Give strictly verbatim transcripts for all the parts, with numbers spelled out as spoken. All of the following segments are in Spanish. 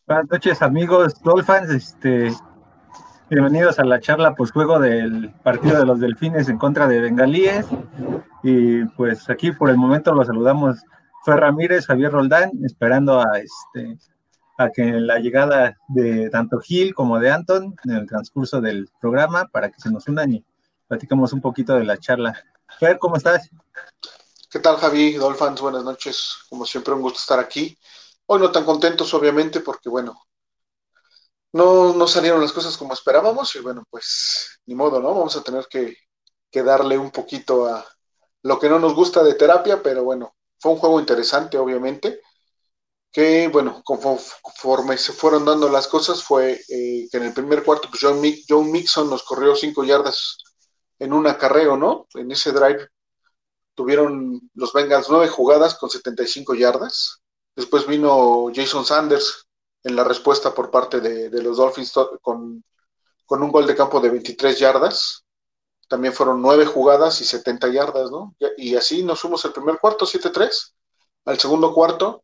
Buenas noches, amigos Dolphins. Este, bienvenidos a la charla posjuego del partido de los Delfines en contra de Bengalíes. Y pues aquí por el momento los saludamos Fer Ramírez, Javier Roldán, esperando a este a que la llegada de tanto Gil como de Anton en el transcurso del programa para que se nos unan y platicamos un poquito de la charla. Fer, ¿cómo estás? ¿Qué tal, Javi? Dolphins, buenas noches. Como siempre, un gusto estar aquí. Hoy no tan contentos, obviamente, porque, bueno, no, no salieron las cosas como esperábamos y, bueno, pues, ni modo, ¿no? Vamos a tener que, que darle un poquito a lo que no nos gusta de terapia, pero, bueno, fue un juego interesante, obviamente, que, bueno, conforme se fueron dando las cosas, fue eh, que en el primer cuarto, pues, John, Mick, John Mixon nos corrió cinco yardas en un acarreo, ¿no? En ese drive tuvieron los Bengals nueve jugadas con setenta y cinco yardas. Después vino Jason Sanders en la respuesta por parte de, de los Dolphins con, con, un gol de campo de veintitrés yardas. También fueron nueve jugadas y setenta yardas, ¿no? Y así nos fuimos el primer cuarto, siete tres. Al segundo cuarto,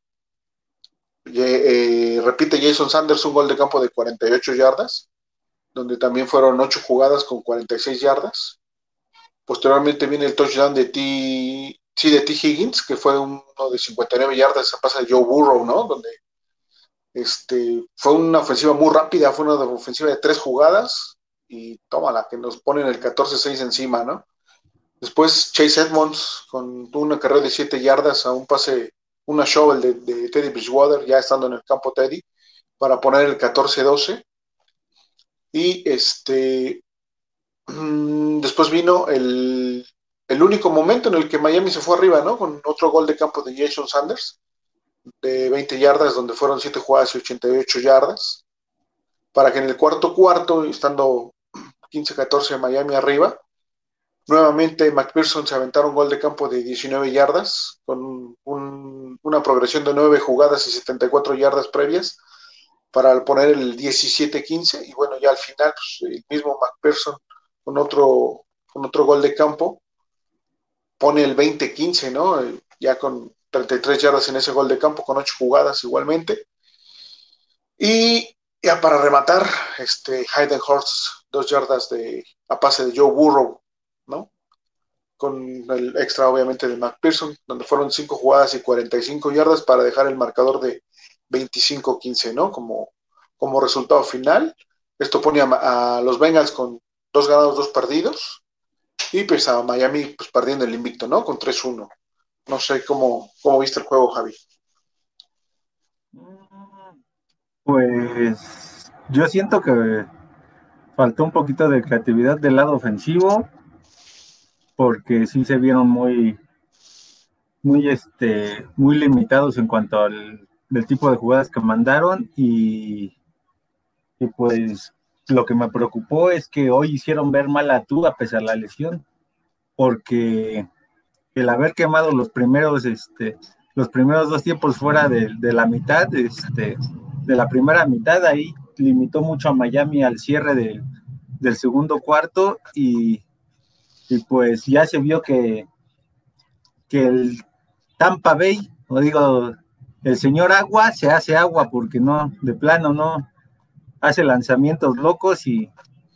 eh, repite Jason Sanders un gol de campo de cuarenta y ocho yardas, donde también fueron ocho jugadas con cuarenta y seis yardas. Posteriormente viene el touchdown de T, sí, de T. Higgins, que fue uno de cincuenta y nueve yardas, esa pasa de Joe Burrow, ¿no? Donde este, fue una ofensiva muy rápida, fue una ofensiva de tres jugadas y tómala, que nos ponen el catorce seis encima, ¿no? Después Chase Edmonds con una carrera de siete yardas a un pase, una shovel de, de Teddy Bridgewater, ya estando en el campo Teddy, para poner el catorce doce. Y este, después vino el, el único momento en el que Miami se fue arriba, ¿no? Con otro gol de campo de Jason Sanders, de veinte yardas, donde fueron siete jugadas y ochenta y ocho yardas, para que en el cuarto cuarto, estando quince catorce Miami arriba, nuevamente McPherson se aventaron un gol de campo de diecinueve yardas, con un, una progresión de nueve jugadas y setenta y cuatro yardas previas, para poner el diecisiete quince, y bueno, ya al final, pues, el mismo McPherson con otro, con otro gol de campo, pone el veinte quince, ¿no? Ya con treinta y tres yardas en ese gol de campo, con ocho jugadas igualmente. Y ya para rematar, este Hayden Hurst, dos yardas de, a pase de Joe Burrow, ¿no? Con el extra, obviamente, de McPherson, donde fueron cinco jugadas y cuarenta y cinco yardas para dejar el marcador de veinticinco quince, ¿no? Como, como resultado final. Esto pone a, a los Bengals con dos ganados, dos perdidos, y pues a Miami pues perdiendo el invicto, ¿no? Con tres uno. No sé cómo, cómo viste el juego, Javi. Pues yo siento que faltó un poquito de creatividad del lado ofensivo, porque sí se vieron muy, muy, este, muy limitados en cuanto al del tipo de jugadas que mandaron y, y pues lo que me preocupó es que hoy hicieron ver mal a Tua pese a la lesión, porque el haber quemado los primeros, este, los primeros dos tiempos fuera de, de la mitad, este, de la primera mitad, ahí limitó mucho a Miami al cierre del, del segundo cuarto y, y pues ya se vio que, que el Tampa Bay, o digo, el señor agua se hace agua porque no, de plano no, hace lanzamientos locos y,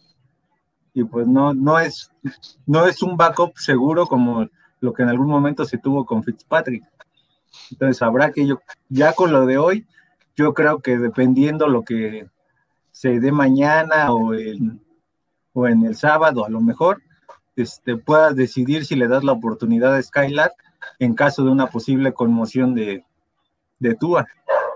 y pues no, no es, no es un backup seguro como lo que en algún momento se tuvo con Fitzpatrick. Entonces habrá que yo, ya con lo de hoy, yo creo que dependiendo lo que se dé mañana o en, o en el sábado, a lo mejor, este, puedas decidir si le das la oportunidad a Skylar en caso de una posible conmoción de, de Tua.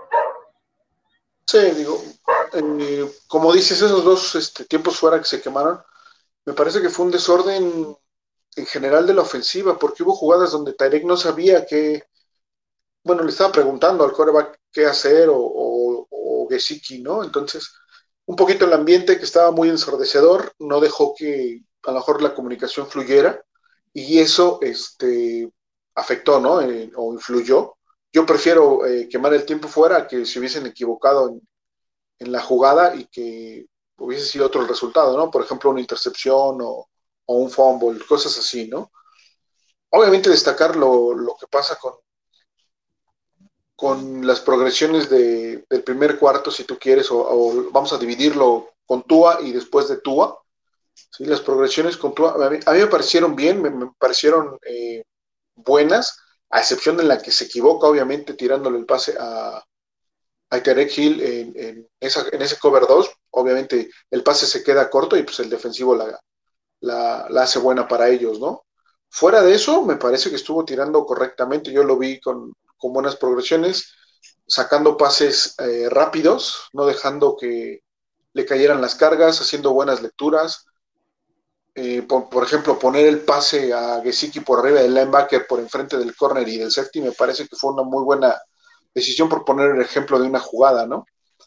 Sí, digo, eh, como dices, esos dos este, tiempos fuera que se quemaron, me parece que fue un desorden en general de la ofensiva, porque hubo jugadas donde Tarek no sabía que, bueno, le estaba preguntando al quarterback qué hacer o, o, o Gesicki, ¿no? Entonces, un poquito el ambiente que estaba muy ensordecedor no dejó que a lo mejor la comunicación fluyera y eso este, afectó, ¿no? Eh, o influyó. Yo prefiero eh, quemar el tiempo fuera que se hubiesen equivocado en, en, la jugada y que hubiese sido otro el resultado, ¿no? Por ejemplo, una intercepción o, o un fumble, cosas así, ¿no? Obviamente destacar lo, lo que pasa con con las progresiones de, del primer cuarto, si tú quieres, o, o vamos a dividirlo con Tua y después de Tua. ¿Sí? Las progresiones con Tua, a mí, a mí me parecieron bien, me, me parecieron eh, buenas, a excepción de la que se equivoca, obviamente, tirándole el pase a, a Tarek Hill en, en, esa, en ese cover dos. Obviamente, el pase se queda corto y pues el defensivo la, la, la hace buena para ellos, ¿no? Fuera de eso, me parece que estuvo tirando correctamente. Yo lo vi con, con buenas progresiones, sacando pases eh, rápidos, no dejando que le cayeran las cargas, haciendo buenas lecturas. Eh, por, por, ejemplo, poner el pase a Gesicki por arriba del linebacker, por enfrente del corner y del safety, me parece que fue una muy buena decisión, por poner el ejemplo de una jugada, ¿no?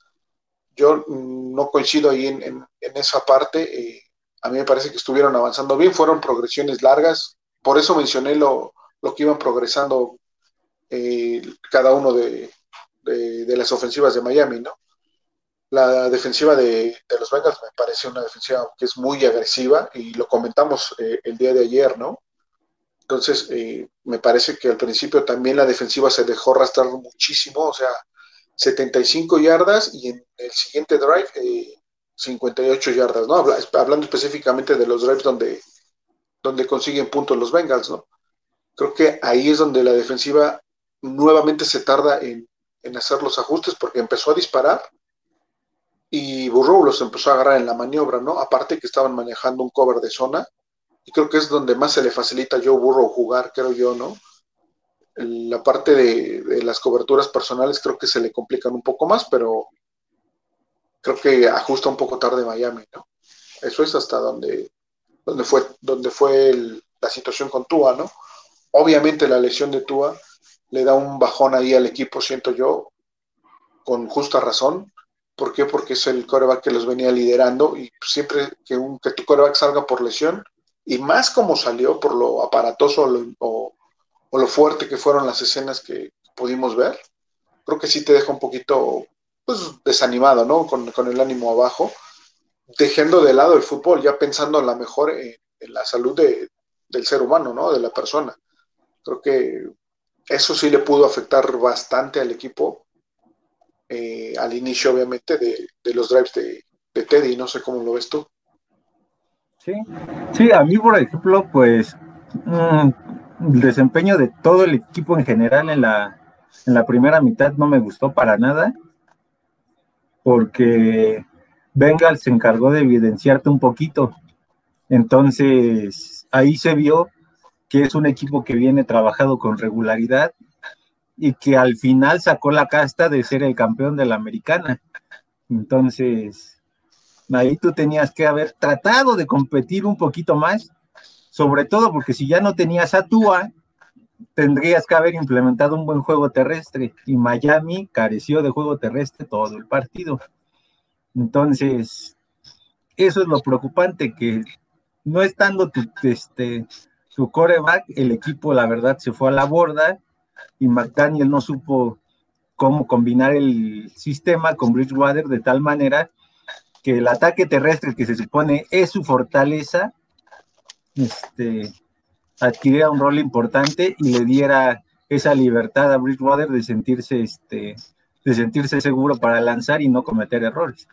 Yo mm, no coincido ahí en, en, en esa parte. Eh, a mí me parece que estuvieron avanzando bien, fueron progresiones largas, por eso mencioné lo, lo que iban progresando eh, cada uno de, de, de, las ofensivas de Miami, ¿no? La defensiva de, de los Bengals me parece una defensiva que es muy agresiva y lo comentamos eh, el día de ayer, ¿no? Entonces, eh, me parece que al principio también la defensiva se dejó arrastrar muchísimo, o sea, setenta y cinco yardas y en el siguiente drive eh, cincuenta y ocho yardas, ¿no? Habla, hablando específicamente de los drives donde, donde consiguen puntos los Bengals, ¿no? Creo que ahí es donde la defensiva nuevamente se tarda en, en hacer los ajustes porque empezó a disparar y Burrow los empezó a agarrar en la maniobra, ¿no? Aparte que estaban manejando un cover de zona y creo que es donde más se le facilita a Joe Burrow jugar, creo yo, ¿no? La parte de, de las coberturas personales creo que se le complican un poco más, pero creo que ajusta un poco tarde Miami, ¿no? Eso es hasta donde, donde fue, donde fue el, la situación con Tua, ¿no? Obviamente la lesión de Tua le da un bajón ahí al equipo, siento yo, con justa razón. ¿Por qué? Porque es el quarterback que los venía liderando y siempre que, un, que tu quarterback salga por lesión, y más como salió por lo aparatoso lo, o, o lo fuerte que fueron las escenas que pudimos ver, creo que sí te deja un poquito pues, desanimado, ¿no? Con, con el ánimo abajo, dejando de lado el fútbol, ya pensando a lo mejor en, en la salud de, del ser humano, ¿no? De la persona. Creo que eso sí le pudo afectar bastante al equipo eh, al inicio, obviamente, de, de los drives de, de Teddy. No sé cómo lo ves tú. Sí, sí, a mí, por ejemplo, pues mmm, el desempeño de todo el equipo en general en la, en la primera mitad no me gustó para nada, porque Bengals se encargó de evidenciarte un poquito. Entonces, ahí se vio que es un equipo que viene trabajado con regularidad y que al final sacó la casta de ser el campeón de la americana. Entonces, ahí tú tenías que haber tratado de competir un poquito más, sobre todo porque si ya no tenías a Tua, tendrías que haber implementado un buen juego terrestre, y Miami careció de juego terrestre todo el partido. Entonces, eso es lo preocupante, que no estando tu, este, tu quarterback, el equipo la verdad se fue a la borda, y McDaniel no supo cómo combinar el sistema con Bridgewater de tal manera que el ataque terrestre, que se supone es su fortaleza, este, adquiriera un rol importante y le diera esa libertad a Bridgewater de sentirse, este, de sentirse seguro para lanzar y no cometer errores.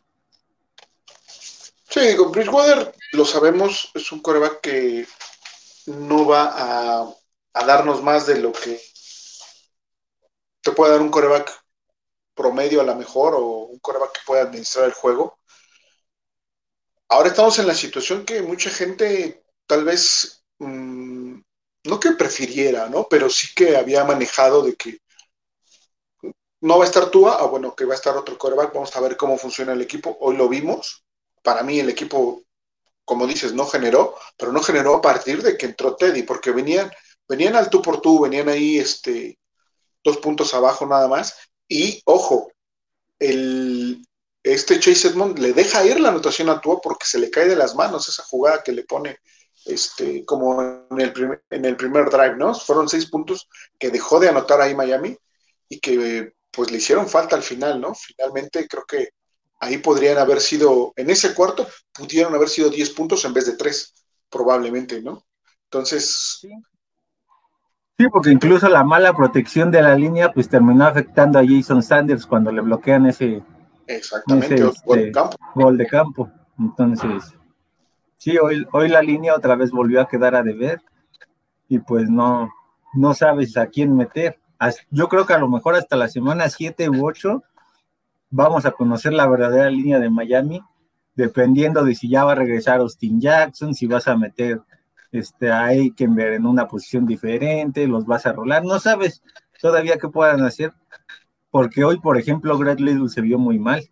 Sí, con Bridgewater lo sabemos, es un quarterback que no va a, a darnos más de lo que te puede dar un quarterback promedio a lo mejor, o un quarterback que pueda administrar el juego. Ahora estamos en la situación que mucha gente tal vez mmm, no que prefiriera, ¿no? Pero sí que había manejado de que no va a estar Tua, ah, bueno, que va a estar otro quarterback, vamos a ver cómo funciona el equipo. Hoy lo vimos. Para mí el equipo, como dices, no generó, pero no generó a partir de que entró Teddy, porque venían, venían al tú por tú, venían ahí este, dos puntos abajo nada más. Y ojo, el, este Chase Edmond le deja ir la anotación a Tua porque se le cae de las manos esa jugada que le pone este, como en el, primer, en el primer drive, ¿no? Fueron seis puntos que dejó de anotar ahí Miami y que pues le hicieron falta al final, ¿no? Finalmente creo que ahí podrían haber sido, en ese cuarto pudieron haber sido diez puntos en vez de tres, probablemente, ¿no? Entonces, Sí. Sí, porque incluso la mala protección de la línea pues terminó afectando a Jason Sanders cuando le bloquean ese, Exactamente, ese otro gol en este, campo. gol de campo. Entonces, sí, hoy, hoy la línea otra vez volvió a quedar a deber y pues no, no sabes a quién meter. Yo creo que a lo mejor hasta la semana siete u ocho vamos a conocer la verdadera línea de Miami, dependiendo de si ya va a regresar Austin Jackson, si vas a meter este, a Eikenberg en una posición diferente, los vas a rolar, no sabes todavía qué puedan hacer, porque hoy, por ejemplo, Greg Little se vio muy mal.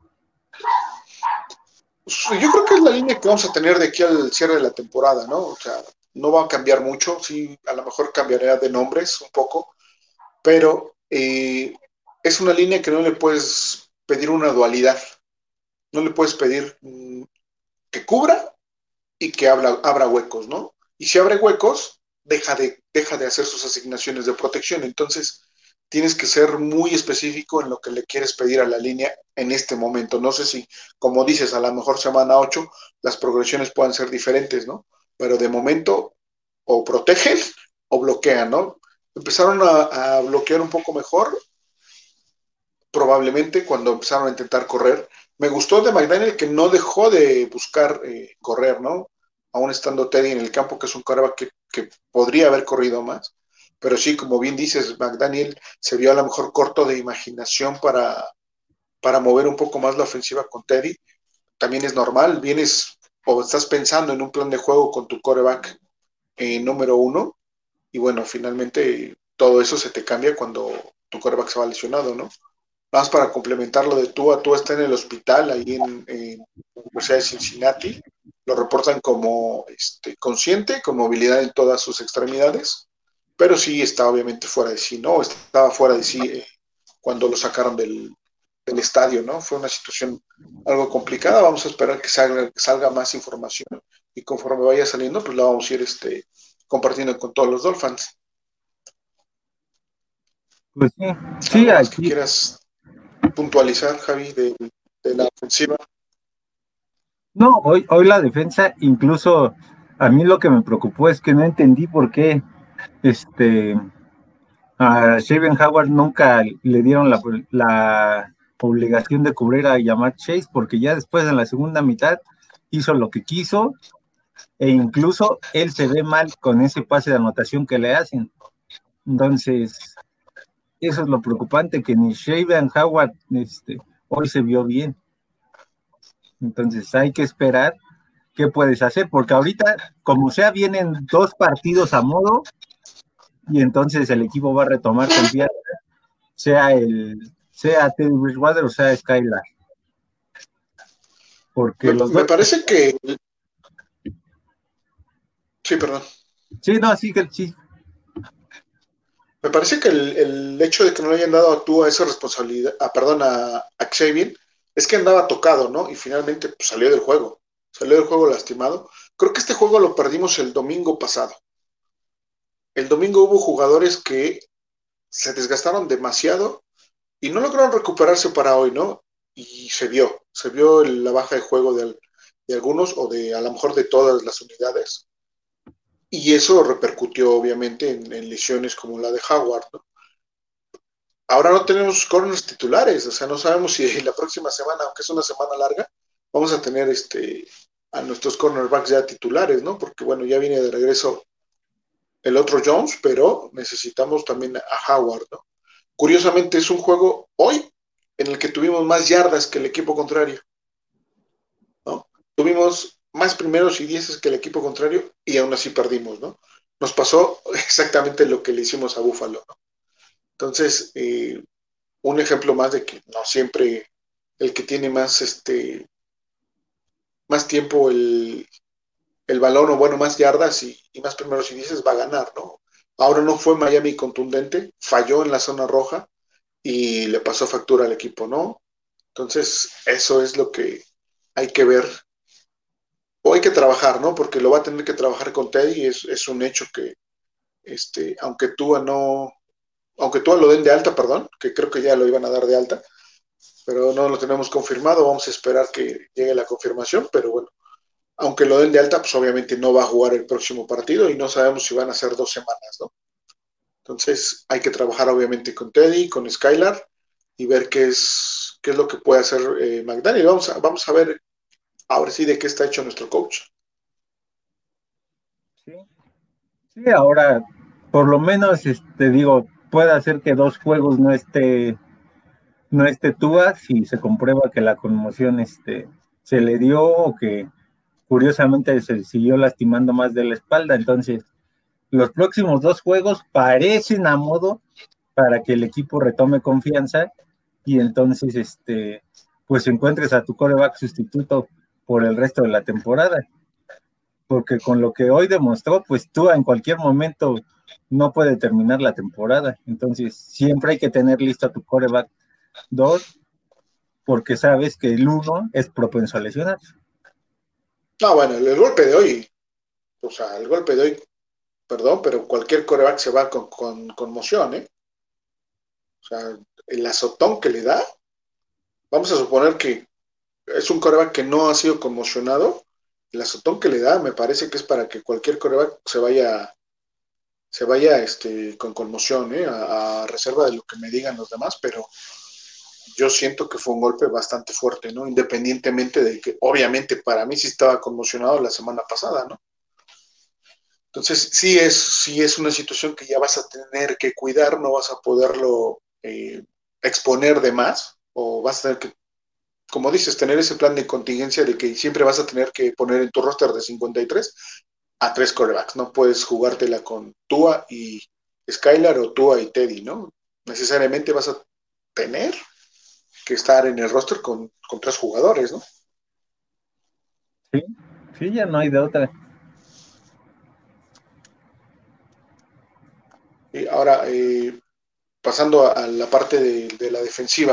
Yo creo que es la línea que vamos a tener de aquí al cierre de la temporada, ¿no? O sea, no va a cambiar mucho, sí, a lo mejor cambiará de nombres un poco, pero eh, es una línea que no le puedes pedir una dualidad, no le puedes pedir mm, que cubra y que abra, abra huecos, ¿no? Y si abre huecos, deja de, deja de hacer sus asignaciones de protección. Entonces, tienes que ser muy específico en lo que le quieres pedir a la línea en este momento. No sé si, como dices, a lo mejor semana ocho las progresiones puedan ser diferentes, ¿no? Pero de momento, o protegen o bloquean, ¿no? Empezaron a, a bloquear un poco mejor, probablemente cuando empezaron a intentar correr. Me gustó de McDaniel que no dejó de buscar eh, correr, ¿no? Aún estando Teddy en el campo, que es un quarterback que, que podría haber corrido más. Pero sí, como bien dices, McDaniel se vio a lo mejor corto de imaginación para, para mover un poco más la ofensiva con Teddy. También es normal, vienes o estás pensando en un plan de juego con tu quarterback eh, número uno, y bueno, finalmente todo eso se te cambia cuando tu quarterback se va lesionado, ¿no? Más para complementar lo de Tua, Tua está en el hospital ahí en, en la Universidad de Cincinnati. Lo reportan como este, consciente, con movilidad en todas sus extremidades, pero sí está obviamente fuera de sí, ¿no? Estaba fuera de sí eh, cuando lo sacaron del, del, estadio, ¿no? Fue una situación algo complicada. Vamos a esperar que salga, que salga más información y conforme vaya saliendo, pues la vamos a ir este, compartiendo con todos los Dolphins. Pues sí, sí, ¿Algo más que aquí. quieras puntualizar, Javi, de, de la ofensiva? No, hoy, hoy la defensa, incluso a mí lo que me preocupó es que no entendí por qué este, a Shaven Howard nunca le dieron la, la obligación de cubrir a Jamar Chase, porque ya después en la segunda mitad hizo lo que quiso e incluso él se ve mal con ese pase de anotación que le hacen. Entonces, eso es lo preocupante, que ni Shaven Howard este, hoy se vio bien. Entonces, hay que esperar qué puedes hacer, porque ahorita, como sea, vienen dos partidos a modo y entonces el equipo va a retomar confianza, sea el sea Teddy Bridgewater o sea Skylar, porque Me, los me dos, parece que. Sí, perdón. sí, no, sí que sí, Me parece que el, el, hecho de que no le hayan dado a Tua esa responsabilidad, ah, perdón, a, a Xavier, es que andaba tocado, ¿no? Y finalmente pues, salió del juego. Salió del juego lastimado. Creo que este juego lo perdimos el domingo pasado. El domingo hubo jugadores que se desgastaron demasiado y no lograron recuperarse para hoy, ¿no? Y se vio, se vio la baja de juego de, de algunos o de a lo mejor de todas las unidades. Y eso repercutió obviamente en, en lesiones como la de Howard, ¿no? Ahora no tenemos corners titulares, o sea, no sabemos si la próxima semana, aunque es una semana larga, vamos a tener este a nuestros cornerbacks ya titulares, ¿no? Porque bueno, ya viene de regreso el otro Jones, pero necesitamos también a Howard, ¿no? Curiosamente es un juego hoy en el que tuvimos más yardas que el equipo contrario, ¿no? Tuvimos más primeros y dieces que el equipo contrario y aún así perdimos, ¿no? Nos pasó exactamente lo que le hicimos a Buffalo, ¿no? Entonces, eh, un ejemplo más de que no siempre el que tiene más, este, más tiempo el, el balón o bueno, más yardas y, y más primeros y dieces va a ganar, ¿no? Ahora no fue Miami contundente, falló en la zona roja y le pasó factura al equipo, ¿no? Entonces, eso es lo que hay que ver o hay que trabajar, ¿no? Porque lo va a tener que trabajar con Teddy, es, es un hecho que, este, aunque tú no, aunque tú lo den de alta, perdón, que creo que ya lo iban a dar de alta, pero no lo tenemos confirmado, vamos a esperar que llegue la confirmación, pero bueno, aunque lo den de alta, pues obviamente no va a jugar el próximo partido y no sabemos si van a ser dos semanas, ¿no? Entonces hay que trabajar obviamente con Teddy, con Skylar y ver qué es, qué es lo que puede hacer eh, McDaniel. Vamos a, vamos a ver ahora sí de qué está hecho nuestro coach. Sí, sí, ahora por lo menos te este, digo, puede hacer que dos juegos no esté, no esté Tua si se comprueba que la conmoción este, se le dio o que curiosamente se siguió lastimando más de la espalda. Entonces, los próximos dos juegos parecen a modo para que el equipo retome confianza y entonces este pues encuentres a tu quarterback sustituto por el resto de la temporada, porque con lo que hoy demostró, pues tú en cualquier momento no puede terminar la temporada, entonces siempre hay que tener listo a tu quarterback dos, porque sabes que el uno es propenso a lesionar. No, bueno, el, el golpe de hoy, o sea, el golpe de hoy, perdón, pero cualquier coreback se va con, con conmoción, ¿eh? O sea, el azotón que le da, vamos a suponer que es un coreback que no ha sido conmocionado, el azotón que le da me parece que es para que cualquier coreback se vaya, se vaya este, con conmoción, ¿eh? a, a reserva de lo que me digan los demás, pero yo siento que fue un golpe bastante fuerte, ¿no? Independientemente de que, obviamente, para mí sí estaba conmocionado la semana pasada, ¿no? Entonces, sí es, sí es una situación que ya vas a tener que cuidar, no vas a poderlo eh, exponer de más, o vas a tener que, como dices, tener ese plan de contingencia de que siempre vas a tener que poner en tu roster de cincuenta y tres a tres corebacks, no puedes jugártela con Tua y Skylar o Tua y Teddy, ¿no? Necesariamente vas a tener que estar en el roster con, con tres jugadores, ¿no? Sí, sí, ya no hay de otra. Y ahora, eh, pasando a, a, la parte de, de la defensiva,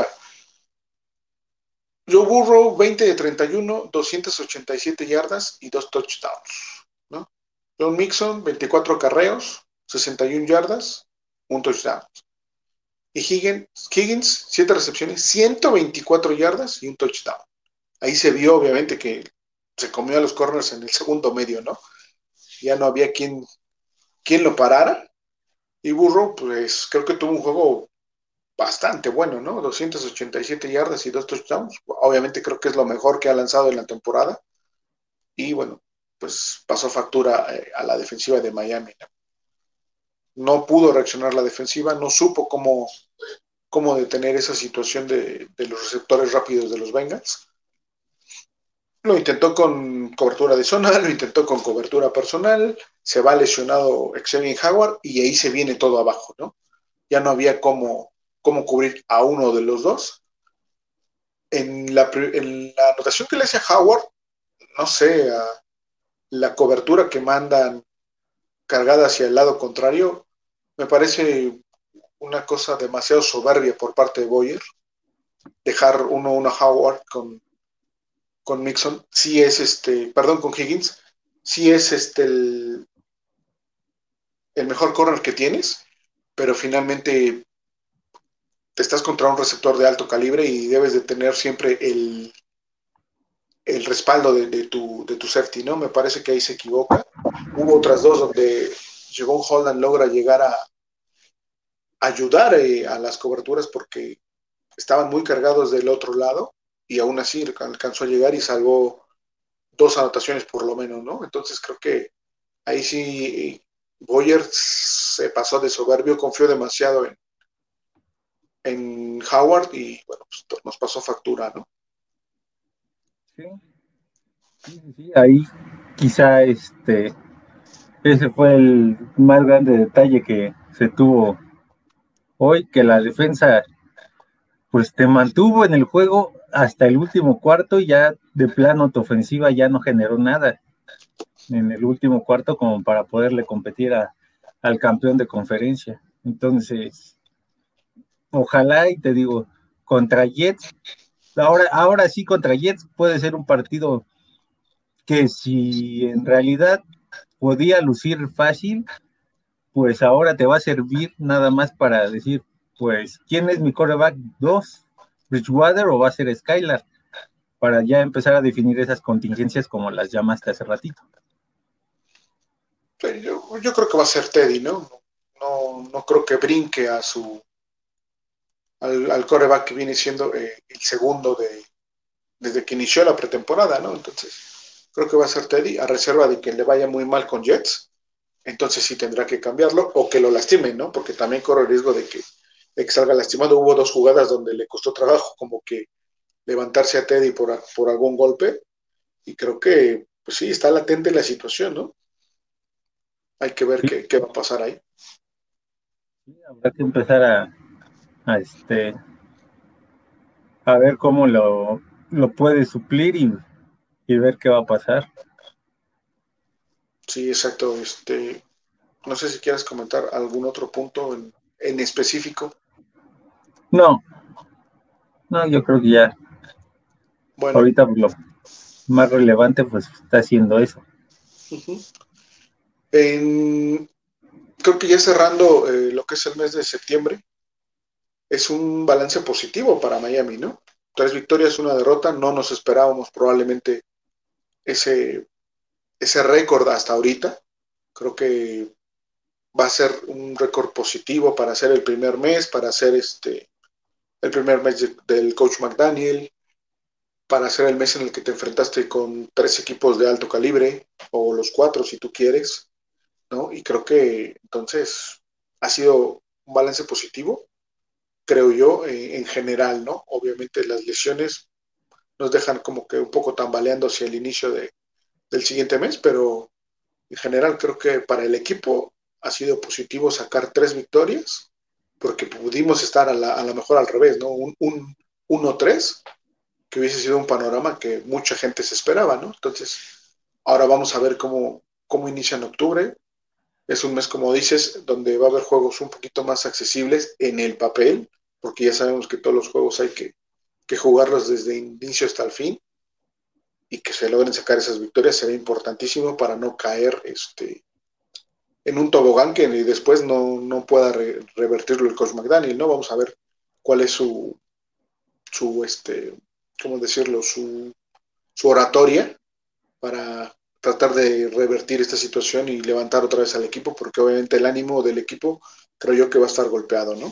Joe Burrow, veinte de treinta y uno, doscientas ochenta y siete yardas y dos touchdowns, ¿no? John Mixon, veinticuatro acarreos, sesenta y una yardas, un touchdown. Y Higgins, Higgins, siete recepciones, ciento veinticuatro yardas y un touchdown. Ahí se vio, obviamente, que se comió a los corners en el segundo medio, ¿no? Ya no había quien, quien lo parara. Y Burrow, pues creo que tuvo un juego bastante bueno, ¿no? doscientas ochenta y siete yardas y dos touchdowns. Obviamente creo que es lo mejor que ha lanzado en la temporada. Y bueno, pues pasó factura eh, a la defensiva de Miami, ¿no? No pudo reaccionar la defensiva, no supo cómo, cómo detener esa situación de, de los receptores rápidos de los Bengals. Lo intentó con cobertura de zona, lo intentó con cobertura personal, se va lesionado Xavier Howard y ahí se viene todo abajo, ¿no? Ya no había cómo, cómo cubrir a uno de los dos. En la, en la anotación que le hace a Howard, no sé, a la cobertura que mandan cargada hacia el lado contrario, me parece una cosa demasiado soberbia por parte de Boyer. Dejar uno a uno a Howard con, con Mixon, sí es este, perdón, con Higgins, sí es este el, el mejor corner que tienes, pero finalmente te estás contra un receptor de alto calibre y debes de tener siempre el, el respaldo de, de, tu, de tu safety, ¿no? Me parece que ahí se equivoca. Hubo otras dos donde Javon Holland logra llegar a ayudar eh, a las coberturas porque estaban muy cargados del otro lado y aún así alcanzó a llegar y salvó dos anotaciones por lo menos, ¿no? Entonces creo que ahí sí Boyer se pasó de soberbio, confió demasiado en, en Howard y bueno, pues nos pasó factura, ¿no? Sí, sí, sí, sí. Ahí quizá este ese fue el más grande detalle que se tuvo hoy, que la defensa pues te mantuvo en el juego hasta el último cuarto y ya de plano tu ofensiva ya no generó nada en el último cuarto como para poderle competir a, al campeón de conferencia. Entonces, ojalá y te digo, contra Jets, ahora, ahora sí contra Jets puede ser un partido que si en realidad podía lucir fácil, pues ahora te va a servir nada más para decir, pues, ¿quién es mi quarterback dos? ¿Bridgewater o va a ser Skylar? Para ya empezar a definir esas contingencias como las llamaste hace ratito. Yo, yo creo que va a ser Teddy, ¿no? no, no creo que brinque a su al, al quarterback que viene siendo eh, el segundo de desde que inició la pretemporada, ¿no? Entonces, creo que va a ser Teddy, a reserva de que le vaya muy mal con Jets, entonces sí tendrá que cambiarlo, o que lo lastimen, ¿no? Porque también corre el riesgo de que, de que salga lastimado. Hubo dos jugadas donde le costó trabajo como que levantarse a Teddy por, por algún golpe, y creo que, pues sí, está latente la situación, ¿no? Hay que ver Sí, qué, qué va a pasar ahí. habrá que empezar a, a, este, a ver cómo lo, lo puede suplir y, y ver qué va a pasar. Sí, exacto. Este, no sé si quieres comentar algún otro punto en, en específico. No, no, yo creo que ya Bueno, ahorita lo más relevante pues está haciendo eso. uh-huh. en, creo que ya cerrando eh, lo que es el mes de septiembre, es un balance positivo para Miami, ¿no? Tres victorias, una derrota, no nos esperábamos probablemente ese, ese récord hasta ahorita. Creo que va a ser un récord positivo para hacer el primer mes, para hacer este, el primer mes de, del coach McDaniel, para hacer el mes en el que te enfrentaste con tres equipos de alto calibre, o los cuatro si tú quieres, ¿no? Y creo que entonces ha sido un balance positivo, creo yo, eh, en general, ¿no? Obviamente las lesiones nos dejan como que un poco tambaleando hacia el inicio de, del siguiente mes, pero en general creo que para el equipo ha sido positivo sacar tres victorias, porque pudimos estar a la, a lo mejor al revés, ¿no? Un, un uno tres, que hubiese sido un panorama que mucha gente se esperaba, ¿no? Entonces, ahora vamos a ver cómo, cómo inicia en octubre. Es un mes, como dices, donde va a haber juegos un poquito más accesibles en el papel, porque ya sabemos que todos los juegos hay que, que jugarlos desde inicio hasta el fin, y que se logren sacar esas victorias será importantísimo para no caer este, en un tobogán que después no, no pueda re, revertirlo el coach McDaniel, ¿no? Vamos a ver cuál es su, su este, ¿cómo decirlo? Su, su oratoria para tratar de revertir esta situación y levantar otra vez al equipo, porque obviamente el ánimo del equipo creo yo que va a estar golpeado, ¿no?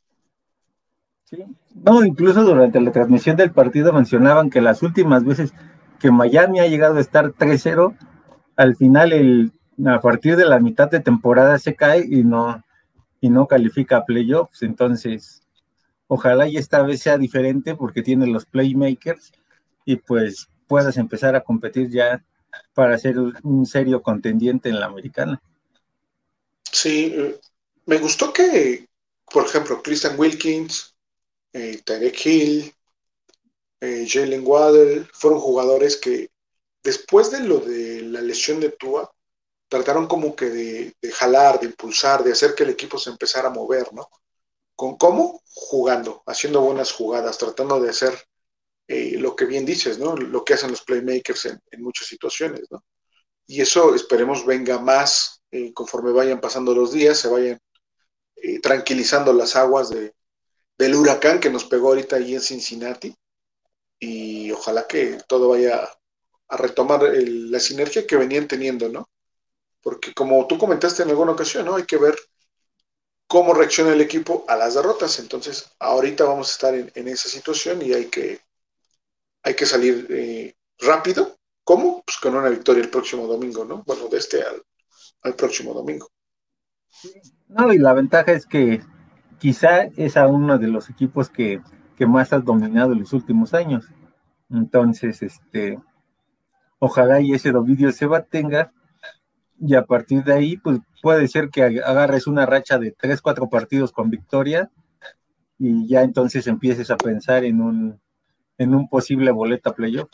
Sí. No, incluso durante la transmisión del partido mencionaban que las últimas veces que Miami ha llegado a estar tres cero, al final el, a partir de la mitad de temporada se cae y no, y no califica a playoffs. Entonces, ojalá y esta vez sea diferente porque tiene los playmakers y pues puedas empezar a competir ya para ser un serio contendiente en la americana. Sí, eh, me gustó que, por ejemplo, Christian Wilkins, eh, Tarek Hill, eh, Jalen Waddell, fueron jugadores que después de lo de la lesión de Tua, trataron como que de, de jalar, de impulsar, de hacer que el equipo se empezara a mover, ¿no? ¿Con cómo? Jugando, haciendo buenas jugadas, tratando de hacer eh, lo que bien dices, ¿no? Lo que hacen los playmakers en, en muchas situaciones, ¿no? Y eso esperemos venga más eh, conforme vayan pasando los días, se vayan eh, tranquilizando las aguas de, del huracán que nos pegó ahorita allí en Cincinnati, y ojalá que todo vaya a retomar el, la sinergia que venían teniendo, ¿no? Porque como tú comentaste en alguna ocasión, ¿no? Hay que ver cómo reacciona el equipo a las derrotas. Entonces, ahorita vamos a estar en, en esa situación y hay que, hay que salir eh, rápido. ¿Cómo? Pues con una victoria el próximo domingo, ¿no? Bueno, de este al, al próximo domingo. No, y la ventaja es que quizá es a uno de los equipos que, que más has dominado en los últimos años. Entonces, este, ojalá y ese dominio se mantenga y a partir de ahí, pues puede ser que agarres una racha de tres, cuatro partidos con victoria y ya entonces empieces a pensar en un, en un posible boleto a playoff.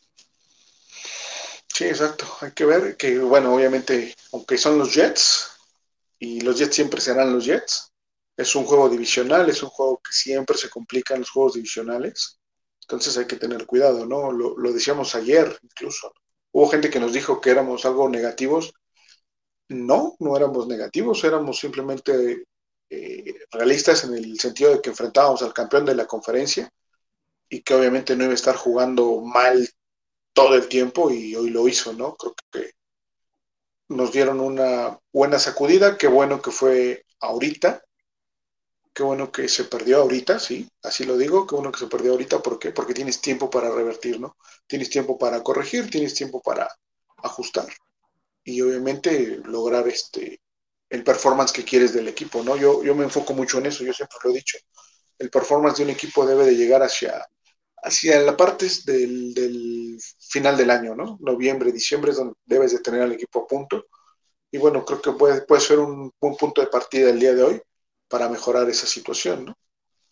Sí, exacto. Hay que ver que, bueno, obviamente, aunque son los Jets, y los Jets siempre serán los Jets, es un juego divisional, es un juego que siempre se complica en los juegos divisionales. Entonces hay que tener cuidado, ¿no? Lo, lo decíamos ayer incluso. Hubo gente que nos dijo que éramos algo negativos. No, no éramos negativos, éramos simplemente eh, realistas en el sentido de que enfrentábamos al campeón de la conferencia y que obviamente no iba a estar jugando mal todo el tiempo, y hoy lo hizo, ¿no? Creo que nos dieron una buena sacudida, qué bueno que fue ahorita. Qué bueno que se perdió ahorita, sí, así lo digo, qué bueno que se perdió ahorita, ¿por qué? Porque tienes tiempo para revertir, ¿no? Tienes tiempo para corregir, tienes tiempo para ajustar y obviamente lograr este el performance que quieres del equipo, ¿no? Yo, yo me enfoco mucho en eso, yo siempre lo he dicho, el performance de un equipo debe de llegar hacia, hacia la parte del, del final del año, ¿no? Noviembre, diciembre es donde debes de tener al equipo a punto y bueno, creo que puede, puede ser un, un punto de partida el día de hoy para mejorar esa situación, ¿no?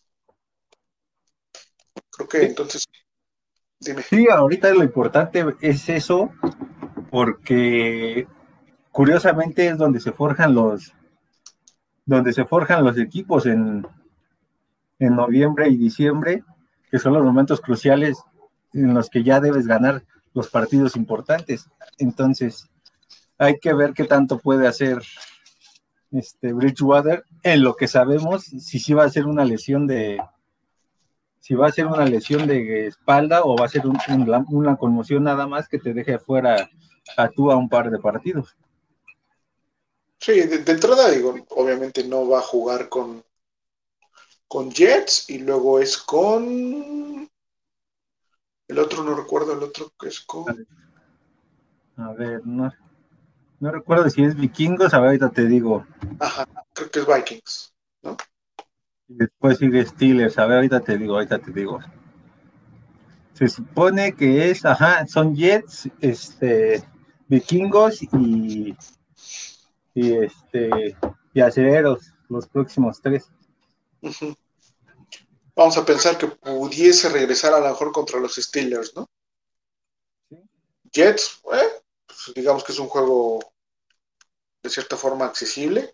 Creo que Sí, entonces, dime. sí, ahorita lo importante es eso, porque curiosamente es donde se forjan los, donde se forjan los equipos en, en noviembre y diciembre, que son los momentos cruciales en los que ya debes ganar los partidos importantes. Entonces, hay que ver qué tanto puede hacer este Bridgewater en lo que sabemos, si sí va a ser una lesión de, si va a ser una lesión de espalda o va a ser un, un, una conmoción nada más que te deje fuera a tú a un par de partidos. Sí, de, de entrada digo, obviamente no va a jugar con, con Jets y luego es con el otro, no recuerdo el otro que es con... A ver, no, no recuerdo si es Vikingos, a ver, ahorita te digo. Ajá, creo que es Vikings, ¿no? Y después sigue Steelers, a ver, ahorita te digo, ahorita te digo. Se supone que es, ajá, son Jets, este, Vikingos y, y este, y Acereros, los próximos tres. Uh-huh. Vamos a pensar que pudiese regresar a lo mejor contra los Steelers, ¿no? ¿Sí? Jets, eh, pues digamos que es un juego de cierta forma accesible.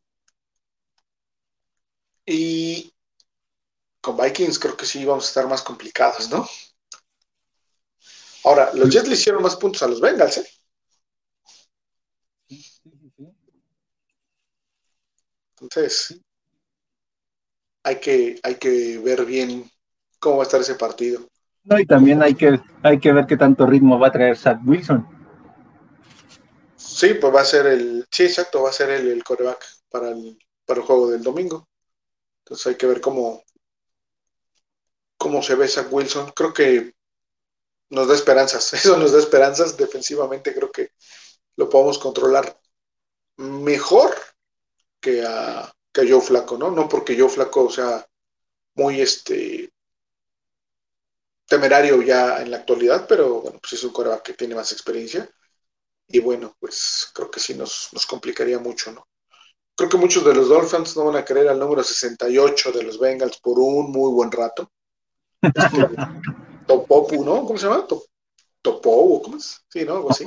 Y con Vikings creo que sí vamos a estar más complicados, ¿no? Ahora, los Jets le hicieron más puntos a los Bengals, ¿eh? Sí, sí, sí, sí. Entonces, hay que, hay que ver bien cómo va a estar ese partido. No, y también hay que, hay que ver qué tanto ritmo va a traer Zach Wilson. Sí, pues va a ser el, sí, exacto, va a ser el, el quarterback para el, para el juego del domingo. Entonces hay que ver cómo, cómo se ve Zach Wilson. Creo que nos da esperanzas, eso nos da esperanzas. Defensivamente creo que lo podemos controlar mejor que a, que a Joe Flaco, ¿no? No porque Joe Flaco sea muy este temerario ya en la actualidad, pero bueno, pues es un quarterback que tiene más experiencia. Y bueno, pues creo que sí nos, nos complicaría mucho, ¿no? Creo que muchos de los Dolphins no van a querer al número sesenta y ocho de los Bengals por un muy buen rato. Este, Topopu, ¿no? ¿Cómo se llama? Top, Topowu, ¿cómo es? Sí, ¿no? Algo así.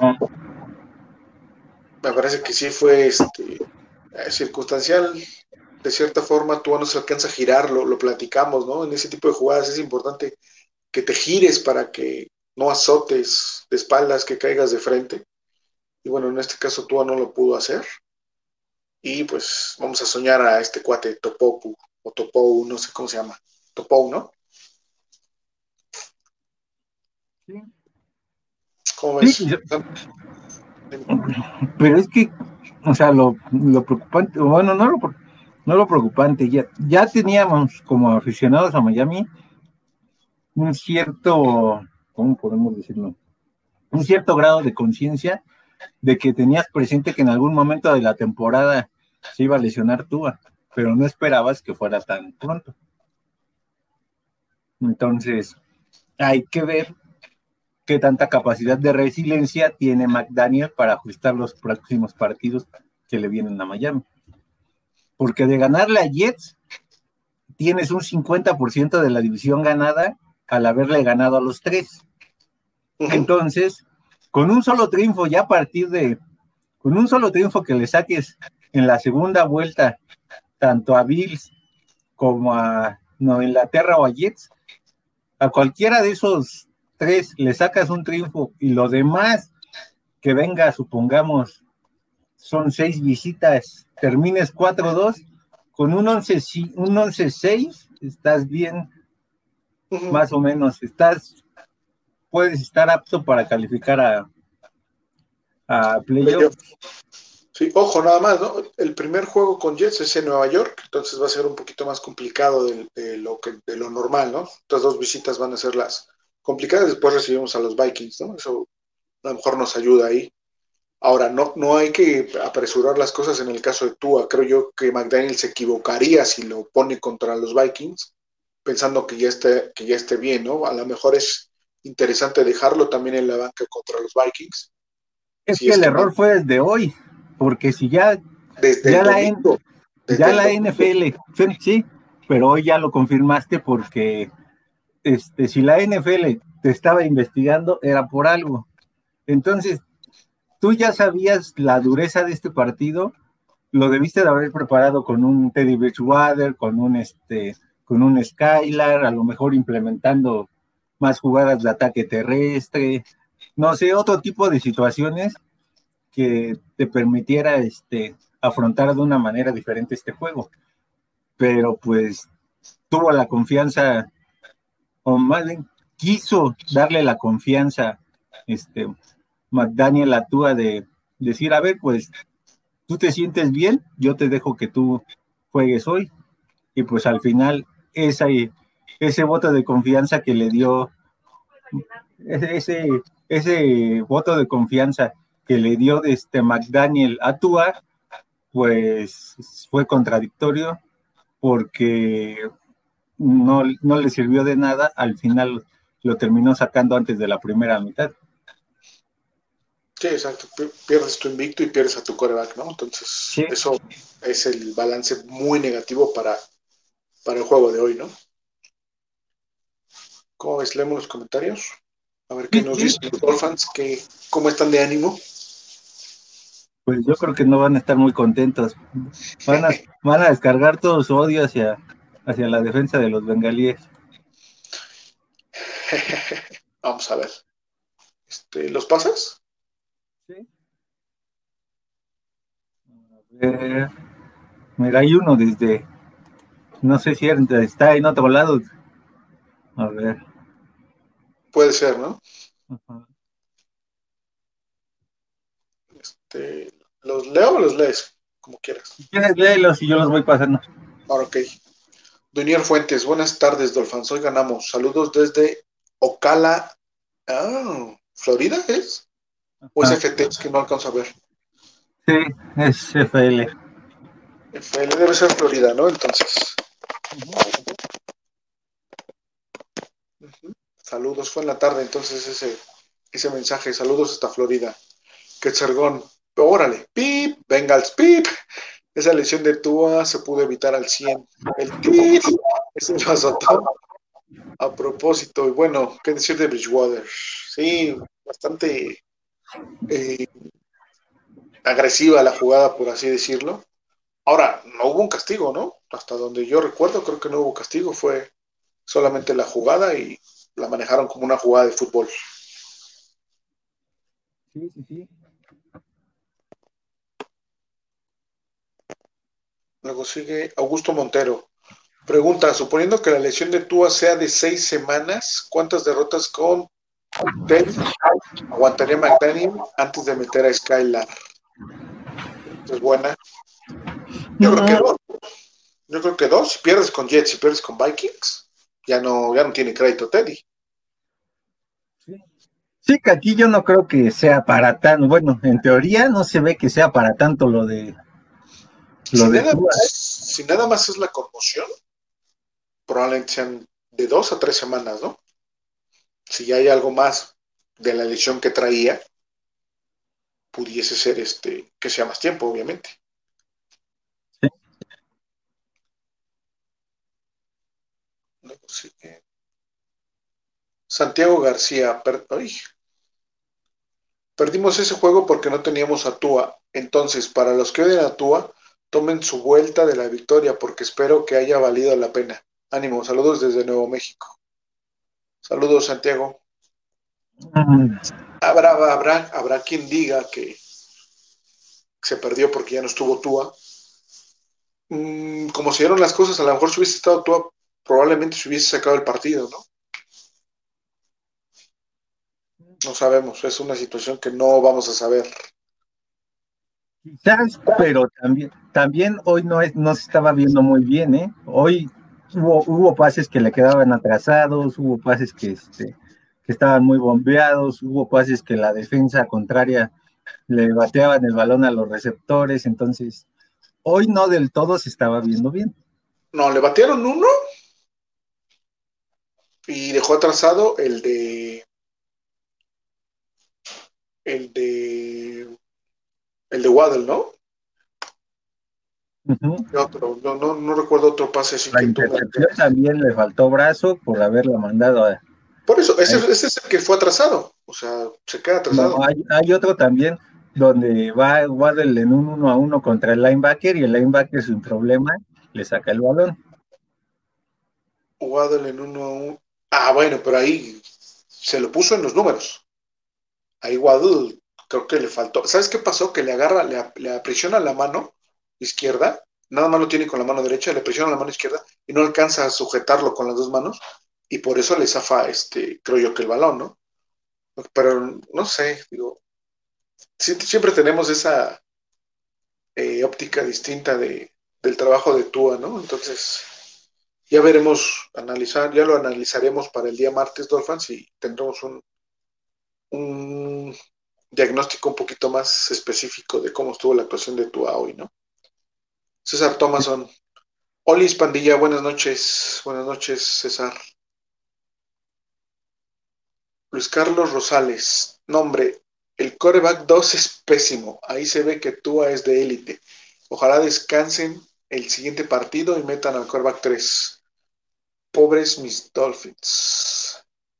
Me parece que sí fue este, eh, circunstancial. De cierta forma, tú no se alcanza a girar, lo, lo platicamos, ¿no? En ese tipo de jugadas es importante que te gires para que no azotes de espaldas, que caigas de frente. Y bueno, en este caso Tua no lo pudo hacer. Y pues vamos a soñar a este cuate Topopu o Topou, no sé cómo se llama. Topou, ¿no? Sí. ¿Cómo Sí, ves? pero es que, o sea, lo, lo preocupante, bueno, no lo, no lo preocupante, ya, ya teníamos como aficionados a Miami un cierto, ¿cómo podemos decirlo? Un cierto grado de conciencia de que tenías presente que en algún momento de la temporada se iba a lesionar Tua, pero no esperabas que fuera tan pronto. Entonces, hay que ver qué tanta capacidad de resiliencia tiene McDaniel para ajustar los próximos partidos que le vienen a Miami. Porque de ganarle a Jets, tienes un cincuenta por ciento de la división ganada al haberle ganado a los tres. Uh-huh. Entonces, con un solo triunfo, ya a partir de, con un solo triunfo que le saques en la segunda vuelta, tanto a Bills como a Nueva Inglaterra o a Jets, a cualquiera de esos tres le sacas un triunfo y lo demás que venga, supongamos, son seis visitas, termines cuatro dos, con un once seis, estás bien, uh-huh. Más o menos, estás, puedes estar apto para calificar a, a playoffs. Sí, ojo, nada más, ¿no? El primer juego con Jets es en Nueva York, entonces va a ser un poquito más complicado de, de lo, que, de lo normal, ¿no? Estas dos visitas van a ser las complicadas, después recibimos a los Vikings, ¿no? Eso a lo mejor nos ayuda ahí. Ahora, no, no hay que apresurar las cosas en el caso de Tua. Creo yo que McDaniel se equivocaría si lo pone contra los Vikings, pensando que ya esté, que ya esté bien, ¿no? A lo mejor es interesante dejarlo también en la banca contra los Vikings, Es si que es el que error fue desde hoy, porque si ya, desde ya el la, N- domingo, desde ya el la domingo. N F L, sí, sí, pero hoy ya lo confirmaste porque este, si la N F L te estaba investigando era por algo. Entonces, tú ya sabías la dureza de este partido, lo debiste de haber preparado con un Teddy Bridgewater, con un este, con un Skylar, a lo mejor implementando más jugadas de ataque terrestre, no sé, otro tipo de situaciones que te permitiera este, afrontar de una manera diferente este juego. Pero pues tuvo la confianza, o más bien quiso darle la confianza este, McDaniel Atúa de decir, a ver, pues tú te sientes bien, yo te dejo que tú juegues hoy. Y pues al final ese, ese voto de confianza que le dio, ese, ese voto de confianza que le dio este McDaniel a Tua, pues fue contradictorio porque no, no le sirvió de nada, al final lo terminó sacando antes de la primera mitad. Sí, exacto. Pierdes tu invicto y pierdes a tu coreback, ¿no? Entonces, Sí, eso es el balance muy negativo para, para el juego de hoy, ¿no? ¿Cómo ves? Leemos los comentarios. A ver qué sí, nos sí. dicen los Dolphins, que, cómo están de ánimo. Pues yo creo que no van a estar muy contentos. Van a, van a descargar todo su odio hacia, hacia la defensa de los bengalíes. Vamos a ver. Este, ¿Los pasas? Sí. Eh, mira, hay uno desde, no sé si está en otro lado. A ver. Puede ser, ¿no? Ajá. Este, ¿Los leo o los lees? Como quieras. Si quieres, léelos y yo los voy pasando. Ahora, ok. Donier Fuentes, buenas tardes, Dolphins. Hoy ganamos. Saludos desde Ocala. Ah, ¿Florida es? ¿O es Ajá. F T? Es que no alcanzo a ver. Sí, es F L. F L debe ser Florida, ¿no? Entonces. Uh-huh. Uh-huh. Saludos, fue en la tarde, entonces ese, ese mensaje. Saludos hasta Florida. Que Quetzergón. Órale. Pip. Bengals. Pip. Esa lesión de Tua se pudo evitar al cien. El pip. Ese lo azotó. A propósito, y bueno, ¿qué decir de Bridgewater? Sí, bastante eh, agresiva la jugada, por así decirlo. Ahora, no hubo un castigo, ¿no? Hasta donde yo recuerdo, creo que no hubo castigo, fue solamente la jugada y la manejaron como una jugada de fútbol. Sí, sí, sí. Luego sigue Augusto Montero. Pregunta, suponiendo que la lesión de Tua sea de seis semanas, ¿cuántas derrotas con Teddy aguantaría McDaniel antes de meter a Skylar? Es buena. Yo creo que Uh-huh. dos. Yo creo que dos. Si pierdes con Jets, si pierdes con Vikings, ya no, ya no tiene crédito Teddy. Sí. Sí, que aquí yo no creo que sea para tanto, bueno, en teoría no se ve que sea para tanto lo de lo Si de nada, Tua. si nada más es la conmoción, probablemente sean de dos a tres semanas, ¿no? Si hay algo más de la lesión que traía, pudiese ser este que sea más tiempo, obviamente. Sí. Luego sigue Santiago García, per ay, perdimos ese juego porque no teníamos a Tua. Entonces, para los que odian a Tua, tomen su vuelta de la victoria porque espero que haya valido la pena. Ánimo, saludos desde Nuevo México. Saludos, Santiago. Mm, Habrá, habrá, habrá quien diga que se perdió porque ya no estuvo Tua. Mm, como se dieron las cosas, a lo mejor si hubiese estado Tua, probablemente se hubiese sacado el partido, ¿no? No sabemos, es una situación que no vamos a saber. Quizás, pero también, también hoy no, es, no se estaba viendo muy bien, ¿eh? Hoy hubo, hubo pases que le quedaban atrasados, hubo pases que, este, que estaban muy bombeados, hubo pases que la defensa contraria le bateaban el balón a los receptores, entonces hoy no del todo se estaba viendo bien. No, le batearon uno y dejó atrasado el de el de el de Waddle, ¿no? Uh-huh. Otro, no, no, no recuerdo otro pase así La que tú me intercepción también le faltó brazo por haberla mandado a... Por eso, ese, a- ese es el que fue atrasado. O sea, se queda No, atrasado. hay, hay otro también donde va Waddle en un uno a uno contra el linebacker y el linebacker sin problema le saca el balón. Waddle en uno a uno. Ah, bueno, pero ahí se lo puso en los números. Ahí Waddle creo que le faltó. ¿Sabes qué pasó? Que le agarra, le, le aprisiona la mano izquierda. Nada más lo tiene con la mano derecha, le presiona la mano izquierda y no alcanza a sujetarlo con las dos manos. Y por eso le zafa, este, creo yo que el balón, ¿no? Pero no sé, digo, siempre tenemos esa eh, óptica distinta de, del trabajo de Tua, ¿no? Entonces, ya veremos, analizar, ya lo analizaremos para el día martes, Dolphins, y tendremos un, un diagnóstico un poquito más específico de cómo estuvo la actuación de Tua hoy, ¿no? César Thomason. Olis Pandilla, buenas noches. Buenas noches, César. Luis Carlos Rosales. Nombre, el coreback dos es pésimo. Ahí se ve que Tua es de élite. Ojalá descansen el siguiente partido y metan al coreback tres. Pobres mis Dolphins.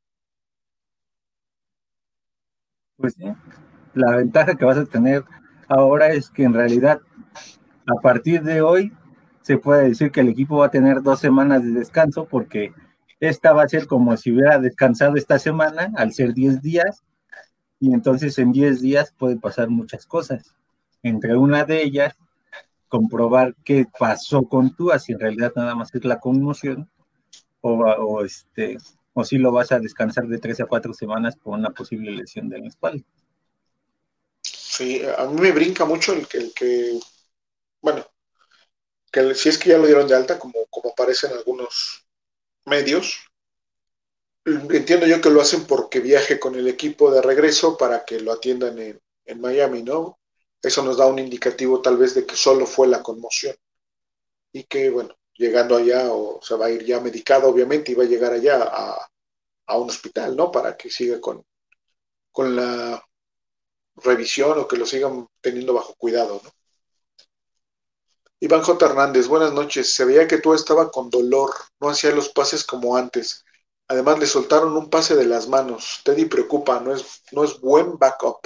Pues sí, la ventaja que vas a tener ahora es que en realidad a partir de hoy se puede decir que el equipo va a tener dos semanas de descanso porque esta va a ser como si hubiera descansado esta semana al ser diez días y entonces en diez días pueden pasar muchas cosas. Entre una de ellas, comprobar qué pasó con tú, si en realidad nada más es la conmoción o, o, este, o si lo vas a descansar de tres a cuatro semanas por una posible lesión de la espalda. Sí, a mí me brinca mucho el que, el que bueno, que si es que ya lo dieron de alta, como, como aparece en algunos medios, entiendo yo que lo hacen porque viaje con el equipo de regreso para que lo atiendan en, en Miami, ¿no? Eso nos da un indicativo tal vez de que solo fue la conmoción y que, bueno, llegando allá o se va a ir ya medicado, obviamente, y va a llegar allá a, a un hospital, ¿no? Para que siga con, con la revisión o que lo sigan teniendo bajo cuidado, ¿no? Iván J. Hernández, buenas noches. Se veía que tú estaba con dolor, no hacía los pases como antes. Además, le soltaron un pase de las manos. Teddy preocupa, no es, no es buen backup.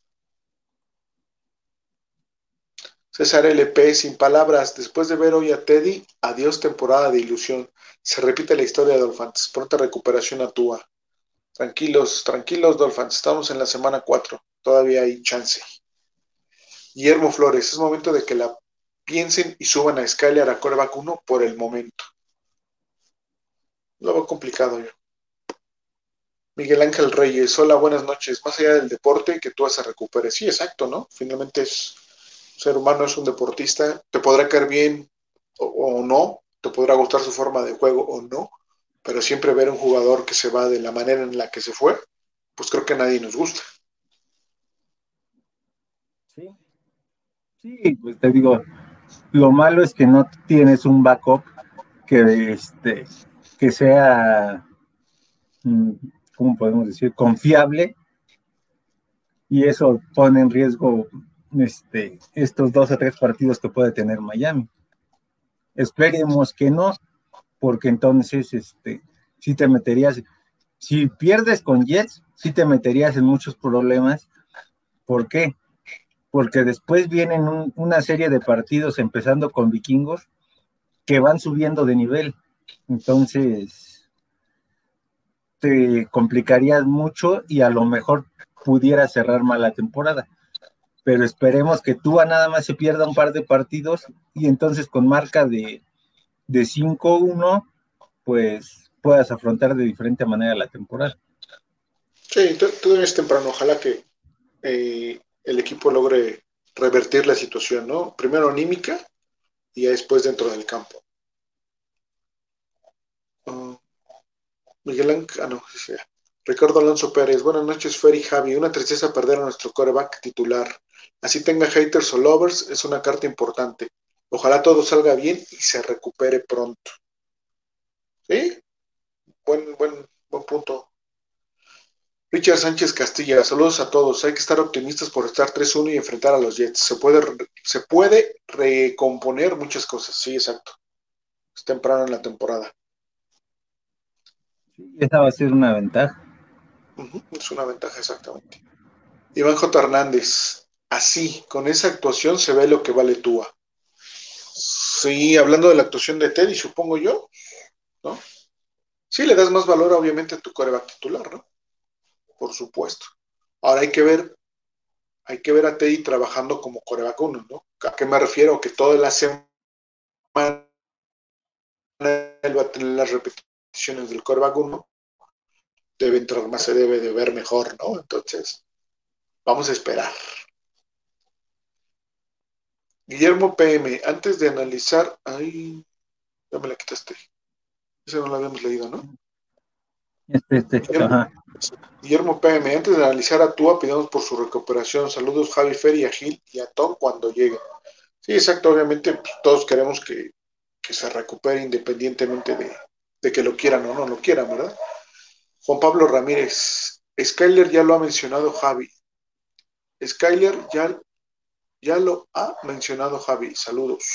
César L P, sin palabras. Después de ver hoy a Teddy, adiós temporada de ilusión. Se repite la historia de Dolphins. Pronta recuperación a Tua. Tranquilos, tranquilos, Dolphins. Estamos en la semana cuatro. Todavía hay chance. Guillermo Flores, es momento de que la piensen y suban a Skyler a coreback uno por el momento. Lo veo complicado yo. Miguel Ángel Reyes, hola, buenas noches. Más allá del deporte, que tú se recupere. Sí, exacto, ¿no? Finalmente es un ser humano, es un deportista. Te podrá caer bien o, o no, te podrá gustar su forma de juego o no, pero siempre ver un jugador que se va de la manera en la que se fue, pues creo que a nadie nos gusta. Sí, sí, pues te digo, lo malo es que no tienes un backup que, este, que sea, ¿cómo podemos decir?, confiable, y eso pone en riesgo este, estos dos o tres partidos que puede tener Miami. Esperemos que no, porque entonces este, sí te meterías, si pierdes con Jets, sí te meterías en muchos problemas. ¿Por qué? Porque después vienen un, una serie de partidos, empezando con Vikingos, que van subiendo de nivel. Entonces, te complicarías mucho y a lo mejor pudiera cerrar mal la temporada. Pero esperemos que Tua nada más se pierda un par de partidos y entonces con marca de, de cinco uno, pues puedas afrontar de diferente manera la temporada. Sí, todavía es temprano. Ojalá que eh, el equipo logre revertir la situación, ¿no? Primero anímica y después dentro del campo. Uh, Miguel Ángel, ah, no, sí, sí. Ricardo Alonso Pérez, buenas noches, Fer y Javi. Una tristeza perder a nuestro quarterback titular. Así tenga haters o lovers, es una carta importante. Ojalá todo salga bien y se recupere pronto. ¿Sí? Buen, buen, buen punto. Richard Sánchez Castilla, saludos a todos. Hay que estar optimistas por estar tres uno y enfrentar a los Jets. Se puede, se puede recomponer muchas cosas. Sí, exacto. Es temprano en la temporada. Sí, esa va a ser una ventaja. Uh-huh, es una ventaja, exactamente. Iván J. Hernández, así, con esa actuación se ve lo que vale Tua. Sí, hablando de la actuación de Teddy, supongo yo, ¿no? Sí, le das más valor, obviamente, a tu quarterback titular, ¿no? Por supuesto. Ahora hay que ver, hay que ver a Teddy trabajando como quarterback uno, ¿no? ¿A qué me refiero? Que toda la semana él va a tener las repeticiones del quarterback uno, debe entrar más, se debe de ver mejor, ¿no? Entonces, vamos a esperar. Guillermo P M, antes de analizar, ay, ya me la quitaste. Esa no la habíamos leído, ¿no? Este, este, Guillermo, ajá. Guillermo P M, antes de analizar a Tua, pidamos por su recuperación. Saludos Javi Fer, a Gil y a Tom cuando lleguen. Sí, exacto, obviamente pues, todos queremos que, que, se recupere independientemente de, de que lo quieran o no lo quieran, ¿verdad? Juan Pablo Ramírez, Skyler ya lo ha mencionado Javi. Skyler ya, ya lo ha mencionado Javi. Saludos.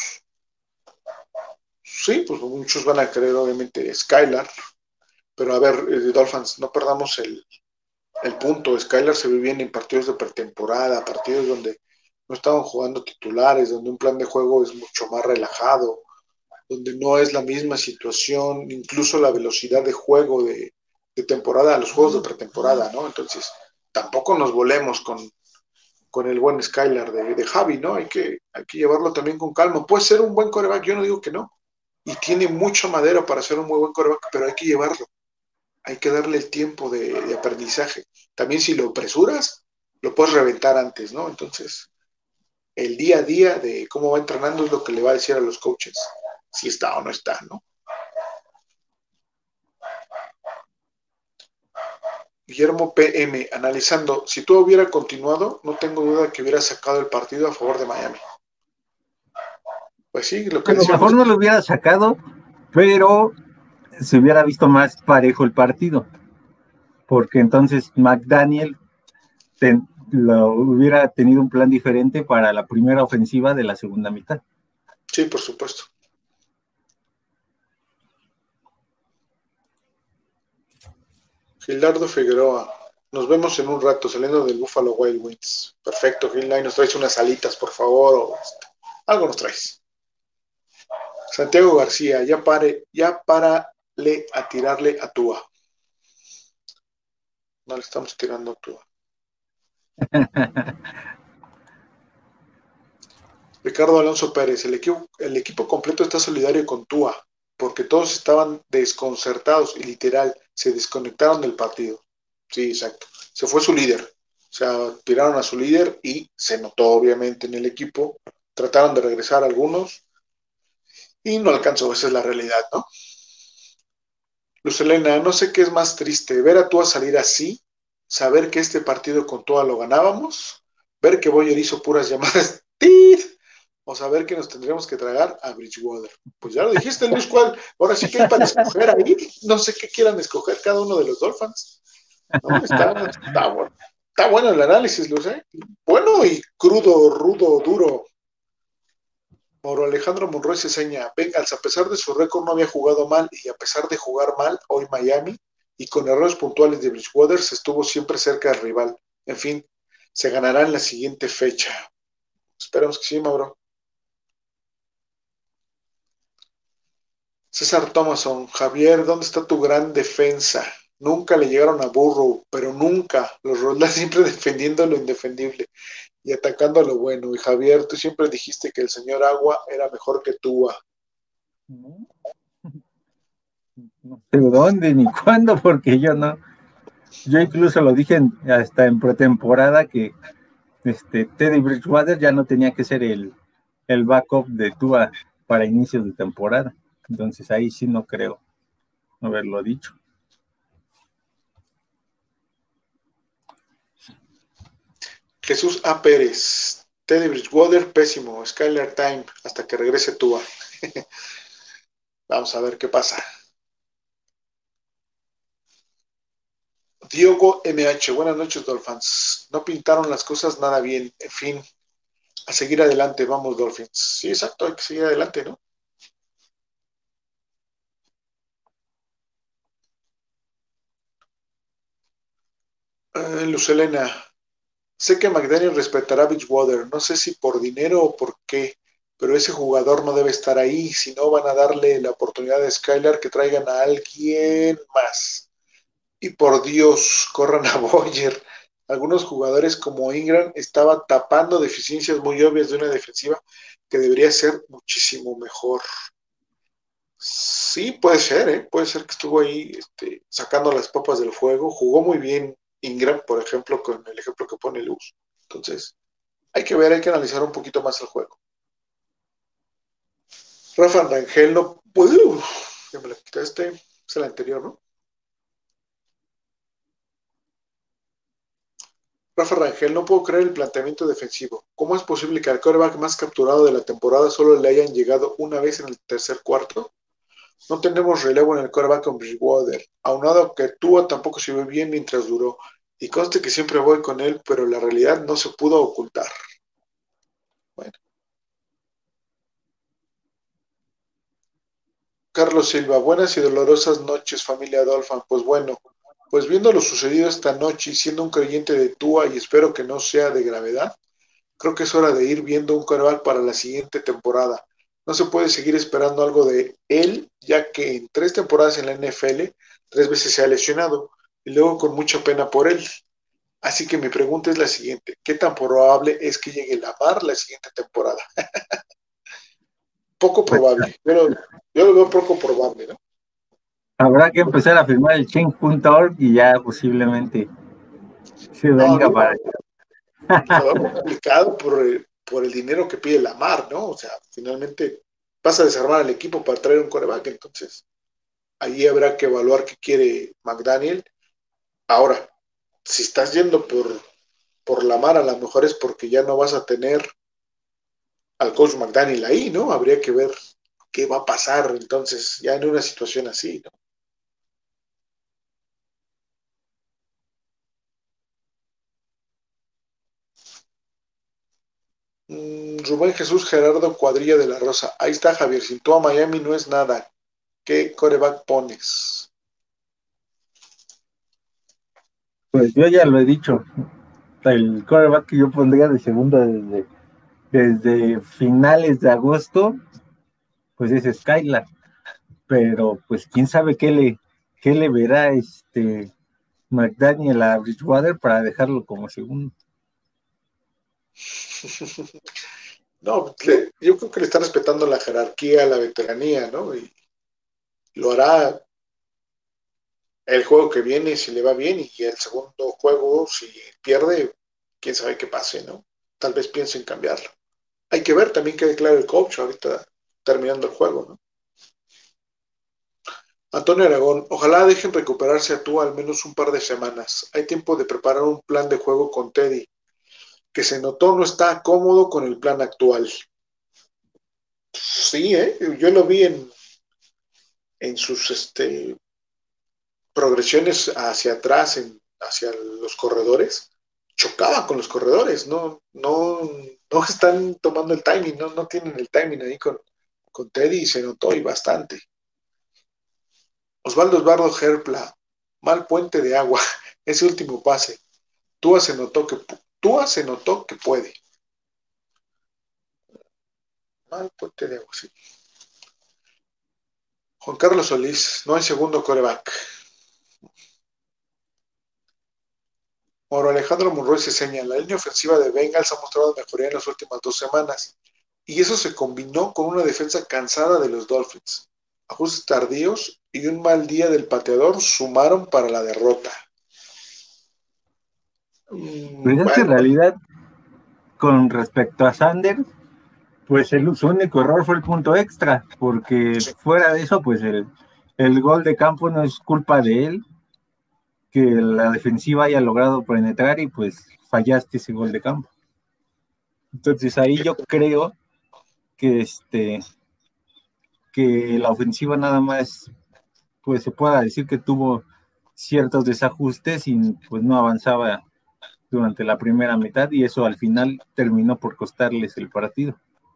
Sí, pues muchos van a querer obviamente Skyler, pero a ver, eh, Dolphins, no perdamos el, el punto. Skyler se ve bien en partidos de pretemporada, partidos donde no estaban jugando titulares, donde un plan de juego es mucho más relajado, donde no es la misma situación, incluso la velocidad de juego de, de temporada a los juegos de pretemporada, ¿no? Entonces, tampoco nos volemos con, con el buen Skyler de, de Javi, ¿no? Hay que, hay que llevarlo también con calma. Puede ser un buen quarterback, yo no digo que no, y tiene mucho madera para ser un muy buen quarterback, pero hay que llevarlo. Hay que darle el tiempo de, de aprendizaje. También si lo apresuras, lo puedes reventar antes, ¿no? Entonces, el día a día de cómo va entrenando es lo que le va a decir a los coaches, si está o no está, ¿no? Guillermo P M, analizando, si tú hubiera continuado, no tengo duda que hubiera sacado el partido a favor de Miami. Pues sí, lo que A lo decíamos. mejor no lo hubiera sacado, pero se hubiera visto más parejo el partido, porque entonces McDaniel ten, lo, hubiera tenido un plan diferente para la primera ofensiva de la segunda mitad. Sí, por supuesto. Gildardo Figueroa, nos vemos en un rato saliendo del Buffalo Wild Wings. Perfecto, Gil, ahí nos traes unas alitas, por favor, o algo nos traes. Santiago García, ya pare, ya párale a tirarle a Tua. No le estamos tirando a Tua. Ricardo Alonso Pérez, el equipo, el equipo completo está solidario con Tua, porque todos estaban desconcertados y literal se desconectaron del partido. Sí, exacto. Se fue su líder. O sea, tiraron a su líder y se notó obviamente en el equipo. Trataron de regresar algunos y no alcanzó. Esa es la realidad, ¿no? Luz Elena, no sé qué es más triste, ver a Tua salir así, saber que este partido con Tua lo ganábamos, ver que Boyer hizo puras llamadas, ¡tit! O saber que nos tendríamos que tragar a Bridgewater. Pues ya lo dijiste, Luis, ¿cuál? Ahora sí que hay para escoger ahí. No sé qué quieran escoger cada uno de los Dolphins. No, está, está, bueno. Está bueno el análisis, Luis, ¿eh? Bueno y crudo, rudo, duro. Mauro Alejandro Monroy se seña, Bengals, a pesar de su récord, no había jugado mal y a pesar de jugar mal, hoy Miami, y con errores puntuales de Bridgewater, se estuvo siempre cerca del rival. En fin, se ganará en la siguiente fecha. Esperamos que sí, Mauro. César Thomason, Javier, ¿dónde está tu gran defensa? Nunca le llegaron a Burrow, pero nunca. Los Rollins siempre defendiendo lo indefendible y atacando a lo bueno. Y Javier, tú siempre dijiste que el señor Agua era mejor que Tua. No, no sé dónde ni cuándo, porque yo no. Yo incluso lo dije en, hasta en pretemporada que este, Teddy Bridgewater ya no tenía que ser el, el backup de Tua para inicios de temporada. Entonces ahí sí no creo haberlo dicho. Jesús A. Pérez, Teddy Bridgewater, pésimo, Skylar Time, hasta que regrese Tua. Vamos a ver qué pasa. Diogo M H, buenas noches, Dolphins. No pintaron las cosas nada bien. En fin, a seguir adelante, vamos, Dolphins. Sí, exacto, hay que seguir adelante, ¿no? Eh, Luz Elena, sé que McDaniel respetará a Bridgewater, no sé si por dinero o por qué, pero ese jugador no debe estar ahí, si no van a darle la oportunidad a Skylar que traigan a alguien más. Y por Dios, corran a Boyer. Algunos jugadores como Ingram estaban tapando deficiencias muy obvias de una defensiva que debería ser muchísimo mejor. Sí, puede ser, ¿eh? Puede ser que estuvo ahí este, sacando las papas del fuego. Jugó muy bien Ingram, por ejemplo, con el ejemplo que pone Luz. Entonces, hay que ver, hay que analizar un poquito más el juego. Rafa Rangel no puede. Ya me la quitaste. Es el anterior, ¿no? Rafa Rangel, no puedo creer el planteamiento defensivo. ¿Cómo es posible que al quarterback más capturado de la temporada solo le hayan llegado una vez en el tercer cuarto? No tenemos relevo en el quarterback con Bridgewater, aunado que Tua tampoco se ve bien mientras duró. Y conste que siempre voy con él, pero la realidad no se pudo ocultar. Bueno. Carlos Silva, buenas y dolorosas noches, familia Dolphin. Pues bueno, pues viendo lo sucedido esta noche y siendo un creyente de Tua y espero que no sea de gravedad, creo que es hora de ir viendo un quarterback para la siguiente temporada. No se puede seguir esperando algo de él, ya que en tres temporadas en la N F L, tres veces se ha lesionado, y luego con mucha pena por él. Así que mi pregunta es la siguiente: ¿qué tan probable es que llegue Lamar la siguiente temporada? Poco Pues probable, pero yo lo veo poco probable, ¿no? habrá que empezar a firmar el change punto org y ya posiblemente se No, venga lo, para lo veo complicado por, el- por el dinero que pide Lamar, ¿no? O sea, finalmente vas a desarmar al equipo para traer un coreback, entonces ahí habrá que evaluar qué quiere McDaniel. Ahora, si estás yendo por, por Lamar, a lo mejor es porque ya no vas a tener al coach McDaniel ahí, ¿no? Habría que ver qué va a pasar entonces ya en una situación así, ¿no? Mm, Rubén Jesús Gerardo Cuadrilla de la Rosa. Ahí está, Javier. Sin tú a Miami no es nada. ¿Qué coreback pones? pues yo ya lo he dicho, el quarterback que yo pondría de segundo desde, desde finales de agosto, pues es Skylar, pero pues quién sabe qué le, qué le verá este McDaniel a Bridgewater para dejarlo como segundo. No, le, yo creo que le está respetando la jerarquía, la veteranía, ¿no? Y lo hará el juego que viene si le va bien y el segundo juego si pierde, quién sabe qué pase, ¿no? Tal vez piense en cambiarlo. Hay que ver también qué declara el coach ahorita terminando el juego, ¿no? Antonio Aragón, ojalá dejen recuperarse a tú al menos un par de semanas. Hay tiempo de preparar un plan de juego con Teddy, que se notó no está cómodo con el plan actual. Sí, ¿eh? Yo lo vi en, en sus este, progresiones hacia atrás, en, hacia los corredores. Chocaba con los corredores, no, no, no están tomando el timing, no, no tienen el timing ahí con, con Teddy y se notó y bastante. Osvaldo Osvaldo Herpla, mal puente de agua, ese último pase. Tua se notó que Tua se notó que puede. Mal puente de agua, sí. Juan Carlos Solís, no hay segundo coreback. Mauro Alejandro Monroy se señala, la línea ofensiva de Bengals ha mostrado mejoría en las últimas dos semanas, y eso se combinó con una defensa cansada de los Dolphins. Ajustes tardíos y un mal día del pateador sumaron para la derrota. Pues Mm, es que en bueno, realidad con respecto a Sanders, pues el, su único error fue el punto extra, porque fuera de eso, pues el, el gol de campo no es culpa de él, que la defensiva haya logrado penetrar y pues fallaste ese gol de campo. Entonces ahí yo creo que este que la ofensiva nada más, pues se pueda decir que tuvo ciertos desajustes y pues no avanzaba durante la primera mitad y eso al final terminó por costarles el partido.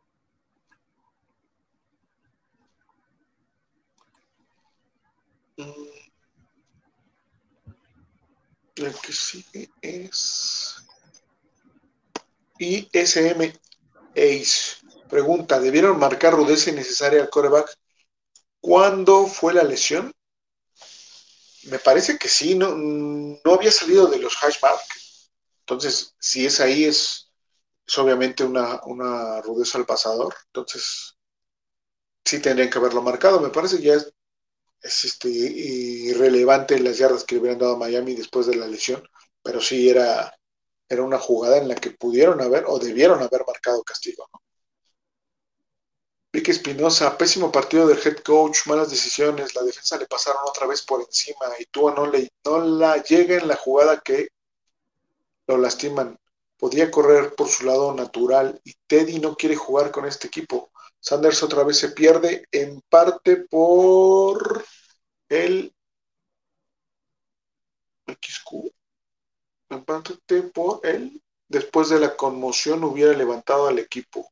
El que sigue es I S M Ace. Pregunta, ¿debieron marcar rudeza innecesaria al quarterback? ¿Cuándo fue la lesión? Me parece que sí, no, no había salido de los hash mark. Entonces, si es ahí, es, es obviamente una, una rudeza al pasador. Entonces, sí tendrían que haberlo marcado. Me parece que ya es, es este, irrelevante las yardas que le hubieran dado a Miami después de la lesión. Pero sí era, era una jugada en la que pudieron haber o debieron haber marcado castigo, ¿no? Vic Espinosa, pésimo partido del head coach, malas decisiones, la defensa le pasaron otra vez por encima y Tua no, le, no la llega en la jugada que lo lastiman. Podía correr por su lado natural y Teddy no quiere jugar con este equipo. Sanders otra vez se pierde en parte por el X Q, en parte por él. Después de la conmoción hubiera levantado al equipo.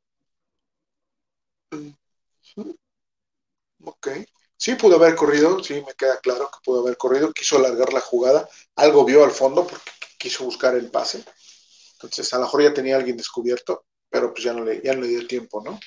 Ok. Sí pudo haber corrido, sí, me queda claro que pudo haber corrido, quiso alargar la jugada, algo vio al fondo porque quiso buscar el pase, entonces a lo mejor ya tenía a alguien descubierto, pero pues ya no le, ya no le dio tiempo, ¿no?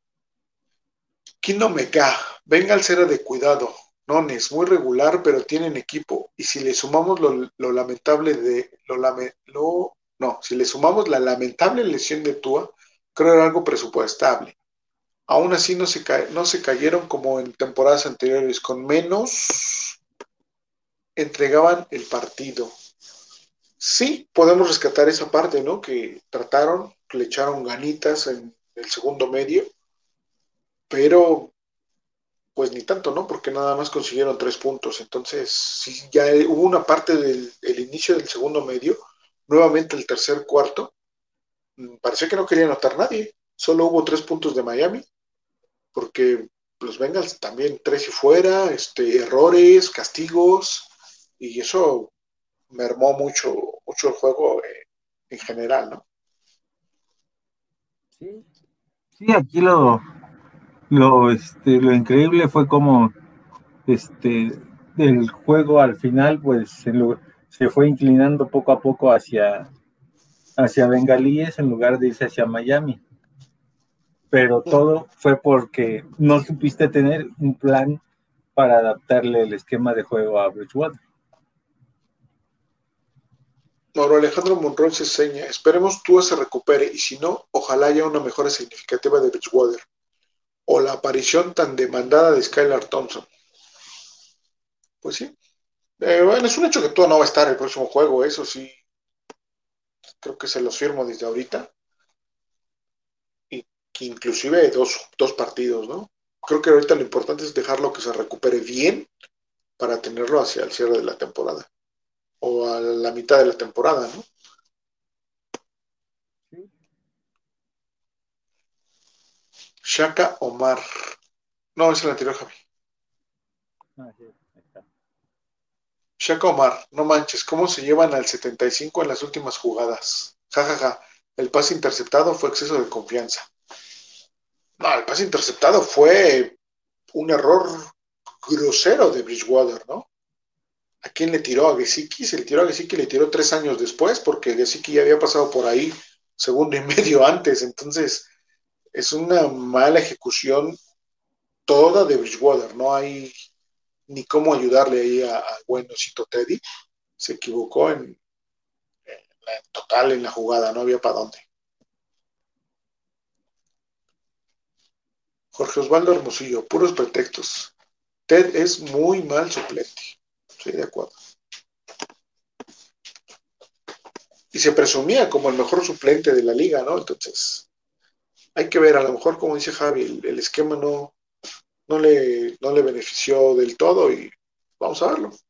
Kino Meka, venga al cera de cuidado, Nones, muy regular, pero tienen equipo, y si le sumamos lo, lo lamentable de, lo, lame, lo, no, si le sumamos la lamentable lesión de Tua, creo era algo presupuestable. Aún así no se, ca no se cayeron como en temporadas anteriores, con menos entregaban el partido. Sí, podemos rescatar esa parte, ¿no? Que trataron, le echaron ganitas en el segundo medio, pero pues ni tanto, ¿no? Porque nada más consiguieron tres puntos. Entonces, sí, ya hubo una parte del el inicio del segundo medio, nuevamente el tercer cuarto, parecía que no quería anotar nadie, solo hubo tres puntos de Miami, porque los Bengals también tres y fuera, este, errores, castigos, y eso mermó mucho, mucho el juego eh, en general, ¿no? Sí, sí aquí lo, lo, este, lo increíble fue como este, el juego al final pues se, lo, se fue inclinando poco a poco hacia, hacia Bengalíes en lugar de irse hacia Miami. Pero todo fue porque no supiste tener un plan para adaptarle el esquema de juego a Bridgewater. Mauro Alejandro Monroy se seña, esperemos Tua se recupere y si no, ojalá haya una mejora significativa de Bridgewater o la aparición tan demandada de Skylar Thompson. Pues sí, eh, bueno, es un hecho que Tua no va a estar el próximo juego, eso sí, creo que se los firmo desde ahorita y que inclusive dos, dos partidos, ¿no? Creo que ahorita lo importante es dejarlo que se recupere bien para tenerlo hacia el cierre de la temporada o a la mitad de la temporada, ¿no? Sí. Shaka Omar. No, es el anterior, Javi. Ah, sí, ahí está. Shaka Omar, no manches, ¿cómo se llevan al setenta y cinco en las últimas jugadas? Ja, ja, ja. El pase interceptado fue exceso de confianza. No, el pase interceptado fue un error grosero de Bridgewater, ¿no? ¿A quién le tiró? ¿A Gesicki? Se le tiró a Gesicki y le tiró tres años después porque Gesicki ya había pasado por ahí segundo y medio antes. Entonces, es una mala ejecución toda de Bridgewater. No hay ni cómo ayudarle ahí a, a buenosito Teddy. Se equivocó en, en total en la jugada, no había para dónde. Jorge Osvaldo Hermosillo, puros pretextos. Ted es muy mal suplente. Sí, de acuerdo. y se presumía como el mejor suplente de la liga, ¿no? Entonces, hay que ver, a lo mejor, como dice Javi, el, el esquema no, no, le, no le benefició del todo y vamos a verlo.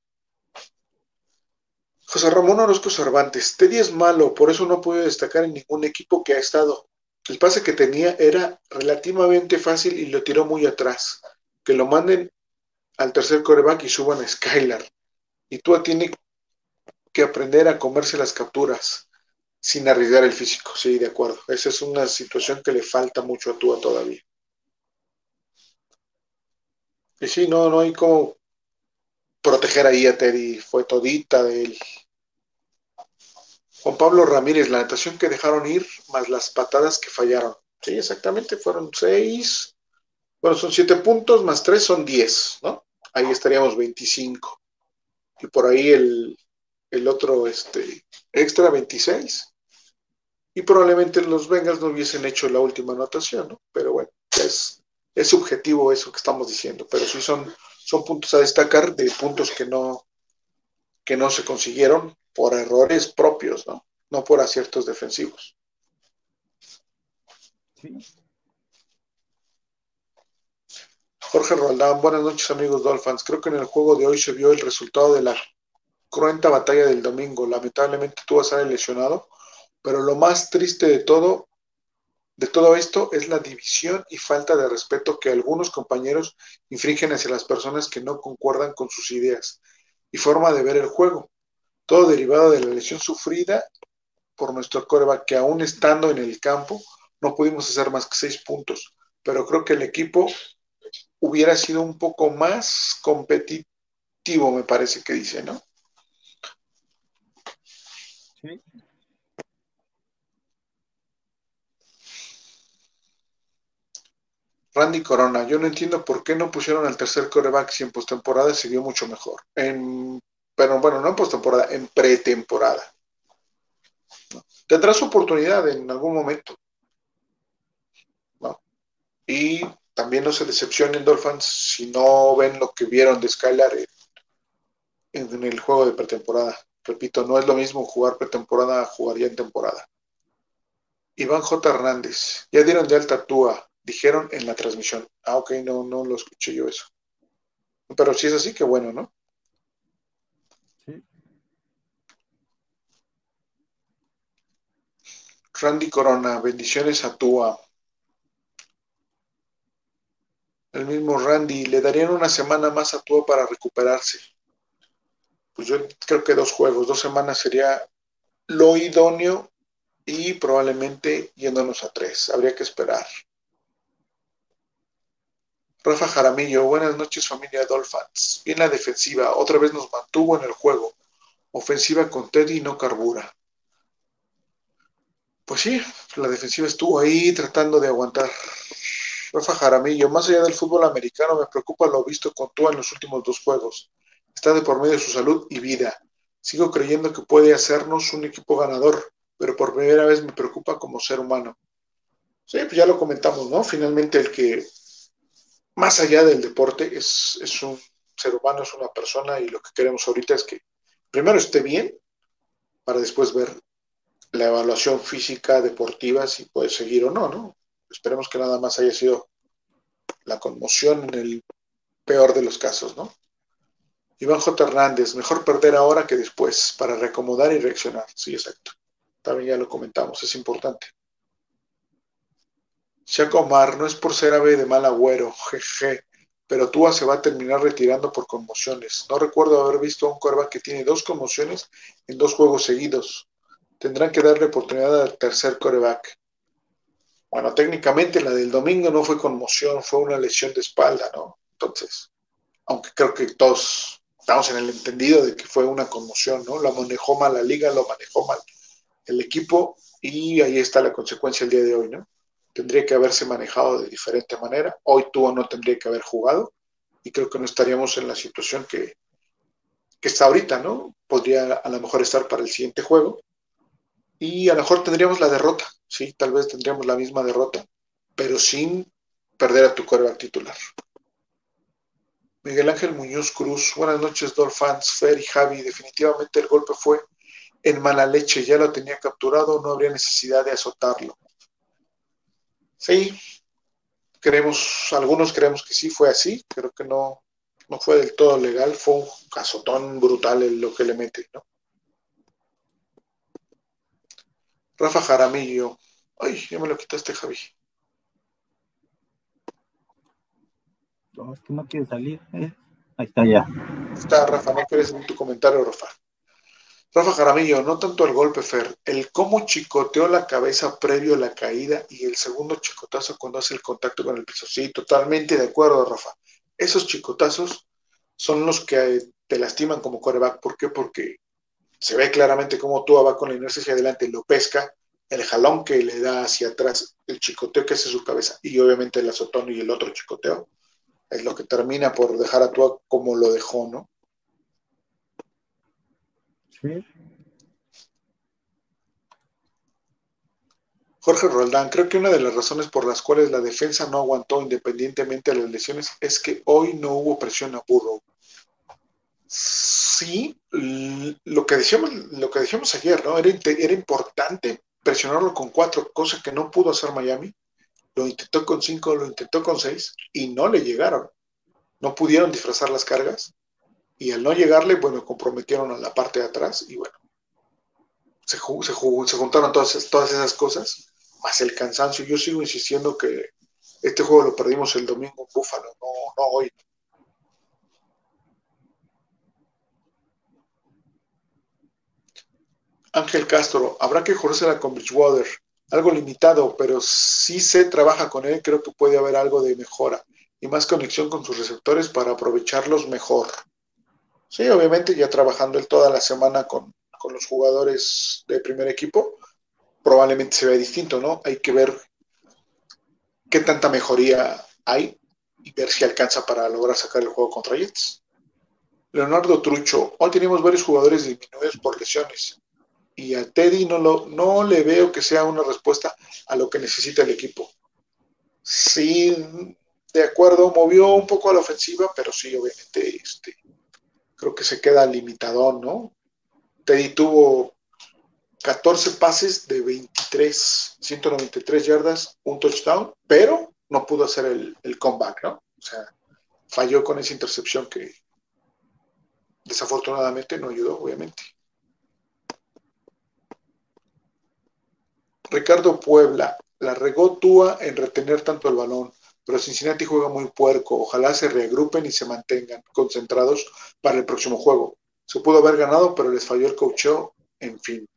José Ramón Orozco Cervantes, Teddy es malo, por eso no puede destacar en ningún equipo que ha estado. El pase que tenía era relativamente fácil y lo tiró muy atrás. Que lo manden al tercer coreback y suban a Skylar. Y Tua tiene que aprender a comerse las capturas sin arriesgar el físico. Sí, de acuerdo. Esa es una situación que le falta mucho a Tua todavía. Y sí, no, no hay como proteger ahí a Teddy. Fue todita de él. Juan Pablo Ramírez, la natación que dejaron ir, más las patadas que fallaron. Sí, exactamente, fueron seis. Bueno, son siete puntos, más tres son diez, ¿no? Ahí estaríamos veinticinco. Y por ahí el, el otro este, extra veintiséis. Y probablemente los Bengals no hubiesen hecho la última anotación, ¿no? Pero bueno, es, es subjetivo eso que estamos diciendo. Pero sí son, son puntos a destacar de puntos que no, que no se consiguieron por errores propios, ¿no? No por aciertos defensivos. Sí. Jorge Roldán, buenas noches amigos Dolphins. Creo que en el juego de hoy se vio el resultado de la cruenta batalla del domingo. Lamentablemente Tua sale lesionado, pero lo más triste de todo, de todo esto es la división y falta de respeto que algunos compañeros infringen hacia las personas que no concuerdan con sus ideas y forma de ver el juego. Todo derivado de la lesión sufrida por nuestro quarterback, que aún estando en el campo no pudimos hacer más que seis puntos, pero creo que el equipo hubiera sido un poco más competitivo, me parece que dice, ¿no? Sí. Randy Corona, yo no entiendo por qué no pusieron al tercer quarterback si en postemporada se vio mucho mejor. En, pero bueno, no en postemporada, en pretemporada. Tendrá su oportunidad en algún momento, ¿no? Y también no se decepcionen Dolphins si no ven lo que vieron de Skylar en, en el juego de pretemporada. Repito, no es lo mismo jugar pretemporada a jugar ya en temporada. Iván J. Hernández, ya dieron de alta a Tua, dijeron en la transmisión. Ah, ok, no, no lo escuché yo eso. Pero si es así, qué bueno, ¿no? Sí. Randy Corona, bendiciones a Tua. El mismo Randy, le darían una semana más a Tua para recuperarse. Pues yo creo que dos juegos, dos semanas sería lo idóneo y probablemente yéndonos a tres. Habría que esperar. Rafa Jaramillo, buenas noches familia Dolphins. Bien la defensiva, otra vez nos mantuvo en el juego. Ofensiva con Teddy no carbura. Pues sí, la defensiva estuvo ahí tratando de aguantar. Rafa Jaramillo, más allá del fútbol americano, me preocupa lo visto con Tua en los últimos dos juegos. Está de por medio de su salud y vida. Sigo creyendo que puede hacernos un equipo ganador, pero por primera vez me preocupa como ser humano. Sí, pues ya lo comentamos, ¿no? Finalmente el que, más allá del deporte, es, es un ser humano, es una persona y lo que queremos ahorita es que primero esté bien para después ver la evaluación física, deportiva, si puede seguir o no, ¿no? Esperemos que nada más haya sido la conmoción en el peor de los casos, ¿no? Iván J. Hernández, mejor perder ahora que después, para reacomodar y reaccionar. Sí, exacto. También ya lo comentamos, es importante. Chaco Omar, no es por ser ave de mal agüero, jeje, pero Tua se va a terminar retirando por conmociones. No recuerdo haber visto a un quarterback que tiene dos conmociones en dos juegos seguidos. Tendrán que darle oportunidad al tercer quarterback. Bueno, técnicamente la del domingo no fue conmoción, fue una lesión de espalda, ¿no? Entonces, aunque creo que todos estamos en el entendido de que fue una conmoción, ¿no? La manejó mal la liga, lo manejó mal el equipo y ahí está la consecuencia el día de hoy, ¿no? Tendría que haberse manejado de diferente manera. Hoy Tua no tendría que haber jugado y creo que no estaríamos en la situación que, que está ahorita, ¿no? Podría a lo mejor estar para el siguiente juego y a lo mejor tendríamos la derrota, sí, tal vez tendríamos la misma derrota, pero sin perder a tu quarterback titular. Miguel Ángel Muñoz Cruz, buenas noches Dolphins, Fer y Javi, definitivamente el golpe fue en mala leche ya lo tenía capturado, no habría necesidad de azotarlo. Sí, creemos, algunos creemos que sí fue así, creo que no, no fue del todo legal, fue un azotón brutal en lo que le mete, ¿no? Rafa Jaramillo, ay, ya me lo quitaste, Javi. No, es que no quiere salir. ¿eh? Ahí está ya. Está, Rafa, ¿no quieres en tu comentario, Rafa? Rafa Jaramillo, no tanto el golpe, Fer, el cómo chicoteó la cabeza previo a la caída y el segundo chicotazo cuando hace el contacto con el piso. Sí, totalmente de acuerdo, Rafa. Esos chicotazos son los que te lastiman como quarterback. ¿Por qué? Porque se ve claramente cómo Tua va con la inercia hacia adelante, lo pesca, el jalón que le da hacia atrás, el chicoteo que hace su cabeza y obviamente el azotón y el otro chicoteo es lo que termina por dejar a Tua como lo dejó, ¿no? Sí. Jorge Roldán, creo que una de las razones por las cuales la defensa no aguantó independientemente de las lesiones es que hoy no hubo presión a Burrow. Sí, lo que decíamos, lo que decíamos ayer, ¿no? Era, era importante presionarlo con cuatro, cosa que no pudo hacer Miami. Lo intentó con cinco, lo intentó con seis y no le llegaron. No pudieron disfrazar las cargas y al no llegarle, bueno, comprometieron a la parte de atrás y bueno, se, jugó, se, jugó, se juntaron todas, todas esas cosas, más el cansancio. Yo sigo insistiendo que este juego lo perdimos el domingo en Búfalo, no, no hoy. Ángel Castro, habrá que jugársela con Bridgewater, algo limitado, pero si se trabaja con él, creo que puede haber algo de mejora y más conexión con sus receptores para aprovecharlos mejor. Sí, obviamente ya trabajando él toda la semana con, con los jugadores de primer equipo, probablemente se vea distinto, ¿no? Hay que ver qué tanta mejoría hay y ver si alcanza para lograr sacar el juego contra Jets. Leonardo Trucho, hoy tenemos varios jugadores disminuidos por lesiones y a Teddy no, lo, no le veo que sea una respuesta a lo que necesita el equipo. Sí, de acuerdo, movió un poco a la ofensiva, pero sí, obviamente, este, creo que se queda limitado, ¿no? Teddy tuvo catorce pases de veintitrés, ciento noventa y tres yardas, un touchdown, pero no pudo hacer el, el comeback, ¿no? O sea, falló con esa intercepción que desafortunadamente no ayudó, obviamente. Ricardo Puebla, la regó Tua en retener tanto el balón, pero Cincinnati juega muy puerco. Ojalá se reagrupen y se mantengan concentrados para el próximo juego. Se pudo haber ganado, pero les falló el coacheo, en fin.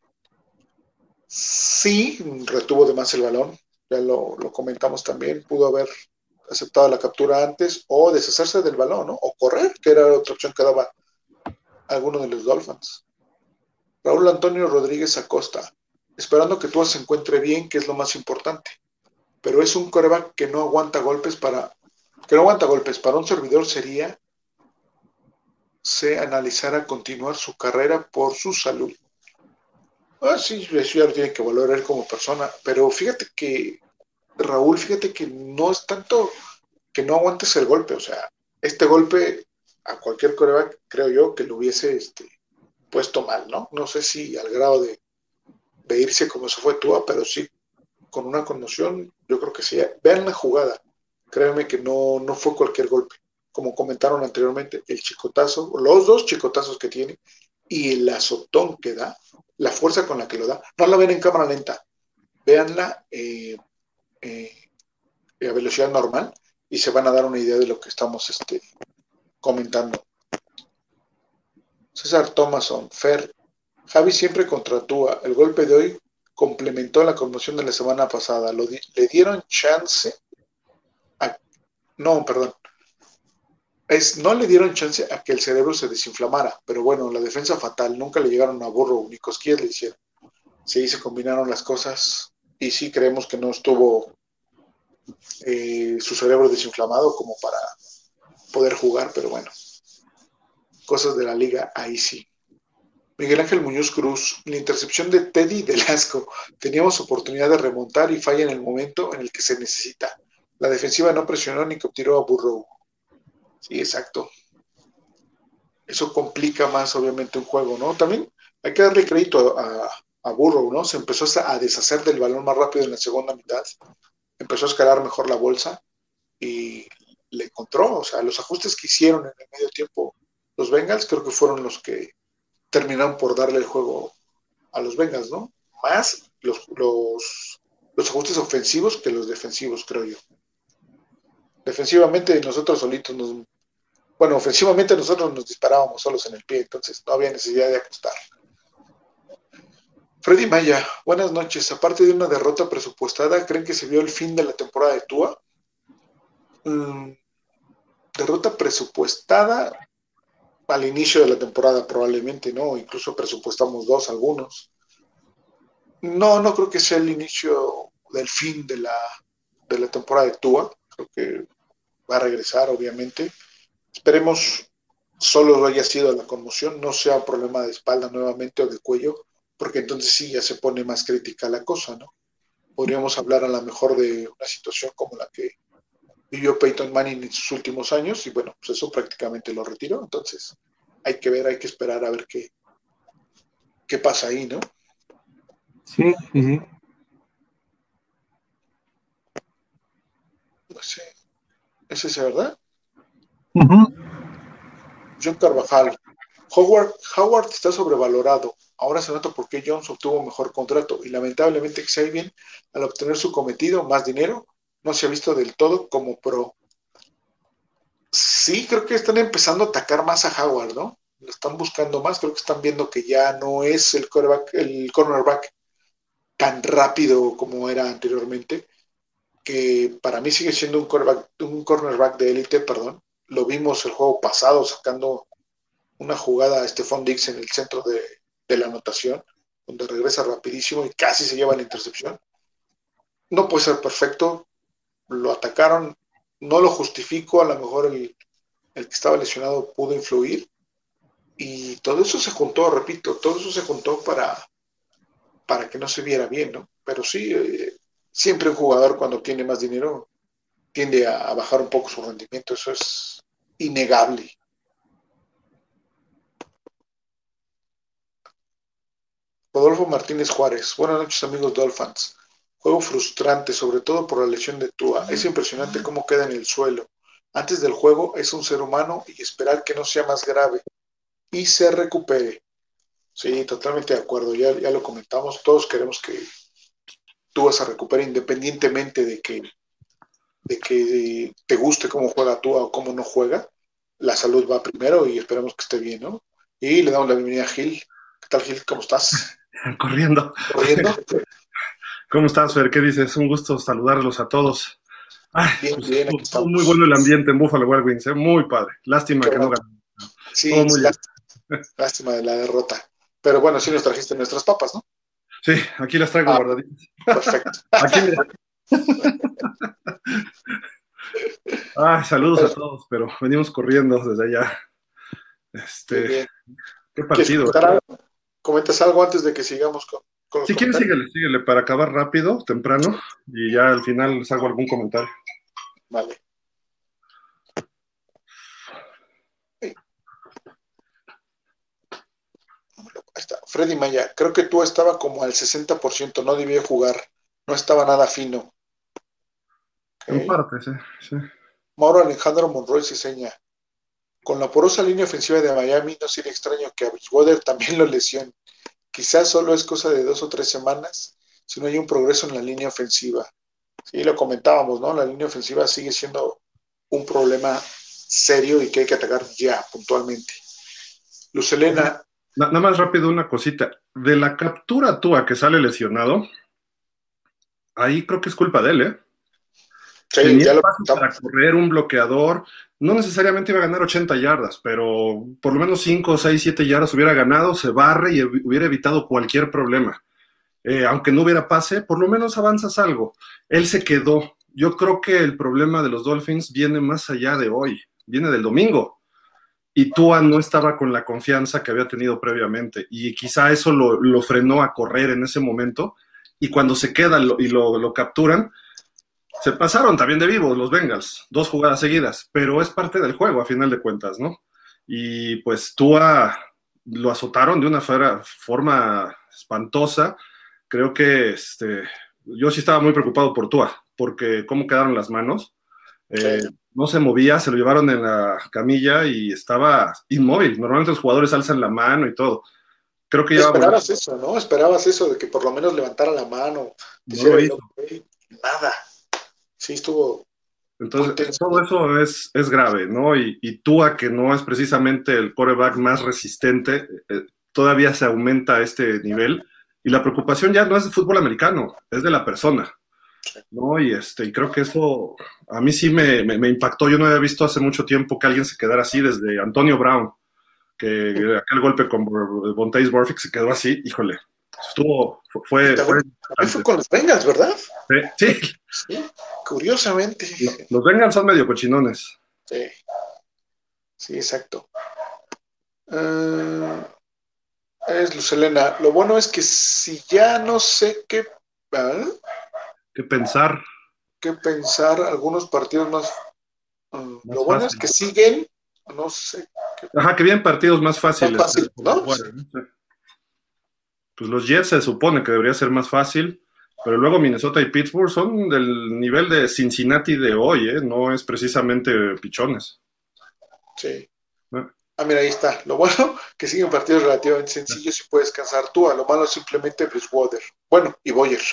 Sí, retuvo de más el balón, ya lo, lo comentamos también, pudo haber aceptado la captura antes o deshacerse del balón, ¿no? O correr, que era otra opción que daba alguno de los Dolphins. Raúl Antonio Rodríguez Acosta, esperando que Tua se encuentre bien, que es lo más importante. Pero es un quarterback que no aguanta golpes para, que no aguanta golpes. Para un servidor sería se analizara continuar su carrera por su salud. Ah, sí, eso ya lo tiene que valorar él como persona. Pero fíjate que, Raúl, fíjate que no es tanto que no aguantes el golpe. O sea, este golpe a cualquier quarterback, creo yo, que lo hubiese este, puesto mal, ¿no? No sé si al grado de, de irse como se fue Tua, pero sí con una conmoción, yo creo que sí. Vean la jugada. Créanme que no, no fue cualquier golpe. Como comentaron anteriormente, el chicotazo, los dos chicotazos que tiene y el azotón que da, la fuerza con la que lo da. No la ven en cámara lenta, véanla eh, eh, a velocidad normal y se van a dar una idea de lo que estamos este, comentando. César Thomason, Fer, Javi siempre contratúa. El golpe de hoy complementó la conmoción de la semana pasada. Lo di le dieron chance a, no, perdón. Es, no le dieron chance a que el cerebro se desinflamara, pero bueno, la defensa fatal, nunca le llegaron a Burrow, ni cosquillas le hicieron. Sí, se combinaron las cosas y sí creemos que no estuvo eh, su cerebro desinflamado como para poder jugar, pero bueno, cosas de la liga, ahí sí. Miguel Ángel Muñoz Cruz, la intercepción de Teddy Velasco, teníamos oportunidad de remontar y falla en el momento en el que se necesita. La defensiva no presionó ni capturó a Burrow. Sí, exacto. Eso complica más obviamente un juego, ¿no? También hay que darle crédito a, a Burrow, ¿no? Se empezó a deshacer del balón más rápido en la segunda mitad, empezó a escalar mejor la bolsa y le encontró, o sea, los ajustes que hicieron en el medio tiempo los Bengals creo que fueron los que terminaron por darle el juego a los Bengals, ¿no? Más los, los, los ajustes ofensivos que los defensivos, creo yo. Defensivamente nosotros solitos nos... Bueno, ofensivamente nosotros nos disparábamos solos en el pie, entonces no había necesidad de ajustar. Freddy Maya, buenas noches. Aparte de una derrota presupuestada, ¿creen que se vio el fin de la temporada de Tua? Mm, derrota presupuestada al inicio de la temporada probablemente, ¿no? Incluso presupuestamos dos algunos. No, no creo que sea el inicio del fin de la, de la temporada de Tua. Creo que va a regresar, obviamente. Esperemos solo haya sido la conmoción, no sea un problema de espalda nuevamente o de cuello, porque entonces sí ya se pone más crítica la cosa, ¿no? Podríamos hablar a lo mejor de una situación como la que vivió Peyton Manning en sus últimos años, y bueno, pues eso prácticamente lo retiró, entonces hay que ver, hay que esperar a ver qué, qué pasa ahí, ¿no? Sí, sí, sí. No sé, ¿es ese, verdad? Uh-huh. John Carvajal, Howard, Howard está sobrevalorado. Ahora se nota por qué Jones obtuvo mejor contrato y lamentablemente Xavier, al obtener su cometido, más dinero, no se ha visto del todo como pro. Sí, creo que están empezando a atacar más a Howard, ¿no? Lo están buscando más, creo que están viendo que ya no es el cornerback, el cornerback tan rápido como era anteriormente, que para mí sigue siendo un cornerback, un cornerback de élite, perdón. Lo vimos el juego pasado sacando una jugada a Stephon Diggs en el centro de, de la anotación, donde regresa rapidísimo y casi se lleva la intercepción. No puede ser perfecto, lo atacaron, no lo justifico, a lo mejor el, el que estaba lesionado pudo influir, y todo eso se juntó, repito, todo eso se juntó para, para que no se viera bien, ¿no? Pero sí, eh, siempre un jugador cuando tiene más dinero tiende a, a bajar un poco su rendimiento, eso es innegable. Rodolfo Martínez Juárez, buenas noches amigos Dolphins. Juego frustrante, sobre todo por la lesión de Tua. Es impresionante cómo queda en el suelo. Antes del juego es un ser humano y esperar que no sea más grave y se recupere. Sí, totalmente de acuerdo, ya, ya lo comentamos, todos queremos que Tua se recupere independientemente de que, de que te guste cómo juega Tua o cómo no juega. La salud va primero y esperamos que esté bien, ¿no? Y le damos la bienvenida a Gil. ¿Qué tal, Gil? ¿Cómo estás? Corriendo. ¿Corriendo? ¿Cómo estás, Fer? ¿Qué dices? Un gusto saludarlos a todos. Ay, bien, pues, bien, aquí estamos. Muy bueno el ambiente en Buffalo Wild Wings, ¿eh? Muy padre. Lástima Qué que bueno. no ganó. Sí, Todo muy lástima, lástima de la derrota. Pero bueno, sí nos trajiste nuestras papas, ¿no? Sí, aquí las traigo ah, guardaditas. Perfecto. Aquí mira. Ay, saludos a todos, pero venimos corriendo desde allá. Este, bien. qué partido. Algo? ¿Comentas algo antes de que sigamos con, con los Si quieres, síguele, síguele para acabar rápido, temprano, y ya al final les hago algún comentario. Vale. Ahí está. Freddy Maya, creo que tú estaba como al sesenta por ciento, no debió jugar, no estaba nada fino. Okay. En parte, sí, sí. Mauro Alejandro Monroy se seña. Con la porosa línea ofensiva de Miami, no sería extraño que a Bridgewater también lo lesione. Quizás solo es cosa de dos o tres semanas si no hay un progreso en la línea ofensiva. Sí, lo comentábamos, ¿no? La línea ofensiva sigue siendo un problema serio y que hay que atacar ya, puntualmente. Lucelena. Nada más rápido una cosita. De la captura Tua que sale lesionado, ahí creo que es culpa de él, ¿eh? Sí, Tenía ya lo espacio para correr un bloqueador, no necesariamente iba a ganar ochenta yardas, pero por lo menos cinco, seis, siete yardas hubiera ganado, se barre y hubiera evitado cualquier problema. Eh, aunque no hubiera pase, por lo menos avanzas algo. Él se quedó. Yo creo que el problema de los Dolphins viene más allá de hoy, viene del domingo. Y Tua no estaba con la confianza que había tenido previamente, y quizá eso lo, lo frenó a correr en ese momento, y cuando se queda lo, y lo, lo capturan, se pasaron también de vivos los Bengals, dos jugadas seguidas, pero es parte del juego a final de cuentas, ¿no? Y pues Tua lo azotaron de una fuera, forma espantosa. Creo que este, yo sí estaba muy preocupado por Tua, porque cómo quedaron las manos. Eh, Sí. No se movía, se lo llevaron en la camilla y estaba inmóvil. Normalmente los jugadores alzan la mano y todo. Creo que ya va a volver. Esperabas eso, ¿no? Esperabas eso de que por lo menos levantara la mano, No lo hiciera el hizo. ok. Nada. Sí, estuvo muy Entonces, tenso. todo eso es, es grave, ¿no? Y, y Tua, que no es precisamente el quarterback más resistente, eh, todavía se aumenta a este nivel. Y la preocupación ya no es de fútbol americano, es de la persona, ¿no? Y, este, y creo que eso a mí sí me, me, me impactó. Yo no había visto hace mucho tiempo que alguien se quedara así, desde Antonio Brown, que aquel golpe con Vontaze Burfict se quedó así, híjole, estuvo, fue... Y también, fue también fue con los Bengals, ¿verdad? Sí, Sí, curiosamente. los Bengals son medio cochinones. Sí, sí, exacto. Uh, es Luz Helena. Lo bueno es que si ya no sé qué, ¿eh? ¿Qué pensar? qué pensar, algunos partidos más. Uh, Más lo bueno fácil. es que siguen, no sé. Qué, Ajá, que vienen partidos más fáciles. más fácil, ¿no? Bueno, sí. Pues los Jets se supone que debería ser más fácil, pero luego Minnesota y Pittsburgh son del nivel de Cincinnati de hoy, ¿eh? No es precisamente pichones. Sí. ¿Eh? Ah, mira, ahí está. Lo bueno que siguen partidos relativamente sencillos y puedes descansar tú. A lo malo simplemente Bridgewater. Bueno, y Boyer.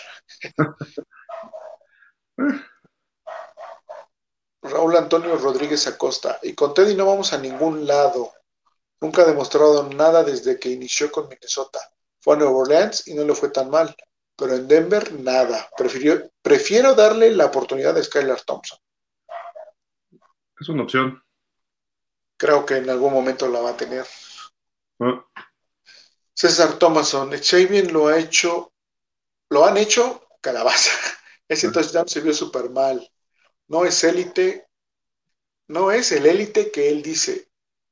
Raúl Antonio Rodríguez Acosta. Y con Teddy no vamos a ningún lado. Nunca ha demostrado nada desde que inició con Minnesota. Fue a Nueva Orleans y no le fue tan mal. Pero en Denver, nada. Prefirió, prefiero darle la oportunidad a Skylar Thompson. Es una opción. Creo que en algún momento la va a tener. ¿Eh? César Thomason. Xavier lo ha hecho, lo han hecho calabaza. Ese ¿Eh? touchdown se vio súper mal. No es élite, no es el élite que él dice.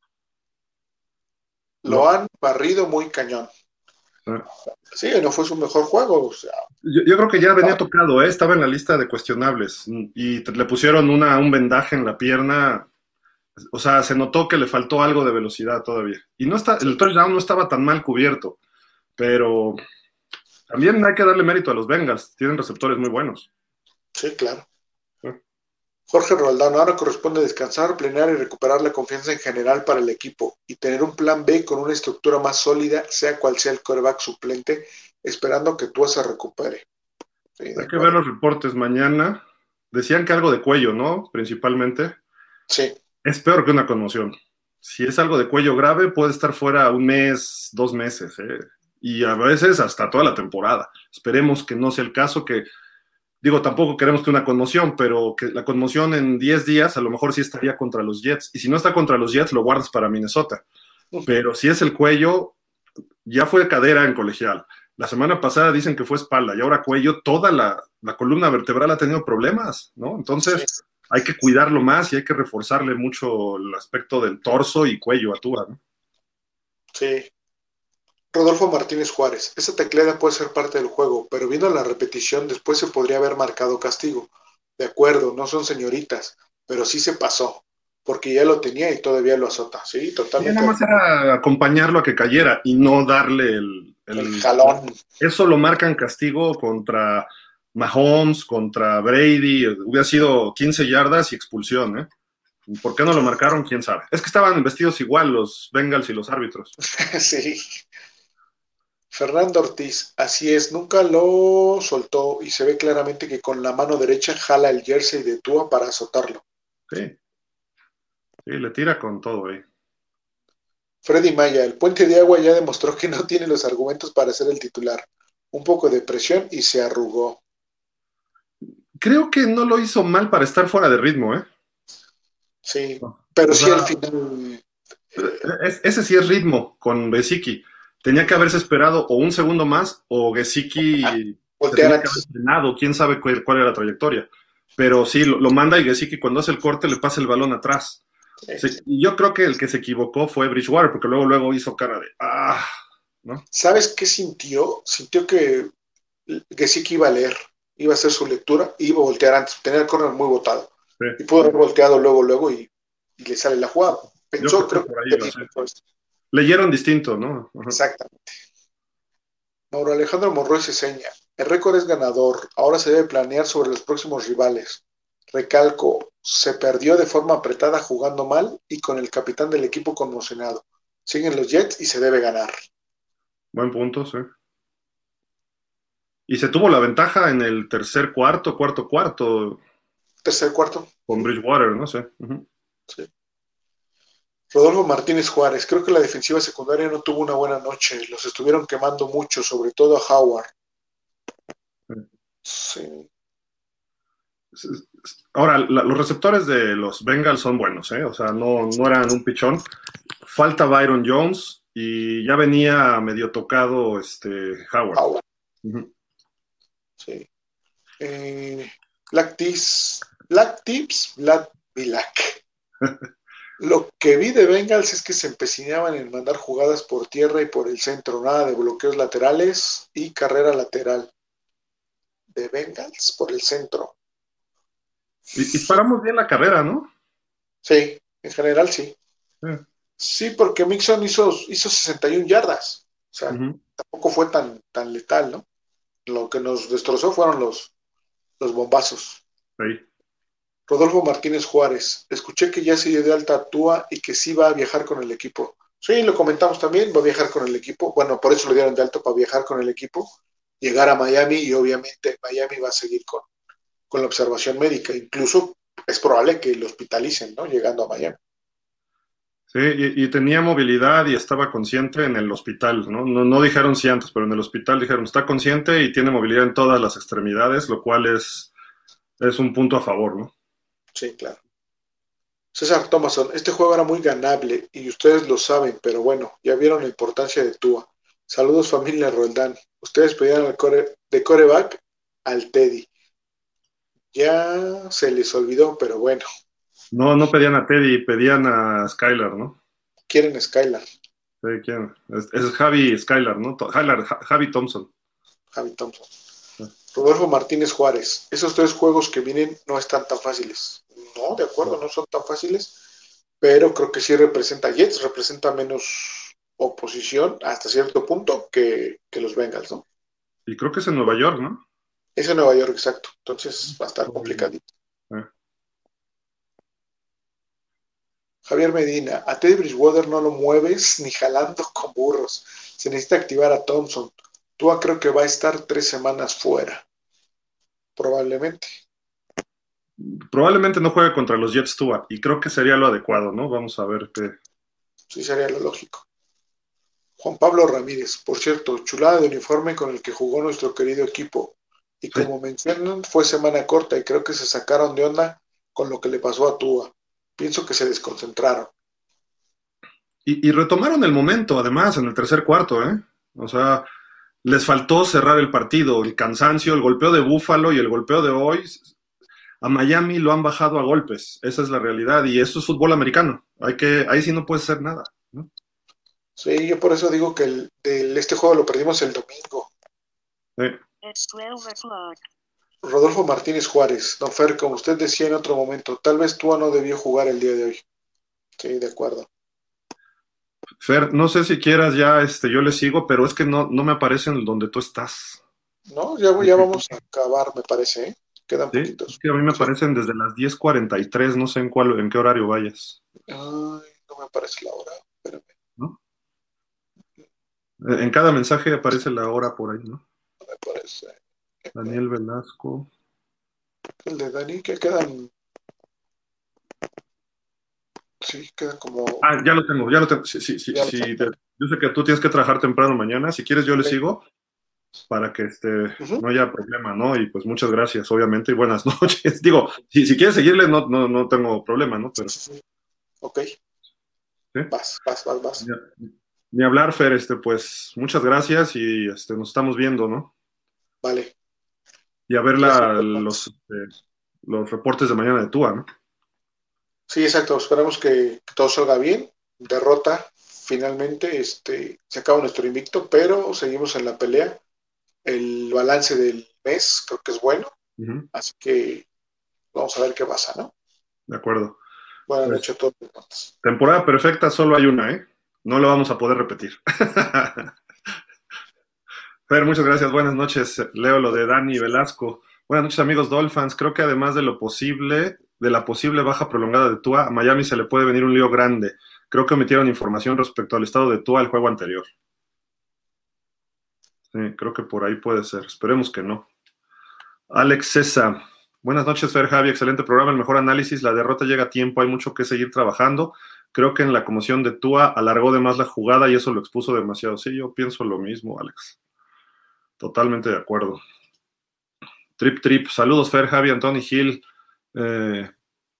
Lo No. han barrido muy cañón. ¿Eh? Sí, no fue su mejor juego. O sea, Yo, yo creo que ya venía no. tocado, ¿eh? Estaba en la lista de cuestionables y le pusieron una, un vendaje en la pierna. O sea, se notó que le faltó algo de velocidad todavía. Y no está, el touchdown no estaba tan mal cubierto, pero también hay que darle mérito a los Bengals. Tienen receptores muy buenos. Sí, claro. ¿Sí? Jorge Roldán, ahora corresponde descansar, plenar y recuperar la confianza en general para el equipo y tener un plan B con una estructura más sólida, sea cual sea el quarterback suplente, esperando que Tua se recupere. Sí, Hay que ver los reportes mañana. Decían que algo de cuello, ¿no? Principalmente. Sí. Es peor que una conmoción. Si es algo de cuello grave, puede estar fuera un mes, dos meses, ¿eh? Y a veces hasta toda la temporada. Esperemos que no sea el caso, que digo, tampoco queremos que una conmoción, pero que la conmoción en diez días a lo mejor sí estaría contra los Jets. Y si no está contra los Jets, lo guardas para Minnesota. Pero si es el cuello, ya fue cadera en colegial. La semana pasada dicen que fue espalda y ahora cuello, toda la, la columna vertebral ha tenido problemas, ¿no? Entonces sí. Hay que cuidarlo más y hay que reforzarle mucho el aspecto del torso y cuello a Tua, ¿no? Sí. Rodolfo Martínez Juárez, esa tecleada puede ser parte del juego, pero viendo la repetición después se podría haber marcado castigo. De acuerdo, no son señoritas, pero sí se pasó, porque ya lo tenía y todavía lo azota. Sí, totalmente. Y nada más era acompañarlo a que cayera y no darle el, el, el jalón. Eso lo marcan castigo contra Mahomes, contra Brady, hubiera sido quince yardas y expulsión, ¿eh? ¿Por qué no lo marcaron? ¿Quién sabe? Es que estaban vestidos igual los Bengals y los árbitros. Sí. Fernando Ortiz, así es, nunca lo soltó y se ve claramente que con la mano derecha jala el jersey de Tua para azotarlo. Sí. Sí, le tira con todo, ¿eh? Freddy Maya, el puente de agua ya demostró que no tiene los argumentos para ser el titular. Un poco de presión y se arrugó. Creo que no lo hizo mal para estar fuera de ritmo, ¿eh? Sí, pero o sí sea, al final... Es, ese sí es ritmo con Gesicki. Tenía que haberse esperado o un segundo más o Gesicki ah, se tenía que haber frenado, quién sabe cuál, cuál era la trayectoria. Pero sí, lo, lo manda y Gesicki cuando hace el corte le pasa el balón atrás. Sí. Sí, y yo creo que el que se equivocó fue Bridgewater, porque luego, luego hizo cara de ¡ah! ¿No? ¿Sabes qué sintió? Sintió que Gesicki iba a leer, iba a hacer su lectura y iba a voltear antes, tenía el corner muy botado. Sí. Y pudo haber volteado luego, luego y, y le sale la jugada. Pensó, yo creo, creo que por ahí que va a ser. leyeron distinto, ¿no? Ajá. Exactamente. Mauro Alejandro Monroy se seña. El récord es ganador. Ahora se debe planear sobre los próximos rivales. Recalco, se perdió de forma apretada jugando mal y con el capitán del equipo conmocionado. Siguen los Jets y se debe ganar. Buen punto, sí. Y se tuvo la ventaja en el tercer cuarto, cuarto, cuarto. Tercer cuarto. Con Bridgewater, no sé. Uh-huh. Sí. Rodolfo Martínez Juárez, creo que la defensiva secundaria no tuvo una buena noche. Los estuvieron quemando mucho, sobre todo a Howard. Sí. Ahora, la, los receptores de los Bengals son buenos, ¿eh? O sea, no, no eran un pichón. Falta Byron Jones y ya venía medio tocado este Howard. Howard. Uh-huh. Sí. Eh, Black Tips, Black Tips, Black Black. Lo que vi de Bengals es que se empecinaban en mandar jugadas por tierra y por el centro, nada de bloqueos laterales y carrera lateral. De Bengals por el centro. Y, y paramos bien la carrera, ¿no? Sí, en general sí. Sí, sí porque Mixon hizo, hizo sesenta y una yardas. O sea, uh-huh. tampoco fue tan, tan letal, ¿no? Lo que nos destrozó fueron los, los bombazos. Sí. Rodolfo Martínez Juárez, escuché que ya se dio de alta a Tua y que sí va a viajar con el equipo. Sí, lo comentamos también, va a viajar con el equipo. Bueno, por eso lo dieron de alta, para viajar con el equipo, llegar a Miami y obviamente Miami va a seguir con, con la observación médica. Incluso es probable que lo hospitalicen, ¿no? Llegando a Miami. Sí, y, y tenía movilidad y estaba consciente en el hospital, ¿no? ¿no? No dijeron si antes, pero en el hospital dijeron, está consciente y tiene movilidad en todas las extremidades, lo cual es, es un punto a favor, ¿no? Sí, claro. César Thomason, este juego era muy ganable y ustedes lo saben, pero bueno, ya vieron la importancia de Tua. Saludos familia Roldán. Ustedes pedían al core, de coreback al Teddy. Ya se les olvidó, pero bueno. No, no pedían a Teddy, pedían a Skylar, ¿no? Quieren Skylar. Sí, ¿quién? Es, es Javi Skylar, ¿no? Javi, Javi Thompson. Javi Thompson. Sí. Rodolfo Martínez Juárez. Esos tres juegos que vienen no están tan fáciles. No, de acuerdo, no son tan fáciles, pero creo que sí representa Jets, representa menos oposición hasta cierto punto que, que los Bengals, ¿no? Y creo que es en Nueva York, ¿no? Es en Nueva York, exacto. Entonces va a estar complicadito. Eh. Javier Medina, a Teddy Bridgewater no lo mueves ni jalando con burros. Se necesita activar a Thompson. Tua creo que va a estar tres semanas fuera. Probablemente. Probablemente no juegue contra los Jets Tua, y creo que sería lo adecuado, ¿no? Vamos a ver qué. Sí, sería lo lógico. Juan Pablo Ramírez, por cierto, chulada de uniforme con el que jugó nuestro querido equipo. Y como sí. mencionan, fue semana corta y creo que se sacaron de onda con lo que le pasó a Tua. Pienso que se desconcentraron. Y, y retomaron el momento, además, en el tercer cuarto, ¿eh? O sea, les faltó cerrar el partido, el cansancio, el golpeo de Buffalo y el golpeo de hoy. A Miami lo han bajado a golpes, esa es la realidad, y eso es fútbol americano. Hay que, ahí sí no puede ser nada, ¿no? Sí, yo por eso digo que el, el, este juego lo perdimos el domingo. Sí. Rodolfo Martínez Juárez, don Fer, como usted decía en otro momento, tal vez Tua no debió jugar el día de hoy. Sí, de acuerdo. Fer, no sé si quieras ya, este, yo le sigo, pero es que no, no me aparece en donde tú estás. No, ya, ya vamos a acabar, me parece, ¿eh? Quedan sí, poquitos. Es que a mí me sí. aparecen desde las diez cuarenta y tres, no sé en cuál, en qué horario vayas. Ay, no me aparece la hora, espérame. ¿No? En cada mensaje aparece la hora por ahí, ¿no? No me aparece. Daniel Velasco. El de Dani, que quedan. Sí, quedan como. Ah, ya lo tengo, ya lo tengo. Sí, sí, sí, sí. Te... Yo sé que tú tienes que trabajar temprano mañana. Si quieres, yo le sí. sigo para que este, uh-huh. no haya problema, ¿no? Y pues muchas gracias, obviamente, y buenas noches. Digo, si, si quieres seguirle, no, no, no tengo problema, ¿no? Pero... Ok. ¿Sí? Vas, vas, vas, vas. Ni, ni hablar, Fer, este, pues muchas gracias y este, nos estamos viendo, ¿no? Vale. Y a ver la, los, eh, los reportes de mañana de Tua, ¿no? Sí, exacto. Esperamos que, que todo salga bien. Derrota, finalmente, este, se acaba nuestro invicto, pero seguimos en la pelea. El balance del mes creo que es bueno. Uh-huh. Así que vamos a ver qué pasa, ¿no? De acuerdo. Buenas noches a todos. Temporada perfecta, solo hay una, ¿eh? no lo vamos a poder repetir. Fer, muchas gracias, buenas noches. Leo lo de Dani Velasco. Buenas noches, amigos Dolphins. Creo que además de lo posible, de la posible baja prolongada de Tua, a Miami se le puede venir un lío grande. Creo que omitieron información respecto al estado de Tua al juego anterior. Sí, creo que por ahí puede ser. Esperemos que no. Alex César. Buenas noches, Fer, Javi. Excelente programa, el mejor análisis. La derrota llega a tiempo, hay mucho que seguir trabajando. Creo que en la conmoción de Tua alargó de más la jugada y eso lo expuso demasiado. Sí, yo pienso lo mismo, Alex. Totalmente de acuerdo. Trip Trip, saludos Fer, Javi, Anthony Hill, eh,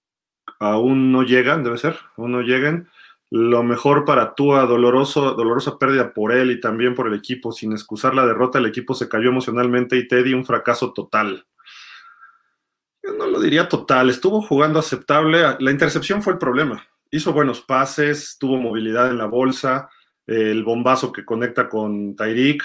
aún no llegan, debe ser, aún no lleguen. Lo mejor para Tua, doloroso, dolorosa pérdida por él y también por el equipo. Sin excusar la derrota, el equipo se cayó emocionalmente y Teddy un fracaso total. Yo no lo diría total, estuvo jugando aceptable. La intercepción fue el problema. Hizo buenos pases, tuvo movilidad en la bolsa, eh, el bombazo que conecta con Tyreek.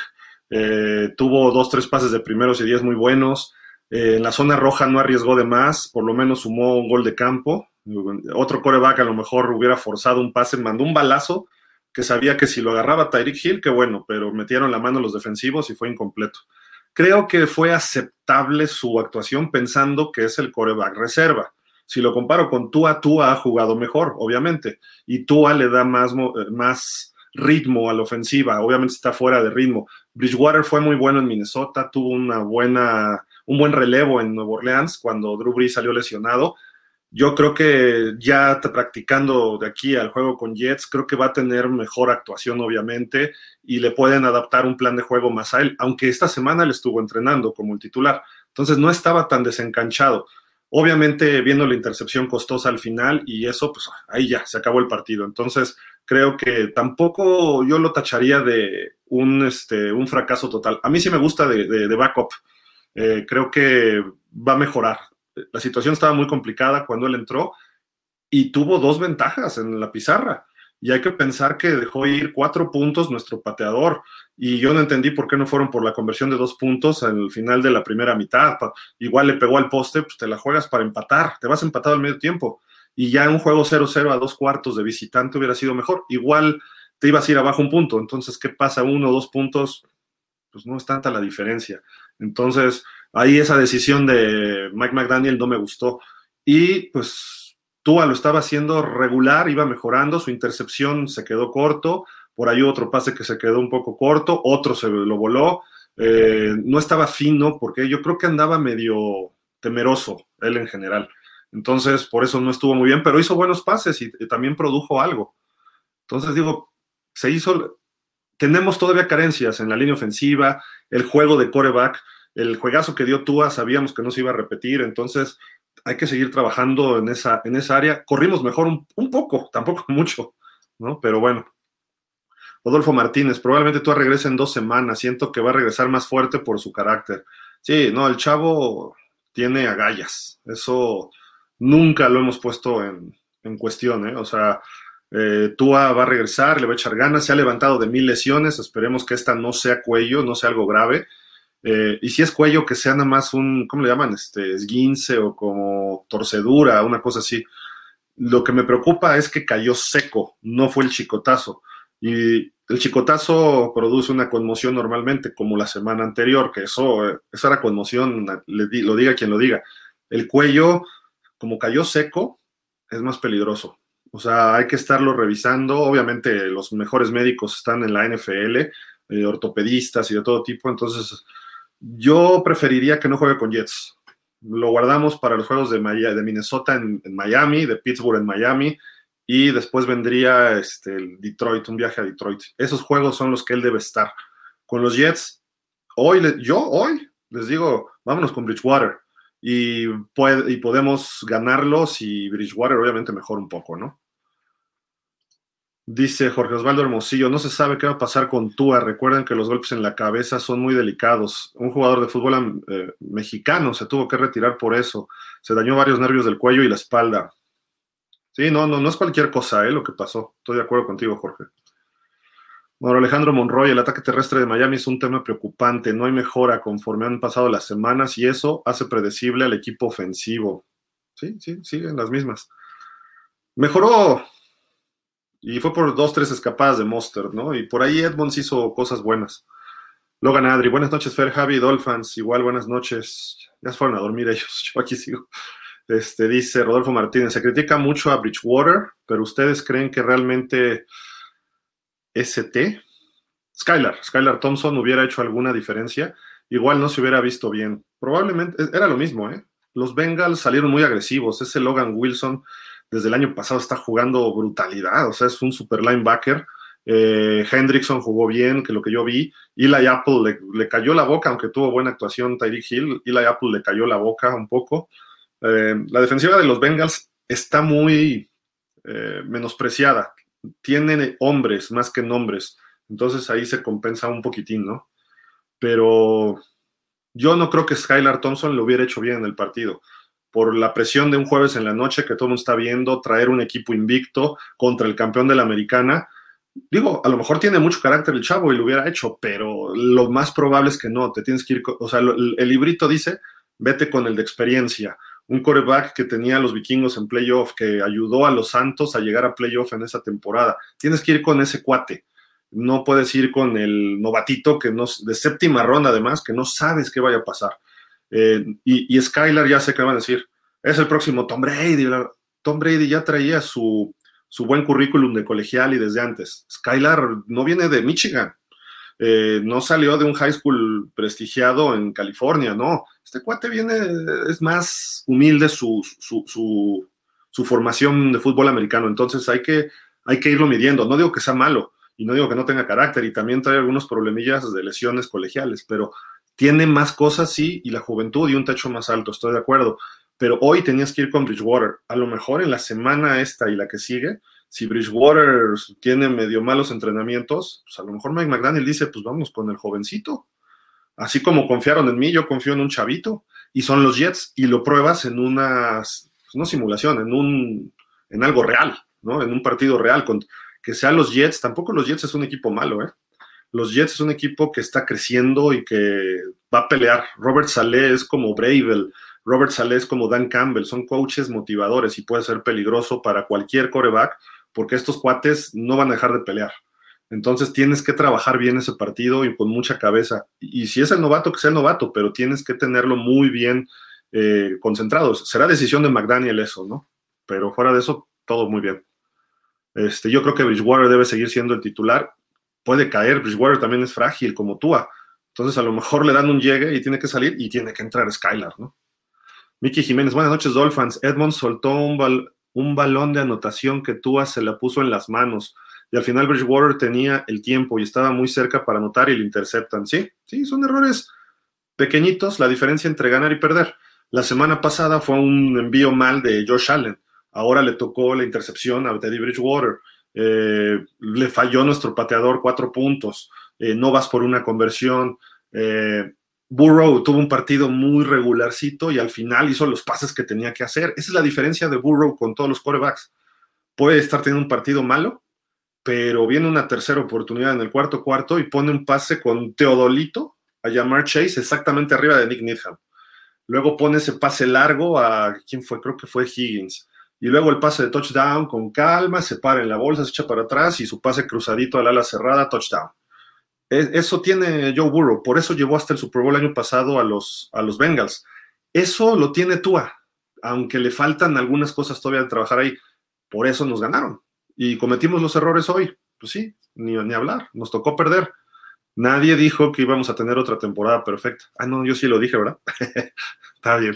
Eh, tuvo dos, tres pases de primeros y diez muy buenos. Eh, en la zona roja no arriesgó de más, por lo menos sumó un gol de campo. Otro quarterback a lo mejor hubiera forzado un pase, mandó un balazo que sabía que si lo agarraba Tyreek Hill, que bueno, pero metieron la mano los defensivos y fue incompleto. Creo que fue aceptable su actuación pensando que es el quarterback reserva. Si lo comparo con Tua, Tua ha jugado mejor, obviamente, y Tua le da más, más ritmo a la ofensiva, obviamente está fuera de ritmo. Bridgewater fue muy bueno en Minnesota, tuvo una buena, un buen relevo en Nueva Orleans cuando Drew Brees salió lesionado. Yo creo que ya practicando de aquí al juego con Jets, creo que va a tener mejor actuación, obviamente, y le pueden adaptar un plan de juego más a él, aunque esta semana le estuvo entrenando como el titular. Entonces no estaba tan desencanchado. Obviamente viendo la intercepción costosa al final y eso, pues ahí ya, se acabó el partido. Entonces creo que tampoco yo lo tacharía de un, este, un fracaso total. A mí sí me gusta de, de, de backup. Eh, creo que va a mejorar. La situación estaba muy complicada cuando él entró y tuvo dos ventajas en la pizarra. Y hay que pensar que dejó ir cuatro puntos nuestro pateador. Y yo no entendí por qué no fueron por la conversión de dos puntos al final de la primera mitad. Igual le pegó al poste, pues te la juegas para empatar. Te vas empatado al medio tiempo. Y ya un juego cero cero a dos cuartos de visitante hubiera sido mejor. Igual te ibas a ir abajo un punto. Entonces, ¿qué pasa? Uno o dos puntos, pues no es tanta la diferencia. Entonces, ahí esa decisión de Mike McDaniel no me gustó. Y pues Tua lo estaba haciendo regular, iba mejorando, su intercepción se quedó corto, por ahí otro pase que se quedó un poco corto, otro se lo voló, eh, no estaba fino porque yo creo que andaba medio temeroso él en general. Entonces, por eso no estuvo muy bien, pero hizo buenos pases y, y también produjo algo. Entonces, digo, se hizo... Tenemos todavía carencias en la línea ofensiva, el juego de quarterback, el juegazo que dio Tua, sabíamos que no se iba a repetir, entonces hay que seguir trabajando en esa, en esa área. Corrimos mejor un, un poco, tampoco mucho, ¿no? Pero bueno. Rodolfo Martínez, probablemente Tua regrese en dos semanas, siento que va a regresar más fuerte por su carácter. Sí, no, el chavo tiene agallas, eso nunca lo hemos puesto en, en cuestión, ¿eh? O sea, eh, Tua va a regresar, le va a echar ganas, se ha levantado de mil lesiones, esperemos que esta no sea cuello, no sea algo grave. Eh, y si es cuello, que sea nada más un, ¿cómo le llaman? Este, esguince o como torcedura, una cosa así. Lo que me preocupa es que cayó seco, no fue el chicotazo. Y el chicotazo produce una conmoción normalmente, como la semana anterior, que eso, eso era conmoción, le di, lo diga quien lo diga. El cuello, como cayó seco, es más peligroso. O sea, hay que estarlo revisando. Obviamente los mejores médicos están en la N F L, eh, ortopedistas y de todo tipo, entonces... Yo preferiría que no juegue con Jets. Lo guardamos para los juegos de, Miami, de Minnesota en, en Miami, de Pittsburgh en Miami, y después vendría este, el Detroit, un viaje a Detroit. Esos juegos son los que él debe estar. Con los Jets, hoy yo hoy les digo, vámonos con Bridgewater, y, puede, y podemos ganarlos, y Bridgewater obviamente mejor un poco, ¿no? Dice Jorge Osvaldo Hermosillo, no se sabe qué va a pasar con Tua, recuerden que los golpes en la cabeza son muy delicados, un jugador de fútbol eh, mexicano se tuvo que retirar por eso, se dañó varios nervios del cuello y la espalda. Sí, no, no, no es cualquier cosa, eh, lo que pasó, estoy de acuerdo contigo, Jorge. Bueno, Alejandro Monroy, el ataque terrestre de Miami es un tema preocupante, no hay mejora conforme han pasado las semanas y eso hace predecible al equipo ofensivo. Sí, sí, siguen las mismas. Mejoró Y fue por dos, tres escapadas de Mostert, ¿no? Y por ahí Edmonds hizo cosas buenas. Logan Adri, buenas noches, Fer, Javi, Dolphins, igual buenas noches. Ya se fueron a dormir ellos, yo aquí sigo. Este, dice Rodolfo Martínez, se critica mucho a Bridgewater, pero ¿ustedes creen que realmente S T? Skylar, Skylar Thompson hubiera hecho alguna diferencia? Igual no se hubiera visto bien. Probablemente, era lo mismo, ¿eh? Los Bengals salieron muy agresivos. Ese Logan Wilson desde el año pasado está jugando brutalidad, o sea, es un super linebacker. Eh, Hendrickson jugó bien, que lo que yo vi. Eli Apple le, le cayó la boca, aunque tuvo buena actuación Tyreek Hill. Eli Apple le cayó la boca un poco. Eh, la defensiva de los Bengals está muy eh, menospreciada. Tienen hombres más que nombres, entonces ahí se compensa un poquitín, ¿no? Pero yo no creo que Skylar Thompson lo hubiera hecho bien en el partido. Por la presión de un jueves en la noche que todo el mundo está viendo, traer un equipo invicto contra el campeón de la Americana. Digo, a lo mejor tiene mucho carácter el chavo y lo hubiera hecho, pero lo más probable es que no. Te tienes que ir, o sea, el, el librito dice, vete con el de experiencia. Un quarterback que tenía a los vikingos en playoff, que ayudó a los Santos a llegar a playoff en esa temporada. Tienes que ir con ese cuate. No puedes ir con el novatito que no, de séptima ronda además, que no sabes qué vaya a pasar. Eh, y, y Skylar ya sé qué van a decir. Es el próximo Tom Brady. Tom Brady ya traía su, su buen currículum de colegial y desde antes. Skylar no viene de Michigan. Eh, no salió de un high school prestigiado en California, no. Este cuate viene, es más humilde su, su, su, su formación de fútbol americano. Entonces hay que, hay que irlo midiendo. No digo que sea malo y no digo que no tenga carácter y también trae algunos problemillas de lesiones colegiales, pero tiene más cosas, sí, y la juventud y un techo más alto, estoy de acuerdo. Pero hoy tenías que ir con Bridgewater. A lo mejor en la semana esta y la que sigue, si Bridgewater tiene medio malos entrenamientos, pues a lo mejor Mike McDaniel dice, pues vamos con el jovencito. Así como confiaron en mí, yo confío en un chavito. Y son los Jets, y lo pruebas en una, pues no simulación, en un, en algo real, ¿no? En un partido real, con, que sean los Jets. Tampoco los Jets es un equipo malo, ¿eh? Los Jets es un equipo que está creciendo y que va a pelear. Robert Saleh es como Bravel, Robert Saleh es como Dan Campbell, son coaches motivadores y puede ser peligroso para cualquier quarterback porque estos cuates no van a dejar de pelear. Entonces tienes que trabajar bien ese partido y con mucha cabeza. Y si es el novato, que sea el novato, pero tienes que tenerlo muy bien eh, concentrado. Será decisión de McDaniel eso, ¿no? Pero fuera de eso, todo muy bien. Este, yo creo que Bridgewater debe seguir siendo el titular. Puede caer, Bridgewater también es frágil como Tua. Entonces a lo mejor le dan un llegue y tiene que salir y tiene que entrar Skylar, ¿no? Miki Jiménez, buenas noches, Dolphins. Edmonds soltó un, bal- un balón de anotación que Tua se la puso en las manos y al final Bridgewater tenía el tiempo y estaba muy cerca para anotar y le interceptan. Sí, sí, son errores pequeñitos, la diferencia entre ganar y perder. La semana pasada fue un envío mal de Josh Allen. Ahora le tocó la intercepción a Teddy Bridgewater. Eh, le falló nuestro pateador cuatro puntos. Eh, no vas por una conversión. Eh, Burrow tuvo un partido muy regularcito y al final hizo los pases que tenía que hacer. Esa es la diferencia de Burrow con todos los quarterbacks. Puede estar teniendo un partido malo, pero viene una tercera oportunidad en el cuarto cuarto y pone un pase con Teodolito a Ja'Marr Chase exactamente arriba de Nick Needham. Luego pone ese pase largo a, ¿quién fue? Creo que fue Higgins. Y luego el pase de touchdown con calma, se para en la bolsa, se echa para atrás y su pase cruzadito al ala cerrada, touchdown. Eso tiene Joe Burrow, por eso llevó hasta el Super Bowl el año pasado a los, a los Bengals. Eso lo tiene Tua, aunque le faltan algunas cosas todavía de trabajar ahí. Por eso nos ganaron. Y cometimos los errores hoy. Pues sí, ni, ni hablar, nos tocó perder. Nadie dijo que íbamos a tener otra temporada perfecta. Ah, no, yo sí lo dije, ¿verdad? Está bien.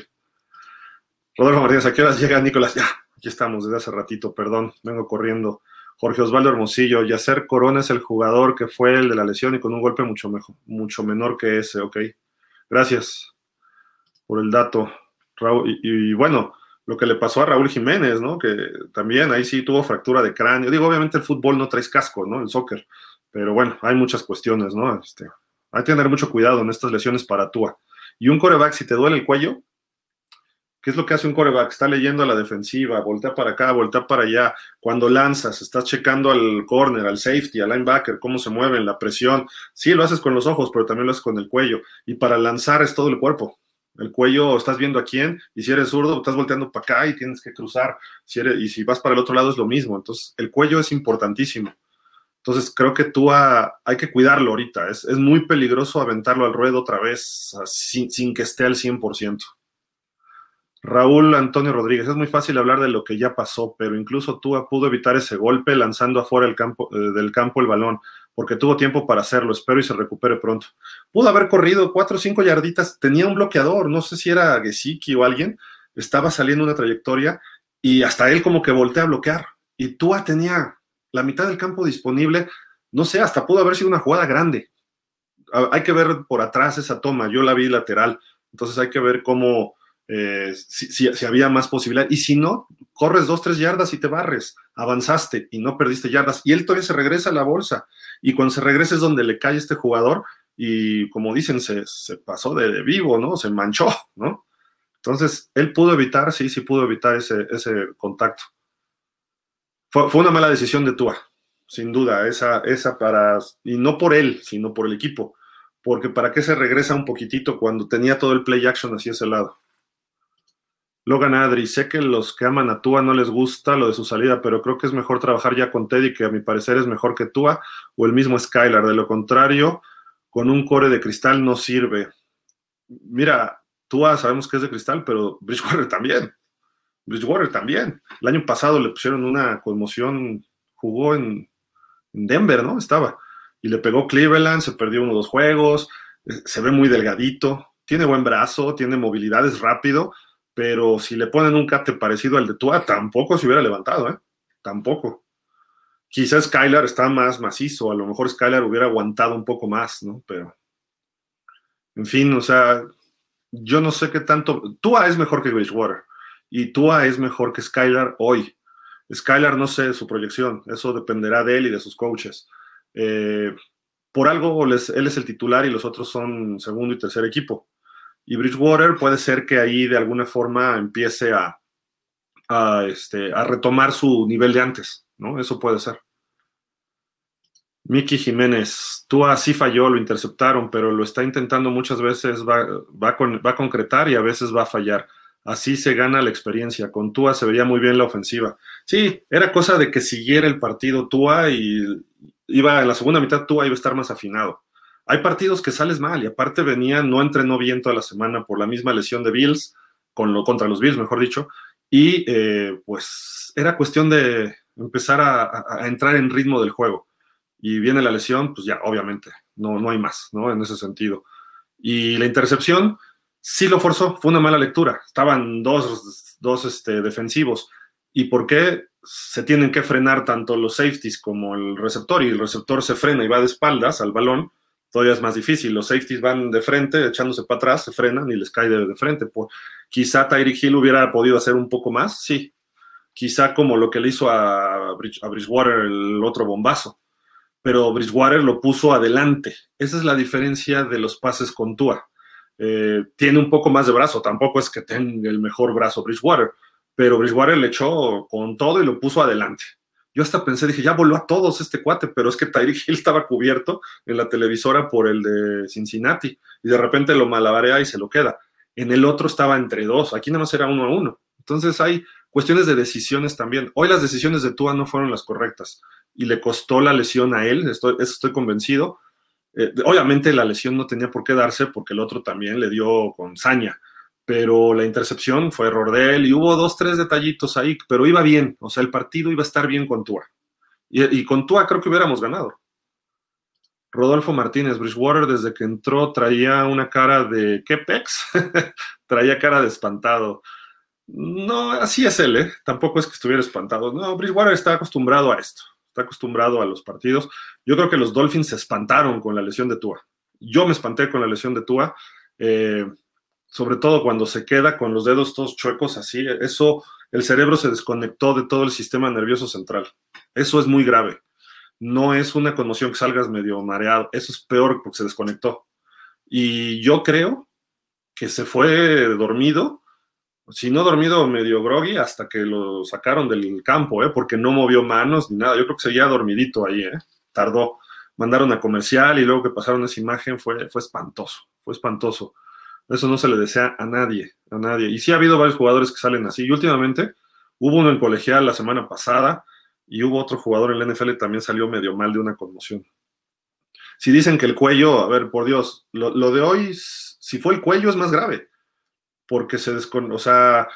Rodolfo Martínez, ¿a qué horas llega Nicolás? Ya, aquí estamos desde hace ratito, perdón, vengo corriendo. Jorge Osvaldo Hermosillo, Yacer Corona es el jugador que fue el de la lesión y con un golpe mucho mejor, mucho menor que ese, ok. Gracias por el dato, Raúl. Y, y bueno, lo que le pasó a Raúl Jiménez, ¿no? Que también ahí sí tuvo fractura de cráneo. Digo, obviamente el fútbol no traes casco, ¿no? El soccer. Pero bueno, hay muchas cuestiones, ¿no? Este, hay que tener mucho cuidado en estas lesiones para Tua. Y un quarterback, si te duele el cuello, ¿qué es lo que hace un quarterback? Está leyendo a la defensiva, voltea para acá, voltea para allá. Cuando lanzas, estás checando al corner, al safety, al linebacker, cómo se mueven, la presión. Sí, lo haces con los ojos, pero también lo haces con el cuello. Y para lanzar es todo el cuerpo. El cuello, estás viendo a quién, y si eres zurdo, estás volteando para acá y tienes que cruzar. Si eres, y si vas para el otro lado es lo mismo. Entonces, el cuello es importantísimo. Entonces, creo que Tua hay que cuidarlo ahorita. Es, es muy peligroso aventarlo al ruedo otra vez sin, sin que esté al cien por ciento. Raúl Antonio Rodríguez, es muy fácil hablar de lo que ya pasó, pero incluso Tua pudo evitar ese golpe lanzando afuera el campo, eh, del campo el balón, porque tuvo tiempo para hacerlo, espero y se recupere pronto. Pudo haber corrido cuatro o cinco yarditas, tenía un bloqueador, no sé si era Gesicki o alguien, estaba saliendo una trayectoria y hasta él como que voltea a bloquear, y Tua tenía la mitad del campo disponible, no sé, hasta pudo haber sido una jugada grande. Hay que ver por atrás esa toma, yo la vi lateral, entonces hay que ver cómo... Eh, si, si, si había más posibilidad, y si no, corres dos, tres yardas y te barres, avanzaste y no perdiste yardas, y él todavía se regresa a la bolsa, y cuando se regresa es donde le cae este jugador, y como dicen, se, se pasó de, de vivo, ¿no? Se manchó, ¿no? Entonces, él pudo evitar, sí, sí pudo evitar ese, ese contacto. Fue, fue una mala decisión de Tua, sin duda, esa, esa para, y no por él, sino por el equipo, porque para qué se regresa un poquitito cuando tenía todo el play action hacia ese lado. Logan Adri, sé que los que aman a Tua no les gusta lo de su salida, pero creo que es mejor trabajar ya con Teddy, que a mi parecer es mejor que Tua, o el mismo Skylar. De lo contrario, con un core de cristal no sirve. Mira, Tua sabemos que es de cristal, pero Bridgewater también. Bridgewater también. El año pasado le pusieron una conmoción, jugó en, en Denver, ¿no? Estaba. Y le pegó Cleveland, se perdió uno o dos juegos, se ve muy delgadito, tiene buen brazo, tiene movilidad, es rápido, pero si le ponen un cate parecido al de Tua, tampoco se hubiera levantado, ¿eh? Tampoco. Quizás Skylar está más macizo, a lo mejor Skylar hubiera aguantado un poco más, ¿no? Pero, en fin, o sea, yo no sé qué tanto... Tua es mejor que Bridgewater, y Tua es mejor que Skylar hoy. Skylar no sé su proyección, eso dependerá de él y de sus coaches. Eh, por algo les, él es el titular y los otros son segundo y tercer equipo. Y Bridgewater puede ser que ahí de alguna forma empiece a, a, este, a retomar su nivel de antes, ¿no? Eso puede ser. Miki Jiménez, Tua sí falló, lo interceptaron, pero lo está intentando muchas veces, va, va, con, va a concretar y a veces va a fallar. Así se gana la experiencia. Con Tua se veía muy bien la ofensiva. Sí, era cosa de que siguiera el partido Tua y iba en la segunda mitad Tua iba a estar más afinado. Hay partidos que sales mal y aparte venía, no entrenó bien toda la semana por la misma lesión de Bills, con lo, contra los Bills, mejor dicho, y eh, pues era cuestión de empezar a, a, a entrar en ritmo del juego. Y viene la lesión, pues ya, obviamente, no, no hay más, ¿no? En ese sentido. Y la intercepción sí lo forzó, fue una mala lectura. Estaban dos, dos este, defensivos. ¿Y por qué se tienen que frenar tanto los safeties como el receptor? Y el receptor se frena y va de espaldas al balón. Todavía es más difícil. Los safeties van de frente, echándose para atrás, se frenan y les cae de, de frente. Por, quizá Tyreek Hill hubiera podido hacer un poco más, sí. Quizá como lo que le hizo a, Bridge, a Bridgewater el otro bombazo. Pero Bridgewater lo puso adelante. Esa es la diferencia de los pases con Tua. Eh, tiene un poco más de brazo, tampoco es que tenga el mejor brazo Bridgewater, pero Bridgewater le echó con todo y lo puso adelante. Yo hasta pensé, dije, ya voló a todos este cuate, pero es que Tyreek Hill estaba cubierto en la televisora por el de Cincinnati, y de repente lo malabarea y se lo queda. En el otro estaba entre dos, aquí nada más era uno a uno. Entonces hay cuestiones de decisiones también. Hoy las decisiones de Tua no fueron las correctas, y le costó la lesión a él, estoy, eso estoy convencido. Eh, obviamente la lesión no tenía por qué darse, porque el otro también le dio con saña, pero la intercepción fue error de él, y hubo dos, tres detallitos ahí, pero iba bien, o sea, el partido iba a estar bien con Tua, y, y con Tua creo que hubiéramos ganado. Rodolfo Martínez, Bridgewater desde que entró traía una cara de, ¿qué pex? Traía cara de espantado. No, así es él, ¿eh? Tampoco es que estuviera espantado. No, Bridgewater está acostumbrado a esto, está acostumbrado a los partidos. Yo creo que los Dolphins se espantaron con la lesión de Tua. Yo me espanté con la lesión de Tua, eh, sobre todo cuando se queda con los dedos todos chuecos así. Eso, el cerebro se desconectó de todo el sistema nervioso central. Eso es muy grave. No es una conmoción que salgas medio mareado. Eso es peor porque se desconectó. Y yo creo que se fue dormido, si no dormido, medio groggy, hasta que lo sacaron del campo, ¿eh? Porque no movió manos ni nada. Yo creo que seguía dormidito ahí, ¿eh? Tardó. Mandaron a comercial y luego que pasaron esa imagen fue, fue espantoso, fue espantoso. Eso no se le desea a nadie, a nadie. Y sí ha habido varios jugadores que salen así. Y últimamente hubo uno en colegial la semana pasada y hubo otro jugador en la N F L que también salió medio mal de una conmoción. Si dicen que el cuello, a ver, por Dios, lo, lo de hoy, si fue el cuello es más grave, porque se descon... o sea,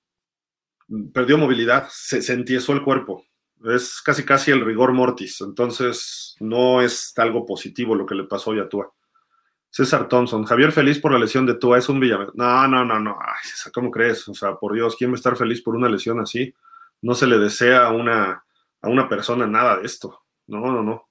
perdió movilidad, se, se entiesó el cuerpo. Es casi casi el rigor mortis, entonces no es algo positivo lo que le pasó hoy a Tua. César Thompson, Javier feliz por la lesión de Tua, es un Villamelón. No, no, no, no, ay, César, ¿cómo crees? O sea, por Dios, ¿quién va a estar feliz por una lesión así? No se le desea a una, a una persona nada de esto. No, no, no.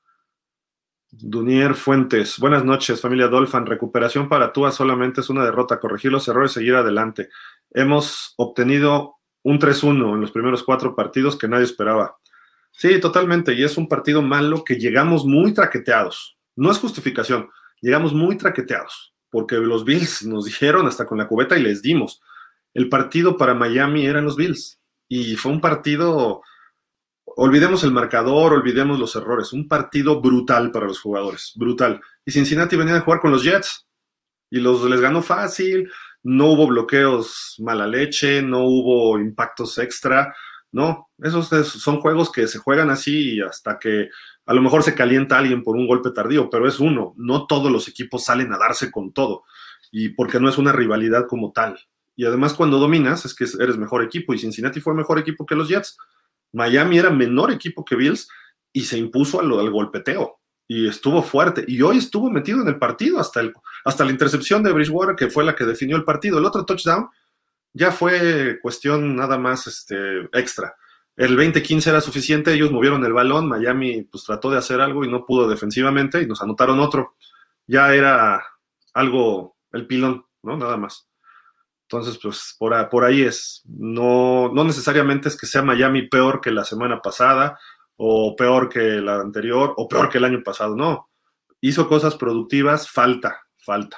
Dunier Fuentes, buenas noches, familia Dolphin. Recuperación para Tua solamente es una derrota, corregir los errores, seguir adelante. Hemos obtenido un tres uno en los primeros cuatro partidos que nadie esperaba. Sí, totalmente, y es un partido malo que llegamos muy traqueteados. No es justificación, llegamos muy traqueteados, porque los Bills nos dijeron hasta con la cubeta y les dimos. El partido para Miami eran los Bills, y fue un partido, olvidemos el marcador, olvidemos los errores, un partido brutal para los jugadores, brutal. Y Cincinnati venía a jugar con los Jets, y los les ganó fácil. No hubo bloqueos mala leche, no hubo impactos extra, no, esos son juegos que se juegan así hasta que a lo mejor se calienta alguien por un golpe tardío, pero es uno, no todos los equipos salen a darse con todo, y porque no es una rivalidad como tal, y además cuando dominas es que eres mejor equipo, y Cincinnati fue mejor equipo que los Jets, Miami era menor equipo que Bills, y se impuso al, al golpeteo, y estuvo fuerte, y hoy estuvo metido en el partido hasta, el, hasta la intercepción de Bridgewater, que fue la que definió el partido. El otro touchdown ya fue cuestión nada más este, extra. El veinte quince era suficiente, ellos movieron el balón, Miami pues trató de hacer algo y no pudo defensivamente, y nos anotaron otro. Ya era algo, el pilón, ¿no? Nada más. Entonces, pues por, por ahí es. No, no necesariamente es que sea Miami peor que la semana pasada, o peor que la anterior, o peor que el año pasado, no. Hizo cosas productivas, falta, falta.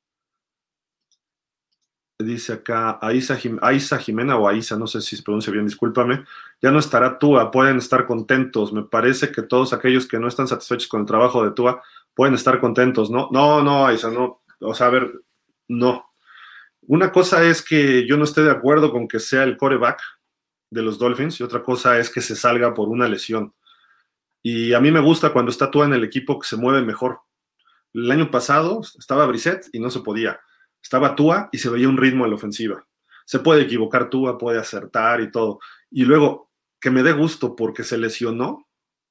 Dice acá, Aiza, Jim, Aiza Jimena o Aiza, no sé si se pronuncia bien, discúlpame, ya no estará Tua, pueden estar contentos, me parece que todos aquellos que no están satisfechos con el trabajo de Tua pueden estar contentos, no, no, no, Aiza, no, o sea, a ver, no. Una cosa es que yo no esté de acuerdo con que sea el quarterback de los Dolphins, y otra cosa es que se salga por una lesión. Y a mí me gusta cuando está Tua en el equipo que se mueve mejor. El año pasado estaba Brissett y no se podía. Estaba Tua y se veía un ritmo en la ofensiva. Se puede equivocar Tua, puede acertar y todo. Y luego, que me dé gusto porque se lesionó,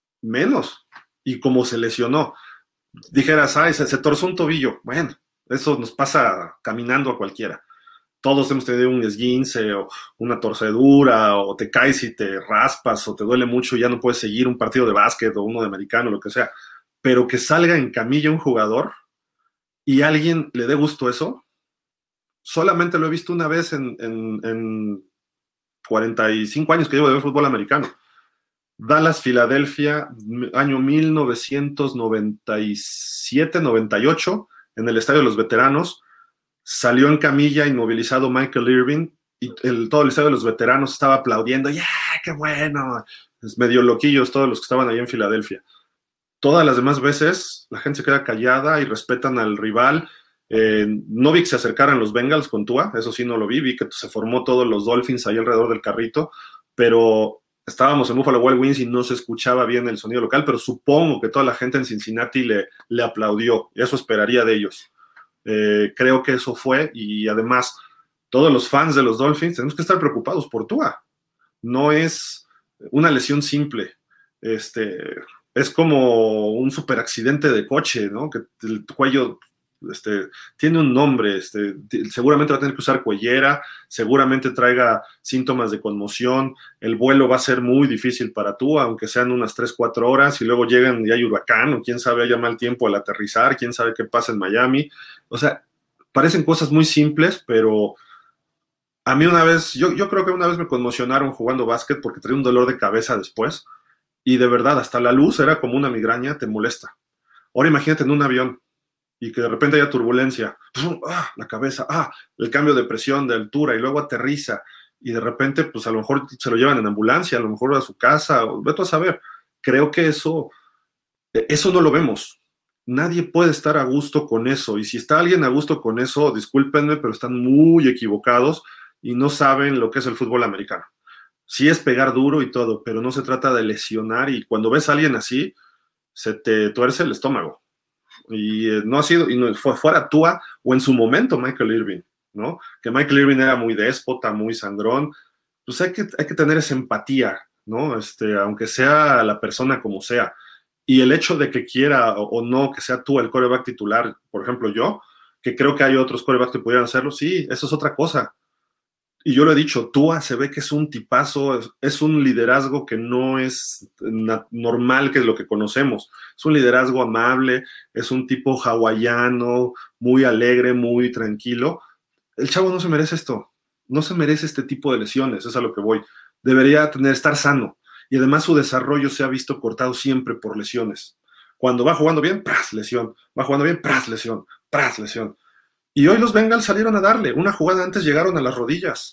menos. Y como se lesionó, dijeras, ay, se, se torció un tobillo. Bueno, eso nos pasa caminando a cualquiera. Todos hemos tenido un esguince o una torcedura, o te caes y te raspas, o te duele mucho y ya no puedes seguir un partido de básquet o uno de americano, lo que sea. Pero que salga en camilla un jugador y a alguien le dé gusto eso, solamente lo he visto una vez en, en, en cuarenta y cinco años que llevo de ver fútbol americano. Dallas, Filadelfia, año mil novecientos noventa y siete noventa y ocho, en el Estadio de los Veteranos, salió en camilla inmovilizado Michael Irving y el, todo el Estadio de los Veteranos estaba aplaudiendo, ¡ya, yeah, qué bueno! Es medio loquillos todos los que estaban ahí en Filadelfia. Todas las demás veces la gente se queda callada y respetan al rival. Eh, no vi que se acercaran los Bengals con Tua, eso sí no lo vi, vi que se formó todos los Dolphins ahí alrededor del carrito, pero estábamos en Buffalo Wild Wings y no se escuchaba bien el sonido local, pero supongo que toda la gente en Cincinnati le, le aplaudió, y eso esperaría de ellos. Eh, creo que eso fue, y además todos los fans de los Dolphins tenemos que estar preocupados por Tua. No es una lesión simple, este, es como un super accidente de coche, ¿no? Que el cuello este, tiene un nombre, este, seguramente va a tener que usar cuellera, seguramente traiga síntomas de conmoción, el vuelo va a ser muy difícil para Tua, aunque sean unas tres, cuatro horas, y luego llegan y hay huracán, o quién sabe, haya mal tiempo al aterrizar, quién sabe qué pasa en Miami. O sea, parecen cosas muy simples, pero a mí una vez, yo, yo creo que una vez me conmocionaron jugando básquet porque traía un dolor de cabeza después, y de verdad, hasta la luz era como una migraña, te molesta. Ahora imagínate en un avión, y que de repente haya turbulencia, ¡ah! La cabeza, ¡ah! El cambio de presión, de altura, y luego aterriza, y de repente, pues a lo mejor se lo llevan en ambulancia, a lo mejor a su casa, o vete a saber. Creo que eso, eso no lo vemos. Nadie puede estar a gusto con eso, y si está alguien a gusto con eso, discúlpenme, pero están muy equivocados y no saben lo que es el fútbol americano. Sí es pegar duro y todo, pero no se trata de lesionar, y cuando ves a alguien así, se te tuerce el estómago. Y eh, no ha sido, y no, fue fuera Tua o en su momento Michael Irving, ¿no? Que Michael Irving era muy déspota, muy sangrón. Pues hay que, hay que tener esa empatía, ¿no? Este, aunque sea la persona como sea. Y el hecho de que quiera o, o no que sea Tua el quarterback titular, por ejemplo yo, que creo que hay otros quarterbacks que pudieran hacerlo, sí, eso es otra cosa. Y yo lo he dicho, Tua se ve que es un tipazo, es, es un liderazgo que no es na- normal, que es lo que conocemos. Es un liderazgo amable, es un tipo hawaiano, muy alegre, muy tranquilo. El chavo no se merece esto, no se merece este tipo de lesiones, es a lo que voy. Debería tener, estar sano. Y además su desarrollo se ha visto cortado siempre por lesiones. Cuando va jugando bien, ¡pras! Lesión. Va jugando bien, ¡pras! Lesión. ¡Pras! Lesión. Y hoy los Bengals salieron a darle. Una jugada antes llegaron a las rodillas.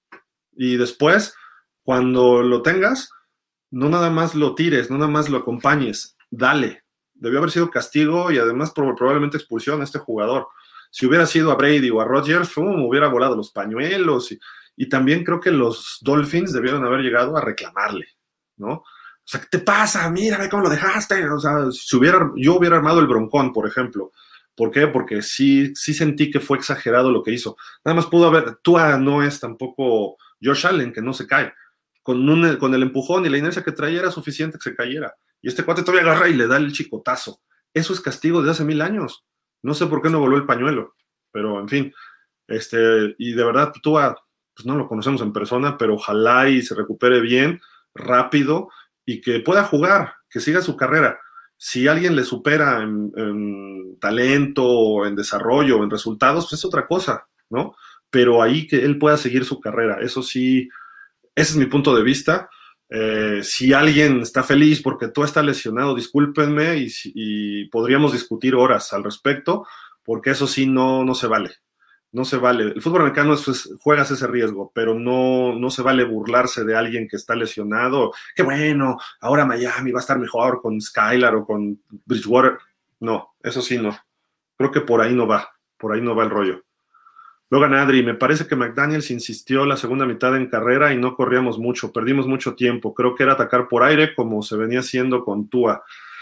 Y después, cuando lo tengas, no nada más lo tires, no nada más lo acompañes, dale. Debió haber sido castigo y además probablemente expulsión a este jugador. Si hubiera sido a Brady o a Rodgers, ¡fum!, hubiera volado los pañuelos. Y, y también creo que los Dolphins debieron haber llegado a reclamarle, ¿no? O sea, ¿qué te pasa? Mírame cómo lo dejaste. O sea, si hubiera, yo hubiera armado el broncón, por ejemplo. ¿Por qué? Porque sí, sí sentí que fue exagerado lo que hizo. Nada más pudo haber, Tua no es tampoco Josh Allen, que no se cae. Con, un, con el empujón y la inercia que traía era suficiente que se cayera. Y este cuate todavía agarra y le da el chicotazo. Eso es castigo de hace mil años. No sé por qué no voló el pañuelo, pero en fin. Este, y de verdad, Tua, pues no lo conocemos en persona, pero ojalá y se recupere bien, rápido, y que pueda jugar, que siga su carrera. Si alguien le supera en, en talento, en desarrollo, en resultados, pues es otra cosa, ¿no? Pero ahí que él pueda seguir su carrera, eso sí, ese es mi punto de vista. Eh, si alguien está feliz porque tú estás lesionado, discúlpenme, y, y podríamos discutir horas al respecto, porque eso sí no, no se vale. No se vale. El fútbol americano es, es, juegas ese riesgo, pero no, no se vale burlarse de alguien que está lesionado. Qué bueno, ahora Miami va a estar mejor con Skylar o con Bridgewater. No, eso sí no. Creo que por ahí no va, por ahí no va el rollo. Logan Adri, me parece que McDaniels insistió la segunda mitad en carrera y no corríamos mucho, perdimos mucho tiempo. Creo que era atacar por aire como se venía haciendo con Tua.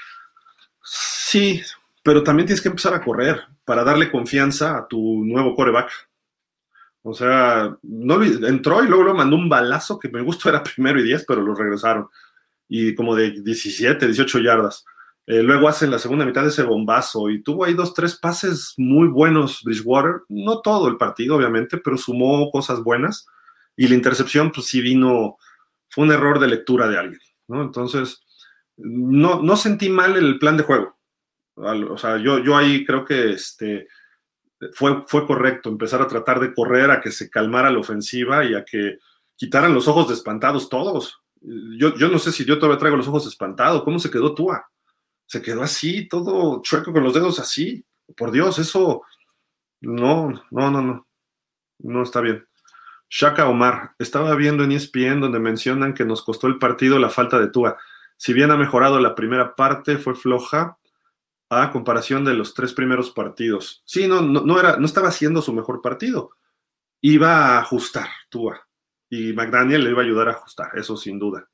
Sí, pero también tienes que empezar a correr para darle confianza a tu nuevo quarterback. O sea, no entró y luego lo mandó un balazo que me gustó, era primero y diez, pero lo regresaron. Y como de diecisiete, dieciocho yardas. Eh, luego hacen la segunda mitad de ese bombazo y tuvo ahí dos, tres pases muy buenos Bridgewater. No todo el partido, obviamente, pero sumó cosas buenas. Y la intercepción, pues sí vino, fue un error de lectura de alguien, ¿no? Entonces, no, no sentí mal el plan de juego. O sea, yo, yo ahí creo que este, fue, fue correcto empezar a tratar de correr, a que se calmara la ofensiva y a que quitaran los ojos de espantados todos. Yo, yo no sé si yo todavía traigo los ojos espantados. ¿Cómo se quedó Tua? Se quedó así, todo chueco con los dedos así. Por Dios, eso no, no, no, no. No está bien. Shaka Omar, estaba viendo en E S P N donde mencionan que nos costó el partido la falta de Tua. Si bien ha mejorado la primera parte, fue floja a comparación de los tres primeros partidos. Sí, no, no, no, era, no estaba haciendo su mejor partido. Iba a ajustar Tua. Y McDaniel le iba a ayudar a ajustar, eso sin duda.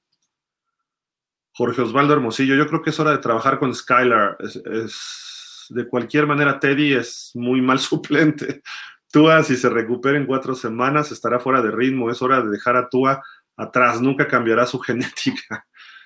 Jorge Osvaldo Hermosillo, yo creo que es hora de trabajar con Skylar. Es, es, de cualquier manera, Teddy es muy mal suplente. Tua, si se recupera en cuatro semanas, estará fuera de ritmo. Es hora de dejar a Tua atrás. Nunca cambiará su genética.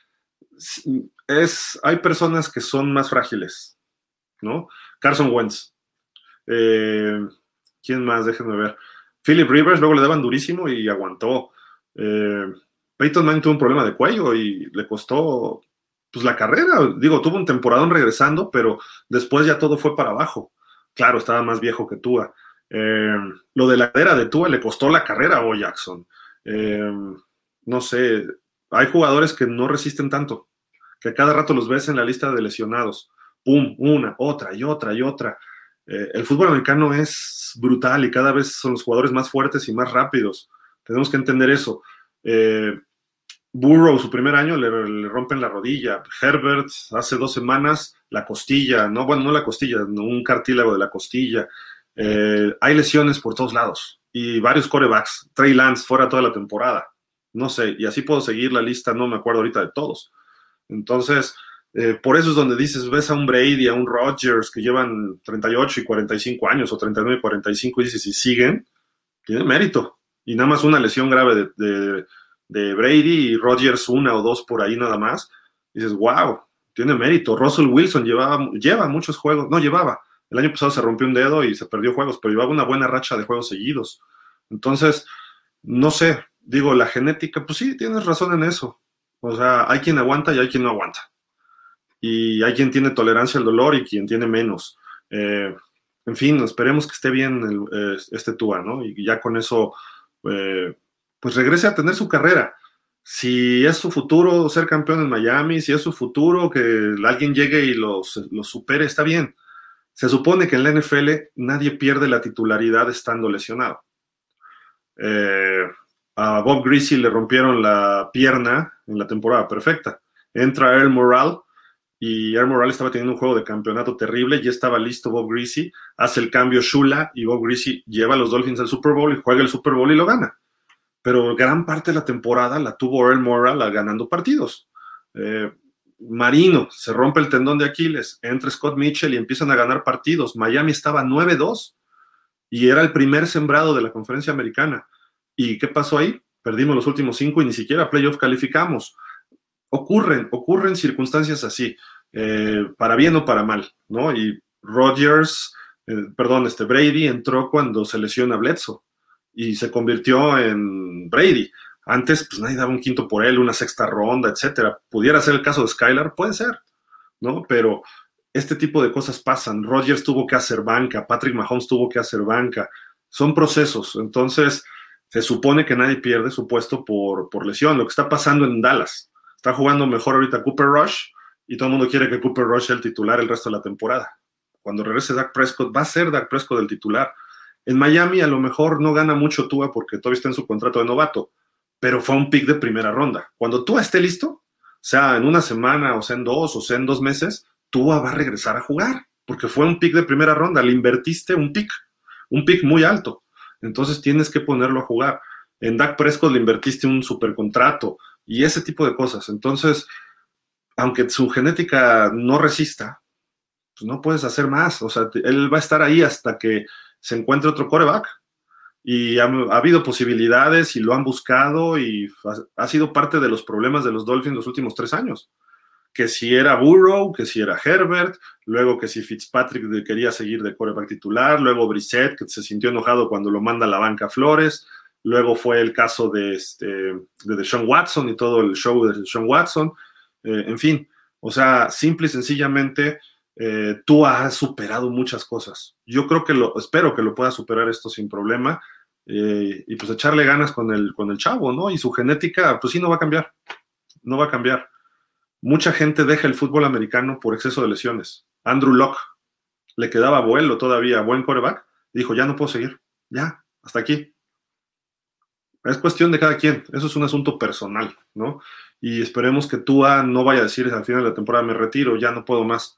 Es, hay personas que son más frágiles, ¿no? Carson Wentz. Eh, ¿Quién más? Déjenme ver. Philip Rivers, luego le daban durísimo y aguantó. Eh, Peyton Manning tuvo un problema de cuello y le costó pues la carrera. Digo, tuvo un temporadón regresando, pero después ya todo fue para abajo. Claro, estaba más viejo que Tua. Eh, lo de la cadera de Tua le costó la carrera a Bo Jackson. Eh, no sé, hay jugadores que no resisten tanto, que cada rato los ves en la lista de lesionados. Pum, una, otra y otra y otra. Eh, el fútbol americano es brutal y cada vez son los jugadores más fuertes y más rápidos. Tenemos que entender eso. Eh, Burrow, su primer año, le, le rompen la rodilla. Herbert, hace dos semanas, la costilla, no, bueno, no la costilla, no, un cartílago de la costilla. Eh, hay lesiones por todos lados y varios quarterbacks. Trey Lance fuera toda la temporada. No sé, y así puedo seguir la lista, no me acuerdo ahorita de todos. Entonces, eh, por eso es donde dices, ves a un Brady, a un Rodgers que llevan treinta y ocho y cuarenta y cinco años o treinta y nueve y cuarenta y cinco y dices, si siguen, tiene mérito. Y nada más una lesión grave de, de, de Brady y Rodgers una o dos por ahí nada más. Y dices, wow, tiene mérito. Russell Wilson llevaba, lleva muchos juegos, no llevaba. El año pasado se rompió un dedo y se perdió juegos, pero llevaba una buena racha de juegos seguidos. Entonces, no sé, digo, la genética, pues sí, tienes razón en eso. O sea, hay quien aguanta y hay quien no aguanta. Y hay quien tiene tolerancia al dolor y quien tiene menos. Eh, en fin, esperemos que esté bien el, eh, este Tua, ¿no? Y ya con eso, eh, pues regrese a tener su carrera. Si es su futuro ser campeón en Miami, si es su futuro que alguien llegue y los, los supere, está bien. Se supone que en la N F L nadie pierde la titularidad estando lesionado. Eh, a Bob Greasy le rompieron la pierna en la temporada perfecta. Entra Earl Morrall y Earl Morrall estaba teniendo un juego de campeonato terrible, ya estaba listo Bob Greasy, hace el cambio Shula y Bob Greasy lleva a los Dolphins al Super Bowl y juega el Super Bowl y lo gana. Pero gran parte de la temporada la tuvo Earl Morrall ganando partidos. Eh, Marino se rompe el tendón de Aquiles, entra Scott Mitchell y empiezan a ganar partidos. Miami estaba nueve dos y era el primer sembrado de la conferencia americana. ¿Y qué pasó ahí? Perdimos los últimos cinco y ni siquiera playoff calificamos. Ocurren, ocurren circunstancias así, eh, para bien o para mal, ¿no? Y Rodgers, eh, perdón, este Brady entró cuando se lesiona Bledsoe y se convirtió en Brady. Antes, pues nadie daba un quinto por él, una sexta ronda, etcétera. ¿Pudiera ser el caso de Skylar? Puede ser, ¿no? Pero este tipo de cosas pasan. Rodgers tuvo que hacer banca, Patrick Mahomes tuvo que hacer banca. Son procesos. Entonces, se supone que nadie pierde su puesto por, por lesión. Lo que está pasando en Dallas. Está jugando mejor ahorita Cooper Rush y todo el mundo quiere que Cooper Rush sea el titular el resto de la temporada. Cuando regrese Dak Prescott, va a ser Dak Prescott el titular. En Miami a lo mejor no gana mucho Tua porque todavía está en su contrato de novato, pero fue un pick de primera ronda. Cuando Tua esté listo, sea en una semana, o sea en dos, o sea en dos meses, Tua va a regresar a jugar, porque fue un pick de primera ronda, le invertiste un pick, un pick muy alto, entonces tienes que ponerlo a jugar. En Dak Prescott le invertiste un supercontrato, y ese tipo de cosas. Entonces, aunque su genética no resista, pues no puedes hacer más. O sea, él va a estar ahí hasta que se encuentre otro quarterback. Y ha, ha habido posibilidades y lo han buscado y ha, ha sido parte de los problemas de los Dolphins los últimos tres años. Que si era Burrow, que si era Herbert, luego que si Fitzpatrick quería seguir de quarterback titular, luego Brissett, que se sintió enojado cuando lo manda a la banca Flores. Luego fue el caso de, este, de Deshaun Watson y todo el show de Deshaun Watson. Eh, en fin, o sea, simple y sencillamente, eh, tú has superado muchas cosas. Yo creo que lo, espero que lo pueda superar esto sin problema eh, y pues echarle ganas con el, con el chavo, ¿no? Y su genética, pues sí, no va a cambiar. No va a cambiar. Mucha gente deja el fútbol americano por exceso de lesiones. Andrew Luck le quedaba vuelo todavía, buen quarterback. Dijo, ya no puedo seguir. Ya, hasta aquí. Es cuestión de cada quien, eso es un asunto personal, ¿no? Y esperemos que Tua no vaya a decir al final de la temporada me retiro, ya no puedo más.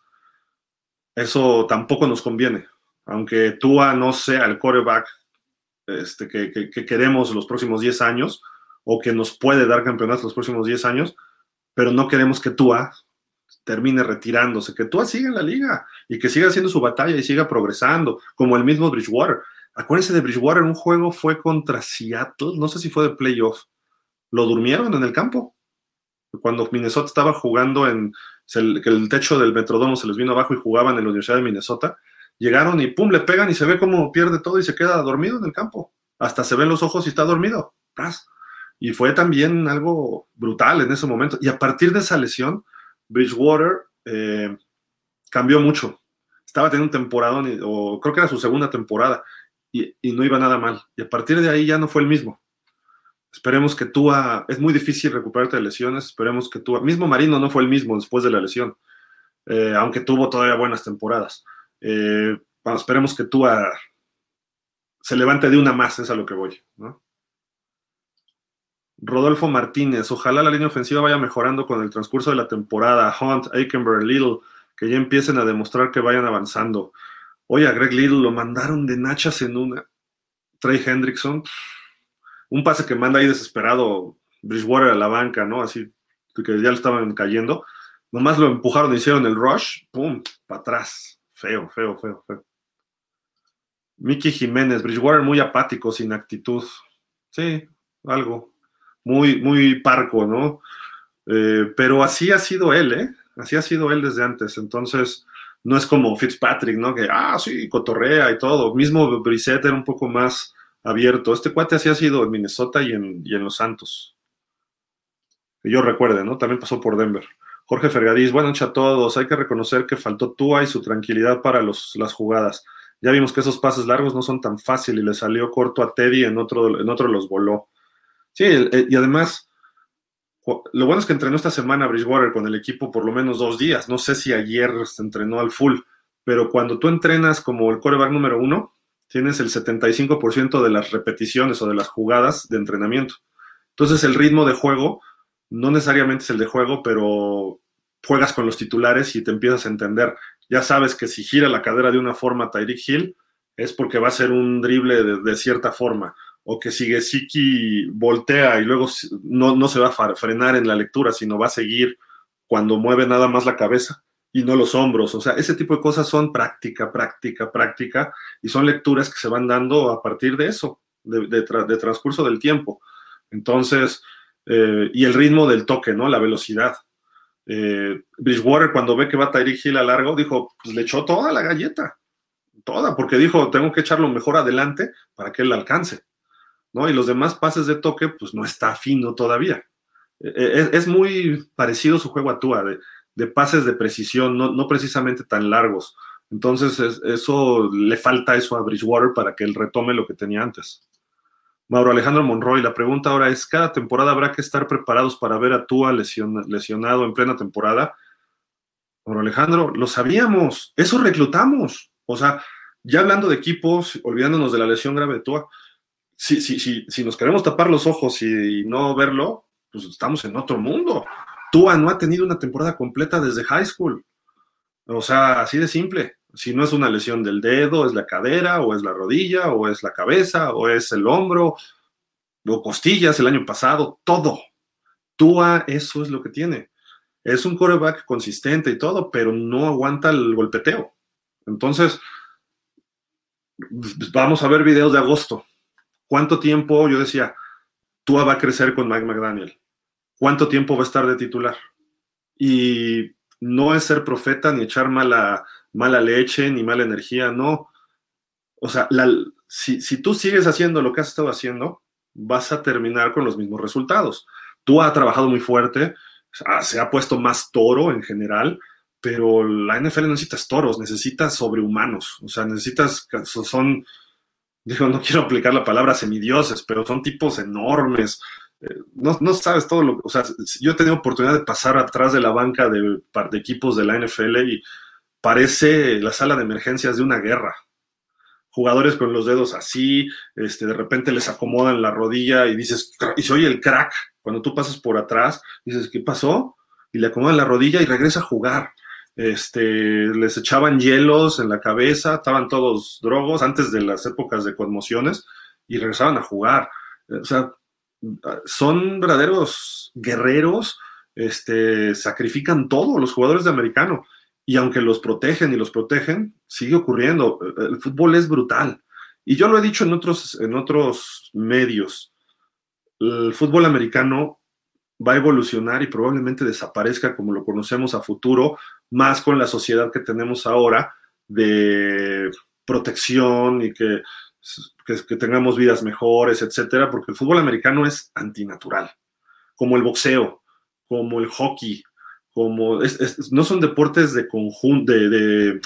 Eso tampoco nos conviene, aunque Tua no sea el quarterback este, que, que, que queremos los próximos diez años o que nos puede dar campeonatos los próximos diez años, pero no queremos que Tua termine retirándose, que Tua siga en la liga y que siga haciendo su batalla y siga progresando, como el mismo Bridgewater. Acuérdense de Bridgewater, un juego fue contra Seattle, no sé si fue de playoff. Lo durmieron en el campo. Cuando Minnesota estaba jugando en el, que el techo del Metrodome se les vino abajo y jugaban en la Universidad de Minnesota, llegaron y pum, le pegan y se ve cómo pierde todo y se queda dormido en el campo. Hasta se ven los ojos y está dormido. Y fue también algo brutal en ese momento. Y a partir de esa lesión, Bridgewater eh, cambió mucho. Estaba teniendo un temporadón, o creo que era su segunda temporada. Y, y no iba nada mal. Y a partir de ahí ya no fue el mismo. Esperemos que Tua, es muy difícil recuperarte de lesiones, esperemos que Tua, mismo Marino no fue el mismo después de la lesión, eh, aunque tuvo todavía buenas temporadas. Eh, bueno, esperemos que Tua se levante de una más, es a lo que voy, ¿no? Rodolfo Martínez, ojalá la línea ofensiva vaya mejorando con el transcurso de la temporada. Hunt, Aikenberg, Little que ya empiecen a demostrar que vayan avanzando. Oye, a Greg Little lo mandaron de nachas en una. Trey Hendrickson, un pase que manda ahí desesperado Bridgewater a la banca, ¿no? Así que ya lo estaban cayendo. Nomás lo empujaron, hicieron el rush, pum, para atrás. Feo, feo, feo, feo. Mickey Jiménez, Bridgewater muy apático, sin actitud. Sí, algo. Muy, muy parco, ¿no? Eh, pero así ha sido él, ¿eh? Así ha sido él desde antes. Entonces, no es como Fitzpatrick, ¿no? Que, ah, sí, cotorrea y todo. Mismo Brissett era un poco más abierto. Este cuate así ha sido en Minnesota y en, y en los Santos. Que yo recuerde, ¿no? También pasó por Denver. Jorge Fergadís, buenas noches a todos. Hay que reconocer que faltó Tua y su tranquilidad para los, las jugadas. Ya vimos que esos pases largos no son tan fáciles y le salió corto a Teddy, en otro, en otro los voló. Sí, y además, lo bueno es que entrenó esta semana Bridgewater con el equipo por lo menos dos días. No sé si ayer se entrenó al full, pero cuando tú entrenas como el quarterback número uno, tienes el setenta y cinco por ciento de las repeticiones o de las jugadas de entrenamiento. Entonces el ritmo de juego no necesariamente es el de juego, pero juegas con los titulares y te empiezas a entender. Ya sabes que si gira la cadera de una forma Tyreek Hill, es porque va a ser un drible de, de cierta forma, o que si Gesicki voltea y luego no, no se va a frenar en la lectura, sino va a seguir cuando mueve nada más la cabeza y no los hombros. O sea, ese tipo de cosas son práctica, práctica, práctica, y son lecturas que se van dando a partir de eso, de, de, tra de transcurso del tiempo. Entonces, eh, y el ritmo del toque, ¿no? La velocidad. Eh, Bridgewater, cuando ve que va Tyreek Hill a largo, dijo, pues le echó toda la galleta, toda, porque dijo, tengo que echarlo mejor adelante para que él la alcance, ¿no? Y los demás pases de toque, pues no está fino todavía. Es, es muy parecido su juego a Tua, de, de pases de precisión, no, no precisamente tan largos. Entonces, es, eso le falta eso a Bridgewater para que él retome lo que tenía antes. Mauro Alejandro Monroy, la pregunta ahora es, ¿cada temporada habrá que estar preparados para ver a Tua lesion, lesionado en plena temporada? Mauro Alejandro, lo sabíamos, eso reclutamos. O sea, ya hablando de equipos, olvidándonos de la lesión grave de Tua, si, si, si, si nos queremos tapar los ojos y, y no verlo, pues estamos en otro mundo. Tua no ha tenido una temporada completa desde high school. O sea, así de simple. Si no es una lesión del dedo, es la cadera, o es la rodilla, o es la cabeza, o es el hombro, o costillas el año pasado, todo. Tua, eso es lo que tiene. Es un quarterback consistente y todo, pero no aguanta el golpeteo. Entonces, vamos a ver videos de agosto. ¿Cuánto tiempo? Yo decía, Tua va a crecer con Mike McDaniel. ¿Cuánto tiempo va a estar de titular? Y no es ser profeta ni echar mala, mala leche ni mala energía, no. O sea, la, si, si tú sigues haciendo lo que has estado haciendo, vas a terminar con los mismos resultados. Tú has trabajado muy fuerte, se ha puesto más toro en general, pero la N F L no necesitas toros, necesitas sobrehumanos. O sea, necesitas, son, digo, no quiero aplicar la palabra semidioses, pero son tipos enormes. No, no sabes todo lo que, o sea, yo he tenido oportunidad de pasar atrás de la banca de, de equipos de la N F L y parece la sala de emergencias de una guerra. Jugadores con los dedos así, este, de repente les acomodan la rodilla y dices, y se oye el crack. Cuando tú pasas por atrás, dices, ¿qué pasó? Y le acomodan la rodilla y regresa a jugar. Este, les echaban hielos en la cabeza, estaban todos drogos antes de las épocas de conmociones y regresaban a jugar. O sea, son verdaderos guerreros, este, sacrifican todo los jugadores de americano, y aunque los protegen y los protegen, sigue ocurriendo. El fútbol es brutal, y yo lo he dicho en otros, en otros medios, el fútbol americano va a evolucionar y probablemente desaparezca como lo conocemos a futuro, más con la sociedad que tenemos ahora de protección y que Que, que tengamos vidas mejores, etcétera, porque el fútbol americano es antinatural, como el boxeo, como el hockey, como es, es, no son deportes de conjunto, de, de,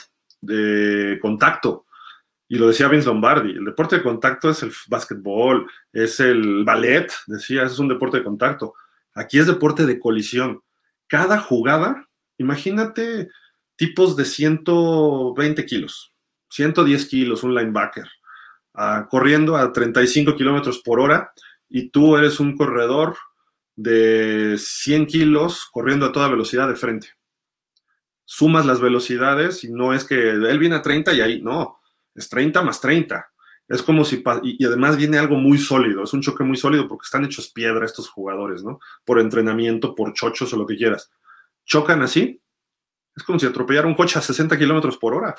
de contacto. Y lo decía Vince Lombardi, el deporte de contacto es el básquetbol, es el ballet, decía, es un deporte de contacto. Aquí es deporte de colisión. Cada jugada, imagínate tipos de ciento veinte kilos, ciento diez kilos, un linebacker, Uh, corriendo a treinta y cinco kilómetros por hora, y tú eres un corredor de cien kilos corriendo a toda velocidad de frente. sumas las velocidades y no es que él viene a treinta y ahí, no, es treinta más treinta. Es como si, y además viene algo muy sólido, es un choque muy sólido porque están hechos piedra estos jugadores, ¿no? Por entrenamiento, por chochos o lo que quieras. Chocan así, es como si atropellara un coche a sesenta kilómetros por hora.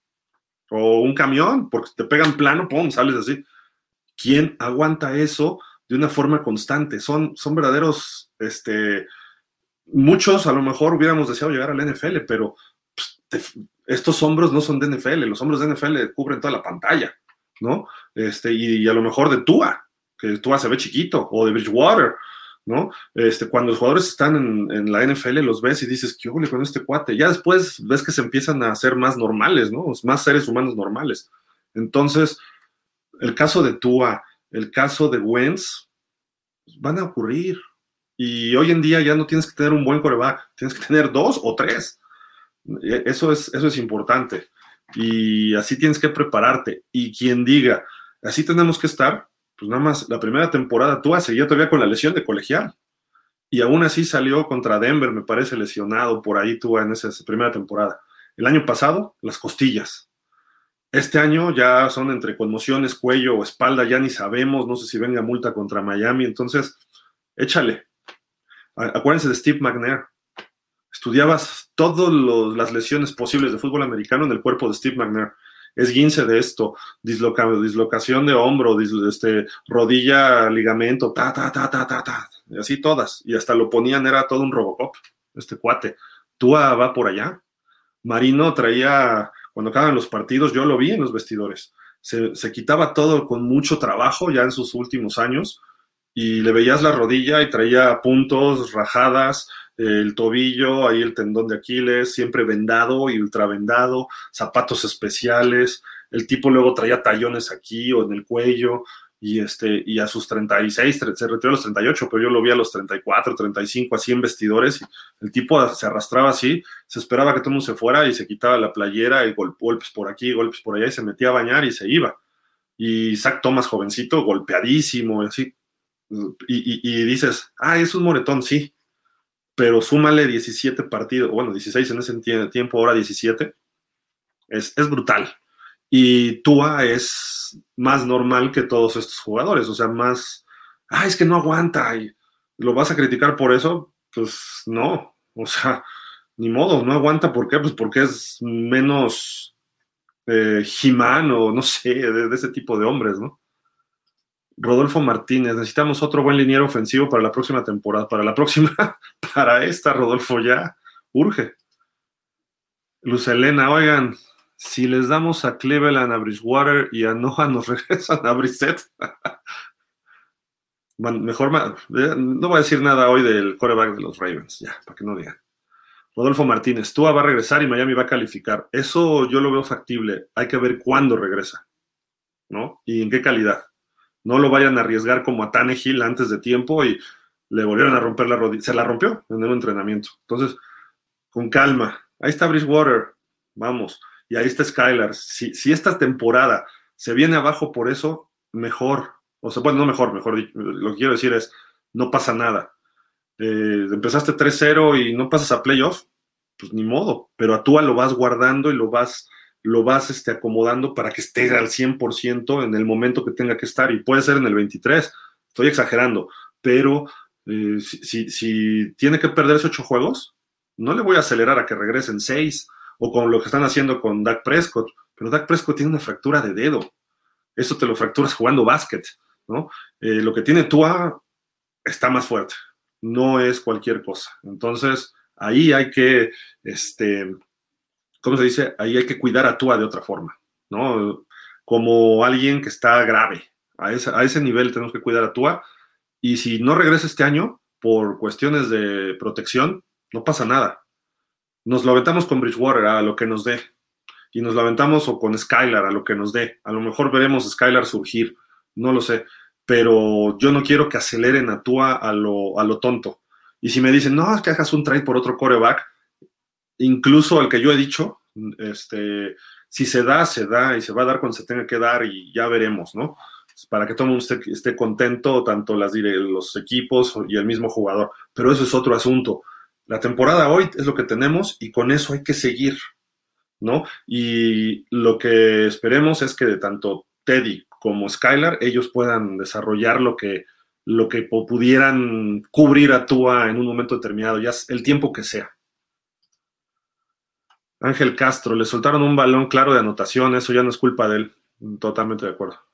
O un camión, porque te pegan plano, pum, sales así. ¿Quién aguanta eso de una forma constante? Son, son verdaderos, este, muchos a lo mejor hubiéramos deseado llegar al N F L, pero pues, te, estos hombros no son de N F L, los hombros de N F L cubren toda la pantalla, ¿no? Este, y, y a lo mejor de Tua, que Tua se ve chiquito, o de Bridgewater, ¿no? Este, cuando los jugadores están en, en la N F L, los ves y dices, ¿qué huele con este cuate? Ya después ves que se empiezan a hacer más normales, ¿no? Más seres humanos normales. Entonces, el caso de Tua, el caso de Wentz, van a ocurrir. Y hoy en día ya no tienes que tener un buen quarterback, tienes que tener dos o tres. Eso es, eso es importante. Y así tienes que prepararte. Y quien diga, así tenemos que estar, pues nada más, la primera temporada Tua seguía todavía con la lesión de colegial. Y aún así salió contra Denver, me parece, lesionado por ahí Tua en esa, esa primera temporada. El año pasado, las costillas. Este año ya son entre conmociones, cuello o espalda, ya ni sabemos, no sé si venga multa contra Miami, entonces, échale. Acuérdense de Steve McNair. Estudiabas todas las lesiones posibles de fútbol americano en el cuerpo de Steve McNair. Esguince de esto, disloca, dislocación de hombro, dislo, este, rodilla, ligamento, ta, ta, ta, ta, ta, ta, y así todas. Y hasta lo ponían, era todo un Robocop, este cuate. Tua va por allá. Marino traía, cuando acaban los partidos, yo lo vi en los vestidores, se, se quitaba todo con mucho trabajo ya en sus últimos años, y le veías la rodilla y traía puntos, rajadas, el tobillo, ahí el tendón de Aquiles, siempre vendado y ultravendado, zapatos especiales, el tipo luego traía tallones aquí o en el cuello, y, este, y a sus treinta y seis, se retiró a los treinta y ocho, pero yo lo vi a los treinta y cuatro, treinta y cinco, así en vestidores, y el tipo se arrastraba así, se esperaba que todo el mundo se fuera y se quitaba la playera y golpes por aquí, golpes por allá, y se metía a bañar y se iba. Y Zach Thomas, jovencito, golpeadísimo, y así. Y, y, y dices, ah, es un moretón, sí, pero súmale diecisiete partidos, bueno, dieciséis en ese tiempo, ahora diecisiete, es, es brutal. Y Tua es más normal que todos estos jugadores, o sea, más, ah, es que no aguanta, y lo vas a criticar por eso, pues no, o sea, ni modo, no aguanta, ¿por qué? Pues porque es menos eh, He-Man o no sé, de, de ese tipo de hombres, ¿no? Rodolfo Martínez, necesitamos otro buen liniero ofensivo para la próxima temporada, para la próxima, para esta, Rodolfo, ya urge. Luz Elena, oigan, si les damos a Cleveland, a Bridgewater y a Noah, nos regresan a Brissett. Mejor, no voy a decir nada hoy del quarterback de los Ravens, ya, para que no digan. Rodolfo Martínez, Tua va a regresar y Miami va a calificar. Eso yo lo veo factible, hay que ver cuándo regresa, ¿no? Y en qué calidad. No lo vayan a arriesgar como a Tannehill antes de tiempo y le volvieron a romper la rodilla. Se la rompió en el entrenamiento. Entonces, con calma. Ahí está Bridgewater. Vamos. Y ahí está Skylar. Si, si esta temporada se viene abajo por eso, mejor. O sea, bueno, no mejor, mejor. Lo que quiero decir es, no pasa nada. Eh, empezaste tres cero y no pasas a playoff, pues ni modo. Pero a Tua lo vas guardando y lo vas... lo vas este, acomodando para que esté al cien por ciento en el momento que tenga que estar, y puede ser en el veintitrés, estoy exagerando, pero eh, si, si, si tiene que perderse ocho juegos, no le voy a acelerar a que regresen seis, o con lo que están haciendo con Dak Prescott, pero Dak Prescott tiene una fractura de dedo, eso te lo fracturas jugando básquet, ¿no? Eh, lo que tiene Tua está más fuerte, no es cualquier cosa, entonces ahí hay que, este... ¿cómo se dice? Ahí hay que cuidar a Tua de otra forma, ¿no? Como alguien que está grave. A ese, a ese nivel tenemos que cuidar a Tua. Y si no regresa este año, por cuestiones de protección, no pasa nada. Nos lo aventamos con Bridgewater a lo que nos dé. Y nos lo aventamos o con Skylar a lo que nos dé. A lo mejor veremos a Skylar surgir. No lo sé. Pero yo no quiero que aceleren a Tua a lo, a lo tonto. Y si me dicen, no, es que hagas un trade por otro quarterback, incluso el que yo he dicho, este, si se da, se da, y se va a dar cuando se tenga que dar, y ya veremos, ¿no? Para que todo el mundo esté, esté contento, tanto las, los equipos y el mismo jugador. Pero eso es otro asunto. La temporada hoy es lo que tenemos y con eso hay que seguir, ¿no? Y lo que esperemos es que de tanto Teddy como Skylar, ellos puedan desarrollar lo que, lo que pudieran cubrir a Tua en un momento determinado, ya el tiempo que sea. Ángel Castro, le soltaron un balón claro de anotación, eso ya no es culpa de él. Totalmente de acuerdo.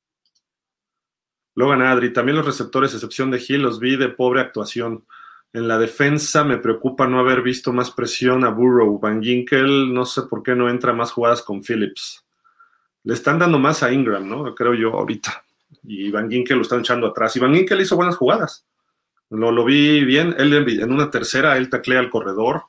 Logan Adri, también los receptores, excepción de Hill, los vi de pobre actuación. En la defensa me preocupa no haber visto más presión a Burrow. Van Ginkel, no sé por qué no entra más jugadas con Phillips. Le están dando más a Ingram, ¿no? Creo yo ahorita. Y Van Ginkel lo están echando atrás. Y Van Ginkel hizo buenas jugadas. Lo, lo vi bien. Él en una tercera, él taclea al corredor.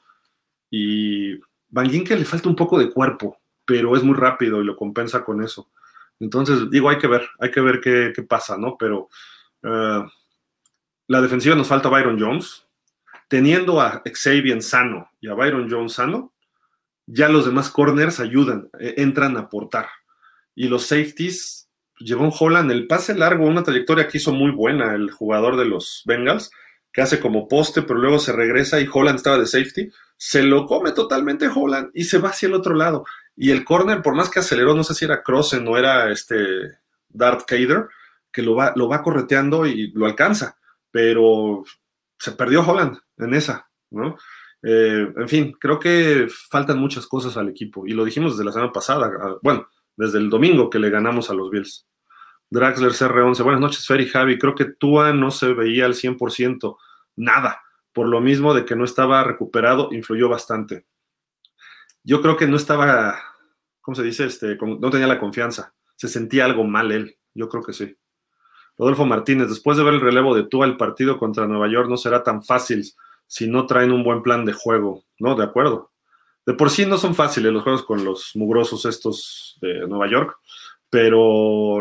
Y Van Ginkel le falta un poco de cuerpo, pero es muy rápido y lo compensa con eso. Entonces, digo, hay que ver, hay que ver qué, qué pasa, ¿no? Pero uh, la defensiva nos falta Byron Jones. Teniendo a Xavier sano y a Byron Jones sano, ya los demás corners ayudan, eh, entran a aportar. Y los safeties, Jevon Holland, el pase largo, una trayectoria que hizo muy buena el jugador de los Bengals, que hace como poste, pero luego se regresa y Holland estaba de safety, se lo come totalmente Holland y se va hacia el otro lado. Y el corner, por más que aceleró, no sé si era Crossen o era este Darth Kader, que lo va, lo va correteando y lo alcanza, pero se perdió Holland en esa, ¿no? Eh, en fin, creo que faltan muchas cosas al equipo, y lo dijimos desde la semana pasada, bueno, desde el domingo que le ganamos a los Bills. Draxler C R once, buenas noches, Fer y Javi, creo que Tua no se veía al cien por ciento, nada, por lo mismo de que no estaba recuperado, influyó bastante. Yo creo que no estaba, ¿cómo se dice? Este, no tenía la confianza, se sentía algo mal él, yo creo que sí. Rodolfo Martínez, después de ver el relevo de Tua, el partido contra Nueva York no será tan fácil si no traen un buen plan de juego. No, de acuerdo. De por sí no son fáciles los juegos con los mugrosos estos de Nueva York, pero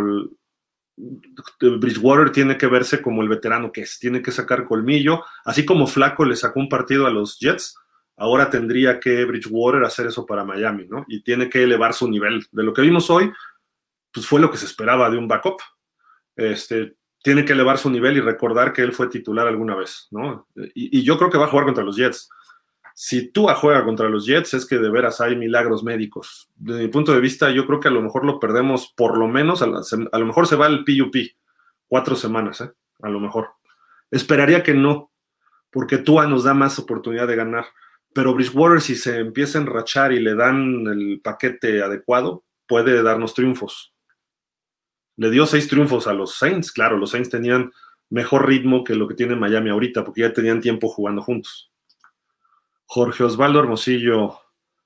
Bridgewater tiene que verse como el veterano que es, tiene que sacar colmillo, así como Flaco le sacó un partido a los Jets, ahora tendría que Bridgewater hacer eso para Miami, ¿no? Y tiene que elevar su nivel. De lo que vimos hoy, pues fue lo que se esperaba de un backup. Este, tiene que elevar su nivel y recordar que él fue titular alguna vez, ¿no? Y, y yo creo que va a jugar contra los Jets. Si Tua juega contra los Jets, es que de veras hay milagros médicos. Desde mi punto de vista, yo creo que a lo mejor lo perdemos por lo menos, a, la, a lo mejor se va el P U P, cuatro semanas, ¿eh? A lo mejor. Esperaría que no, porque Tua nos da más oportunidad de ganar. Pero Bridgewater, si se empieza a enrachar y le dan el paquete adecuado, puede darnos triunfos. Le dio seis triunfos a los Saints, claro, los Saints tenían mejor ritmo que lo que tiene Miami ahorita, porque ya tenían tiempo jugando juntos. Jorge Osvaldo Hermosillo,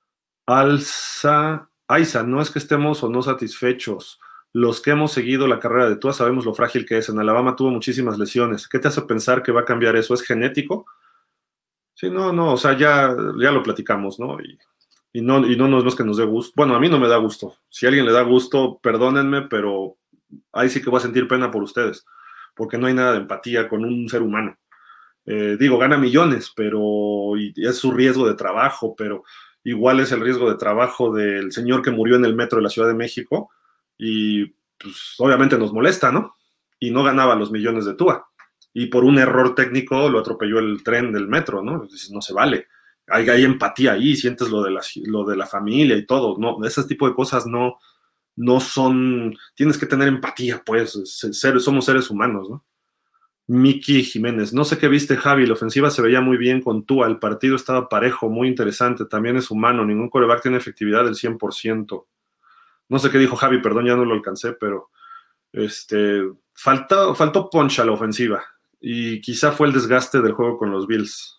Alza, Aiza, no es que estemos o no satisfechos. Los que hemos seguido la carrera de Tua sabemos lo frágil que es. En Alabama tuvo muchísimas lesiones. ¿Qué te hace pensar que va a cambiar eso? ¿Es genético? Sí, no, no, o sea, ya, ya lo platicamos, ¿no? Y, y no, y no, no es que nos dé gusto. Bueno, a mí no me da gusto. Si a alguien le da gusto, perdónenme, pero ahí sí que voy a sentir pena por ustedes, porque no hay nada de empatía con un ser humano. Eh, digo, gana millones, pero y es su riesgo de trabajo, pero igual es el riesgo de trabajo del señor que murió en el metro de la Ciudad de México y pues obviamente nos molesta, ¿no? Y no ganaba los millones de Tua. Y por un error técnico lo atropelló el tren del metro, ¿no? No se vale. Hay, hay empatía ahí, sientes lo de, la, lo de la familia y todo, ¿no? Ese tipo de cosas no, no son, tienes que tener empatía, pues, ser, somos seres humanos, ¿no? Miki Jiménez, no sé qué viste, Javi, la ofensiva se veía muy bien con Tua, el partido estaba parejo, muy interesante, también es humano, ningún quarterback tiene efectividad del cien por ciento. No sé qué dijo Javi, perdón, ya no lo alcancé, pero este, faltó, faltó punch a la ofensiva y quizá fue el desgaste del juego con los Bills.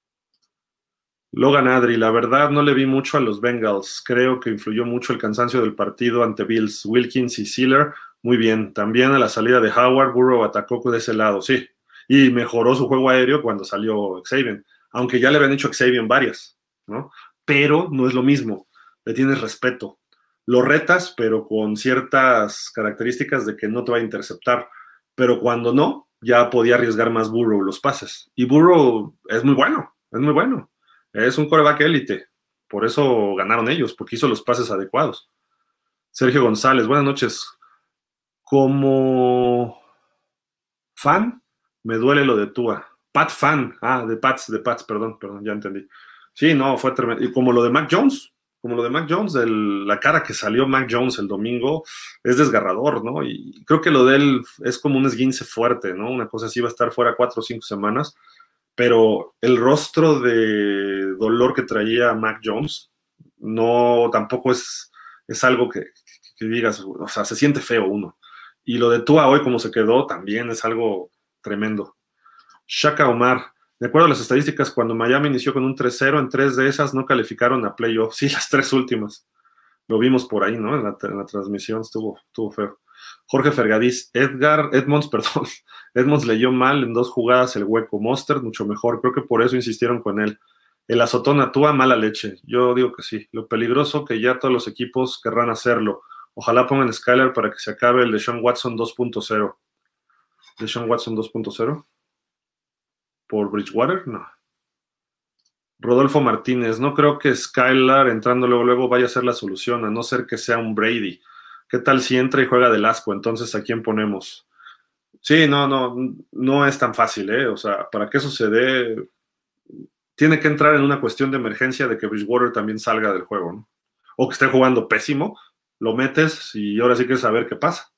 Logan Adri, la verdad no le vi mucho a los Bengals, creo que influyó mucho el cansancio del partido ante Bills, Wilkins y Sealer, muy bien, también a la salida de Howard, Burrow atacó de ese lado, sí, y mejoró su juego aéreo cuando salió Xavier, aunque ya le habían hecho Xavier varias, ¿no? Pero no es lo mismo, le tienes respeto, lo retas, pero con ciertas características de que no te va a interceptar, pero cuando no, ya podía arriesgar más Burrow los pases, y Burrow es muy bueno, es muy bueno. Es un quarterback élite, por eso ganaron ellos, porque hizo los pases adecuados. Sergio González, buenas noches. Como fan, me duele lo de Tua. Pat Fan, ah, de Pats, de Pats, perdón, perdón, ya entendí. Sí, no, fue tremendo. Y como lo de Mac Jones, como lo de Mac Jones, el, la cara que salió Mac Jones el domingo es desgarrador, ¿no? Y creo que lo de él es como un esguince fuerte, ¿no? Una cosa así, va a estar fuera cuatro o cinco semanas, pero el rostro de dolor que traía Mac Jones no, tampoco es, es algo que, que digas, o sea, se siente feo uno. Y lo de Tua hoy como se quedó también es algo tremendo. Shaka Omar, de acuerdo a las estadísticas, cuando Miami inició con un tres cero, en tres de esas no calificaron a playoff. Sí, las tres últimas. Lo vimos por ahí, ¿no? En la, en la transmisión estuvo, estuvo feo. Jorge Fergadís, Edgar, Edmonds, perdón. Edmonds leyó mal en dos jugadas el hueco. Mostert mucho mejor. Creo que por eso insistieron con él. El azotón Tua, mala leche. Yo digo que sí. Lo peligroso que ya todos los equipos querrán hacerlo. Ojalá pongan Skylar para que se acabe el de Sean Watson dos punto cero. ¿De Sean Watson dos punto cero? ¿Por Bridgewater? No. Rodolfo Martínez, no creo que Skylar entrando luego, luego vaya a ser la solución, a no ser que sea un Brady. ¿Qué tal si entra y juega del asco? Entonces, ¿a quién ponemos? Sí, no, no, no es tan fácil, ¿eh? O sea, para que eso se dé, tiene que entrar en una cuestión de emergencia de que Bridgewater también salga del juego, ¿no? O que esté jugando pésimo, lo metes y ahora sí que saber qué pasa.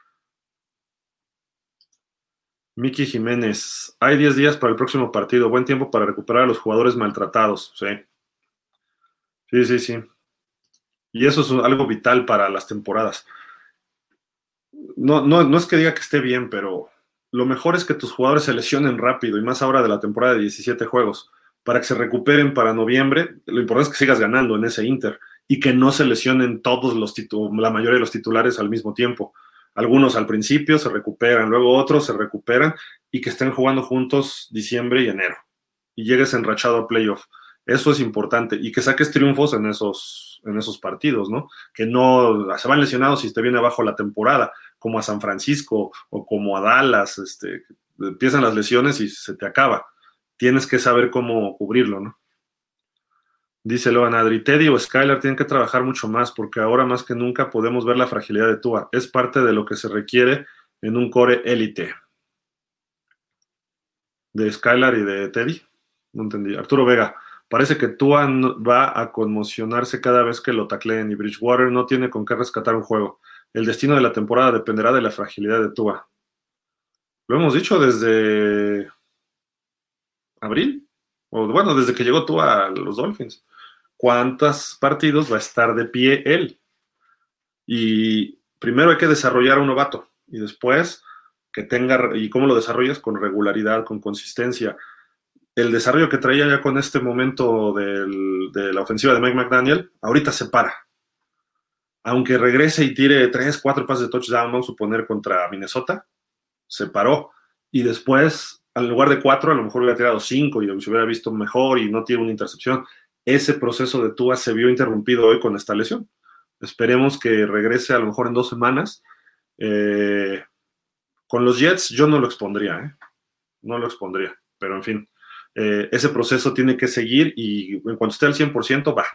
Miki Jiménez, hay diez días para el próximo partido, buen tiempo para recuperar a los jugadores maltratados, sí. Sí, sí, sí. Y eso es algo vital para las temporadas. No, no, no es que diga que esté bien, pero lo mejor es que tus jugadores se lesionen rápido, y más ahora de la temporada de diecisiete juegos, para que se recuperen para noviembre. Lo importante es que sigas ganando en ese Inter y que no se lesionen todos los titu- la mayoría de los titulares al mismo tiempo. Algunos al principio se recuperan, luego otros se recuperan, y que estén jugando juntos diciembre y enero y llegues enrachado a playoff. Eso es importante, y que saques triunfos en esos, en esos partidos, ¿no? Que no se van lesionados y te viene abajo la temporada, como a San Francisco o como a Dallas, este, empiezan las lesiones y se te acaba. Tienes que saber cómo cubrirlo, ¿no? Dice Logan Adri, Teddy o Skylar tienen que trabajar mucho más, porque ahora más que nunca podemos ver la fragilidad de Tua. Es parte de lo que se requiere en un core élite. ¿De Skylar y de Teddy? No entendí. Arturo Vega, parece que Tua va a conmocionarse cada vez que lo tacleen y Bridgewater no tiene con qué rescatar un juego. El destino de la temporada dependerá de la fragilidad de Tua. Lo hemos dicho desde abril, o bueno, desde que llegó Tua a los Dolphins. ¿Cuántos partidos va a estar de pie él? Y primero hay que desarrollar a un novato, y después que tenga, y cómo lo desarrollas, con regularidad, con consistencia. El desarrollo que traía ya con este momento del, de la ofensiva de Mike McDaniel, ahorita se para. Aunque regrese y tire tres, cuatro pases de touchdown, vamos a suponer, contra Minnesota, se paró. Y después, en lugar de cuatro, a lo mejor hubiera tirado cinco y se hubiera visto mejor y no tiene una intercepción. Ese proceso de Tua se vio interrumpido hoy con esta lesión. Esperemos que regrese a lo mejor en dos semanas. Eh, con los Jets yo no lo expondría, ¿eh? No lo expondría, pero en fin. Eh, ese proceso tiene que seguir y en cuanto esté al cien por ciento, va.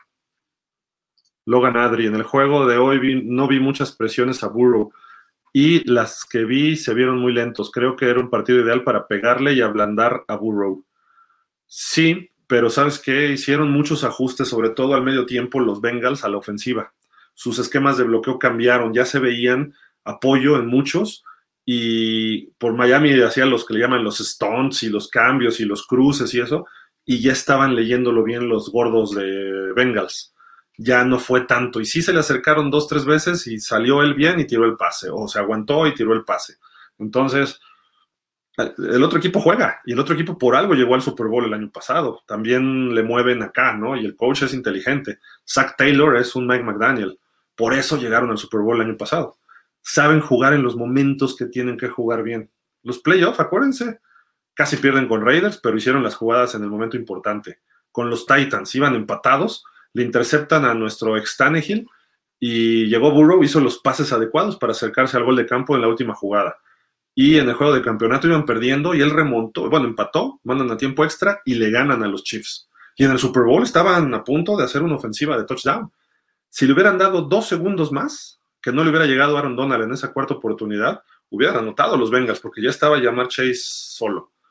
Logan Adri, en el juego de hoy vi, no vi muchas presiones a Burrow, y las que vi se vieron muy lentos. Creo que era un partido ideal para pegarle y ablandar a Burrow. Sí, pero ¿sabes qué? Hicieron muchos ajustes, sobre todo al medio tiempo, los Bengals a la ofensiva. Sus esquemas de bloqueo cambiaron, ya se veían apoyo en muchos, y por Miami hacían los que le llaman los stunts y los cambios y los cruces y eso, y ya estaban leyéndolo bien los gordos de Bengals. Ya no fue tanto, y sí se le acercaron dos, tres veces y salió él bien y tiró el pase, o se aguantó y tiró el pase. Entonces, el otro equipo juega, y el otro equipo por algo llegó al Super Bowl el año pasado. También le mueven acá, ¿no? Y el coach es inteligente. Zach Taylor es un Mike McDaniel. Por eso llegaron al Super Bowl el año pasado. Saben jugar en los momentos que tienen que jugar bien. Los playoffs, acuérdense, casi pierden con Raiders, pero hicieron las jugadas en el momento importante. Con los Titans iban empatados, le interceptan a nuestro ex Tannehill, y llegó Burrow, hizo los pases adecuados para acercarse al gol de campo en la última jugada. Y en el juego de campeonato iban perdiendo y él remontó, bueno, empató, mandan a tiempo extra y le ganan a los Chiefs. Y en el Super Bowl estaban a punto de hacer una ofensiva de touchdown. Si le hubieran dado dos segundos más, que no le hubiera llegado Aaron Donald en esa cuarta oportunidad, hubieran anotado los Bengals, porque ya estaba Ja'Marr Chase solo.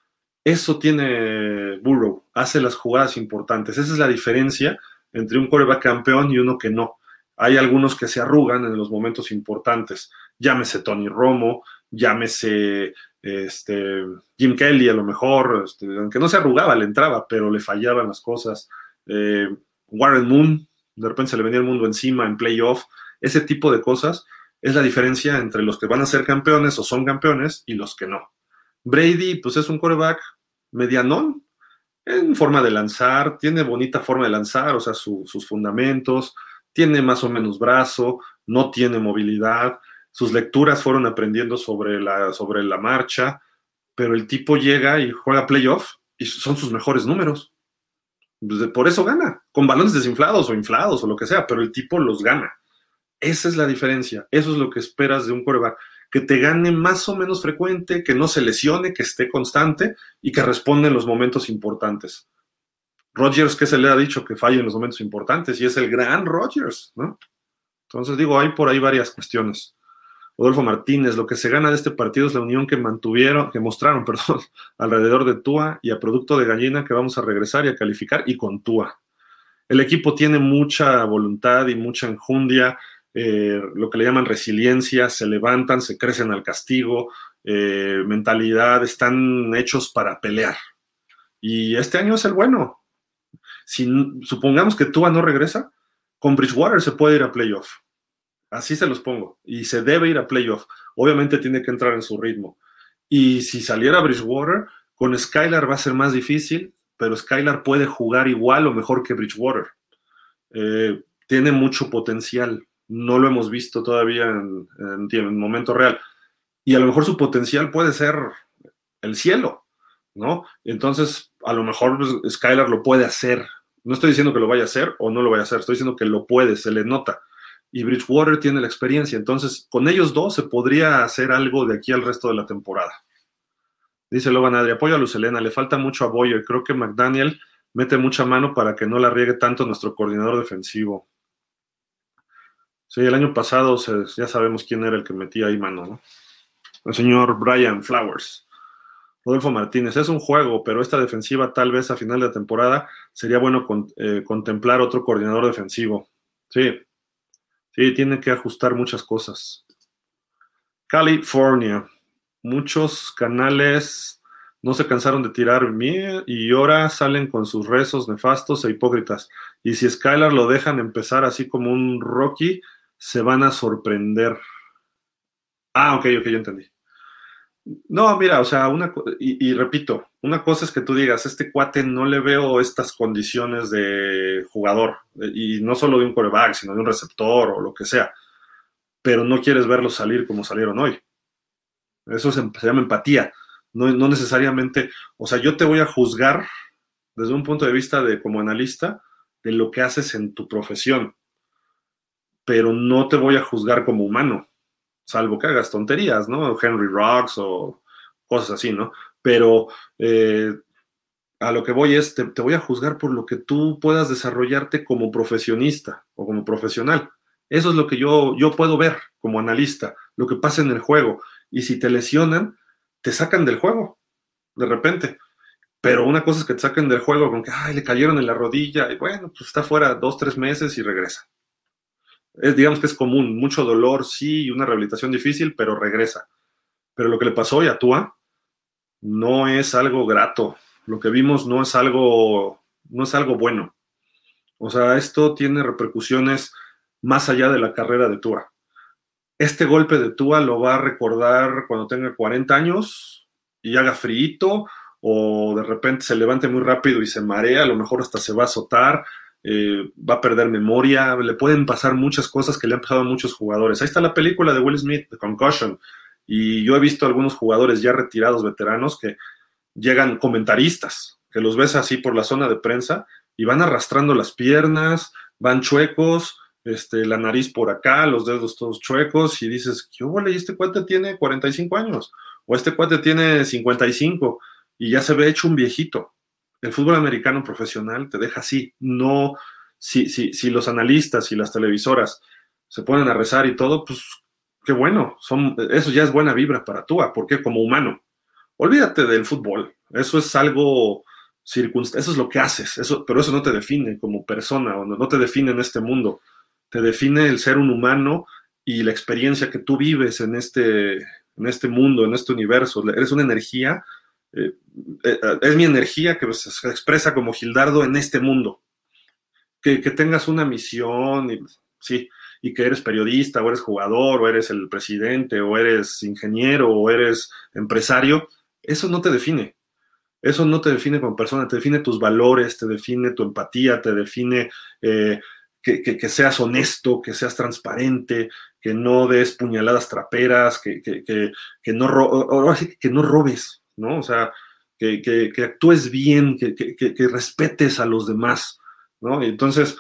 Eso tiene Burrow, hace las jugadas importantes. Esa es la diferencia entre un quarterback campeón y uno que no. Hay algunos que se arrugan en los momentos importantes. Llámese Tony Romo, llámese este, Jim Kelly a lo mejor, este, aunque no se arrugaba, le entraba, pero le fallaban las cosas. Eh, Warren Moon, de repente se le venía el mundo encima en playoff. Ese tipo de cosas es la diferencia entre los que van a ser campeones o son campeones y los que no. Brady, pues es un quarterback medianón en forma de lanzar, tiene bonita forma de lanzar, o sea, su, sus fundamentos, tiene más o menos brazo, no tiene movilidad, sus lecturas fueron aprendiendo sobre la, sobre la marcha, pero el tipo llega y juega playoff y son sus mejores números. Por eso gana, con balones desinflados o inflados o lo que sea, pero el tipo los gana. Esa es la diferencia, eso es lo que esperas de un quarterback, que te gane más o menos frecuente, que no se lesione, que esté constante y que responda en los momentos importantes. Rodgers, ¿qué se le ha dicho? Que falla en los momentos importantes y es el gran Rodgers, ¿no? Entonces digo, hay por ahí varias cuestiones. Rodolfo Martínez, lo que se gana de este partido es la unión que mantuvieron, que mostraron, perdón, alrededor de Tua y a producto de gallina que vamos a regresar y a calificar y con Tua. El equipo tiene mucha voluntad y mucha enjundia, eh, lo que le llaman resiliencia, se levantan, se crecen al castigo, eh, mentalidad, están hechos para pelear. Y este año es el bueno. Si supongamos que Tua no regresa, con Bridgewater se puede ir a playoff. Así se los pongo. Y se debe ir a playoff. Obviamente tiene que entrar en su ritmo. Y si saliera Bridgewater, con Skylar va a ser más difícil, pero Skylar puede jugar igual o mejor que Bridgewater. Eh, tiene mucho potencial. No lo hemos visto todavía en, en, en momento real. Y a lo mejor su potencial puede ser el cielo, ¿no? Entonces, a lo mejor pues, Skylar lo puede hacer. No estoy diciendo que lo vaya a hacer o no lo vaya a hacer. Estoy diciendo que lo puede, se le nota. Y Bridgewater tiene la experiencia. Entonces, con ellos dos se podría hacer algo de aquí al resto de la temporada. Dice Logan Adri, apoyo a Lucelena, le falta mucho a Boyer. Creo que McDaniel mete mucha mano para que no la riegue tanto nuestro coordinador defensivo. Sí, el año pasado se, ya sabemos quién era el que metía ahí mano, ¿no? El señor Brian Flowers. Rodolfo Martínez, es un juego, pero esta defensiva tal vez a final de temporada sería bueno con, eh, contemplar otro coordinador defensivo. Sí, sí, tiene que ajustar muchas cosas. California, muchos canales no se cansaron de tirar mí y ahora salen con sus rezos nefastos e hipócritas. Y si Skylar lo dejan empezar así como un Rocky, se van a sorprender. Ah, ok, ok, ya entendí. No, mira, o sea, una y, y repito, una cosa es que tú digas, este cuate no le veo estas condiciones de jugador, y no solo de un quarterback, sino de un receptor o lo que sea, pero no quieres verlos salir como salieron hoy. Eso se, se llama empatía, no, no necesariamente, o sea, yo te voy a juzgar desde un punto de vista de como analista de lo que haces en tu profesión, pero no te voy a juzgar como humano, salvo que hagas tonterías, ¿no? Henry Rocks o cosas así, ¿no? Pero eh, a lo que voy es, te, te voy a juzgar por lo que tú puedas desarrollarte como profesionista o como profesional. Eso es lo que yo, yo puedo ver como analista, lo que pasa en el juego. Y si te lesionan, te sacan del juego, de repente. Pero una cosa es que te saquen del juego con que, ay, le cayeron en la rodilla, y bueno, pues está fuera dos, tres meses y regresa. Es, digamos que es común, mucho dolor, sí, y una rehabilitación difícil, pero regresa. Pero lo que le pasó hoy a Tua no es algo grato. Lo que vimos no es algo, no es algo bueno. O sea, esto tiene repercusiones más allá de la carrera de Tua. Este golpe de Tua lo va a recordar cuando tenga cuarenta años y haga frío, o de repente se levante muy rápido y se marea, a lo mejor hasta se va a azotar, eh, va a perder memoria, le pueden pasar muchas cosas que le han pasado a muchos jugadores. Ahí está la película de Will Smith, The Concussion, y yo he visto algunos jugadores ya retirados, veteranos, que llegan comentaristas, que los ves así por la zona de prensa y van arrastrando las piernas, van chuecos, este, la nariz por acá, los dedos todos chuecos, y dices, ¿qué hubo? ¿Y este cuate tiene cuarenta y cinco años? O este cuate tiene cincuenta y cinco y ya se ve hecho un viejito. El fútbol americano profesional te deja así. No, si, si, si los analistas y las televisoras se ponen a rezar y todo, pues qué bueno, son, eso ya es buena vibra para Tua, porque como humano, olvídate del fútbol, Eso es algo circunstancial, eso es lo que haces, eso, pero eso no te define como persona, o no, no te define en este mundo. Te define el ser un humano y la experiencia que tú vives en este, en este mundo, en este universo. Eres una energía, eh, eh, es mi energía que se expresa como Gildardo en este mundo. Que, que tengas una misión, y, sí, y que eres periodista, o eres jugador, o eres el presidente, o eres ingeniero, o eres empresario, eso no te define. Eso no te define como persona, te define tus valores, te define tu empatía, te define eh, que, que, que seas honesto, que seas transparente, que no des puñaladas traperas, que, que, que, que, no, ro que no robes, ¿no? O sea, que, que, que actúes bien, que, que, que respetes a los demás, ¿no? Y entonces,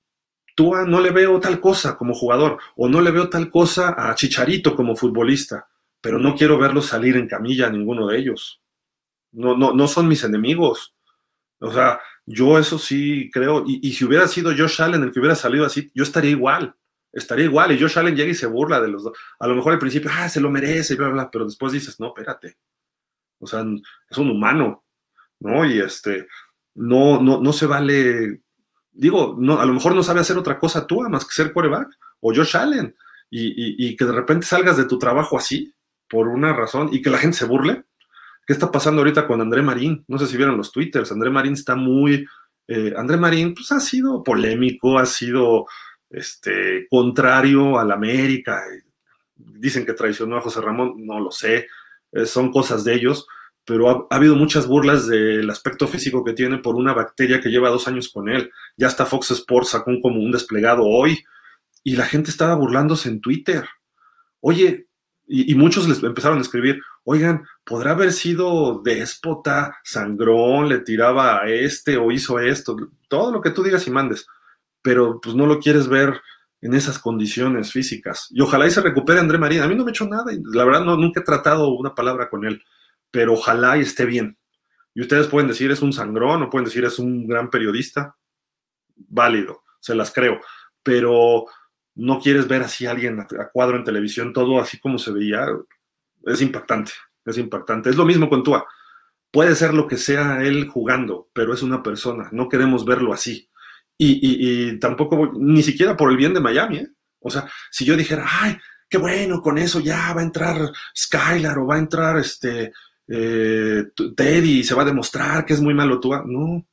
tú no le veo tal cosa como jugador, o no le veo tal cosa a Chicharito como futbolista, pero no quiero verlos salir en camilla a ninguno de ellos. No, no, no son mis enemigos. O sea, yo eso sí creo, y, y si hubiera sido Josh Allen el que hubiera salido así, yo estaría igual, estaría igual, y Josh Allen llega y se burla de los dos. A lo mejor al principio, ah, se lo merece, bla, bla, pero después dices, no, espérate. O sea, es un humano, ¿no? Y este, no, no, no se vale, digo, no, a lo mejor no sabe hacer otra cosa tú, más que ser quarterback, o Josh Allen, y, y, y que de repente salgas de tu trabajo así, por una razón, y que la gente se burle. ¿Qué está pasando ahorita con André Marín? No sé si vieron los twitters. André Marín está muy... Eh, André Marín pues, ha sido polémico, ha sido este, contrario a la América. Dicen que traicionó a José Ramón, no lo sé. Eh, son cosas de ellos. Pero ha, ha habido muchas burlas del aspecto físico que tiene por una bacteria que lleva dos años con él. Ya hasta Fox Sports sacó un, como un desplegado hoy. Y la gente estaba burlándose en Twitter. Oye... Y, y muchos les empezaron a escribir, oigan, ¿podrá haber sido déspota, sangrón, le tiraba a este o hizo esto? Todo lo que tú digas y mandes, pero pues no lo quieres ver en esas condiciones físicas. Y ojalá y se recupere André Marín. A mí no me he hecho nada, y la verdad no, nunca he tratado una palabra con él, pero ojalá y esté bien. Y ustedes pueden decir, es un sangrón, o pueden decir, es un gran periodista. Válido, se las creo, pero... no quieres ver así a alguien a, a cuadro en televisión, todo así como se veía, es impactante, es impactante. Es lo mismo con Tua. Puede ser lo que sea él jugando, pero es una persona, no queremos verlo así. Y, y, y tampoco, voy, ni siquiera por el bien de Miami, ¿eh? O sea, si yo dijera, ay, qué bueno, con eso ya va a entrar Skylar o va a entrar este eh, Teddy y se va a demostrar que es muy malo Tua, no.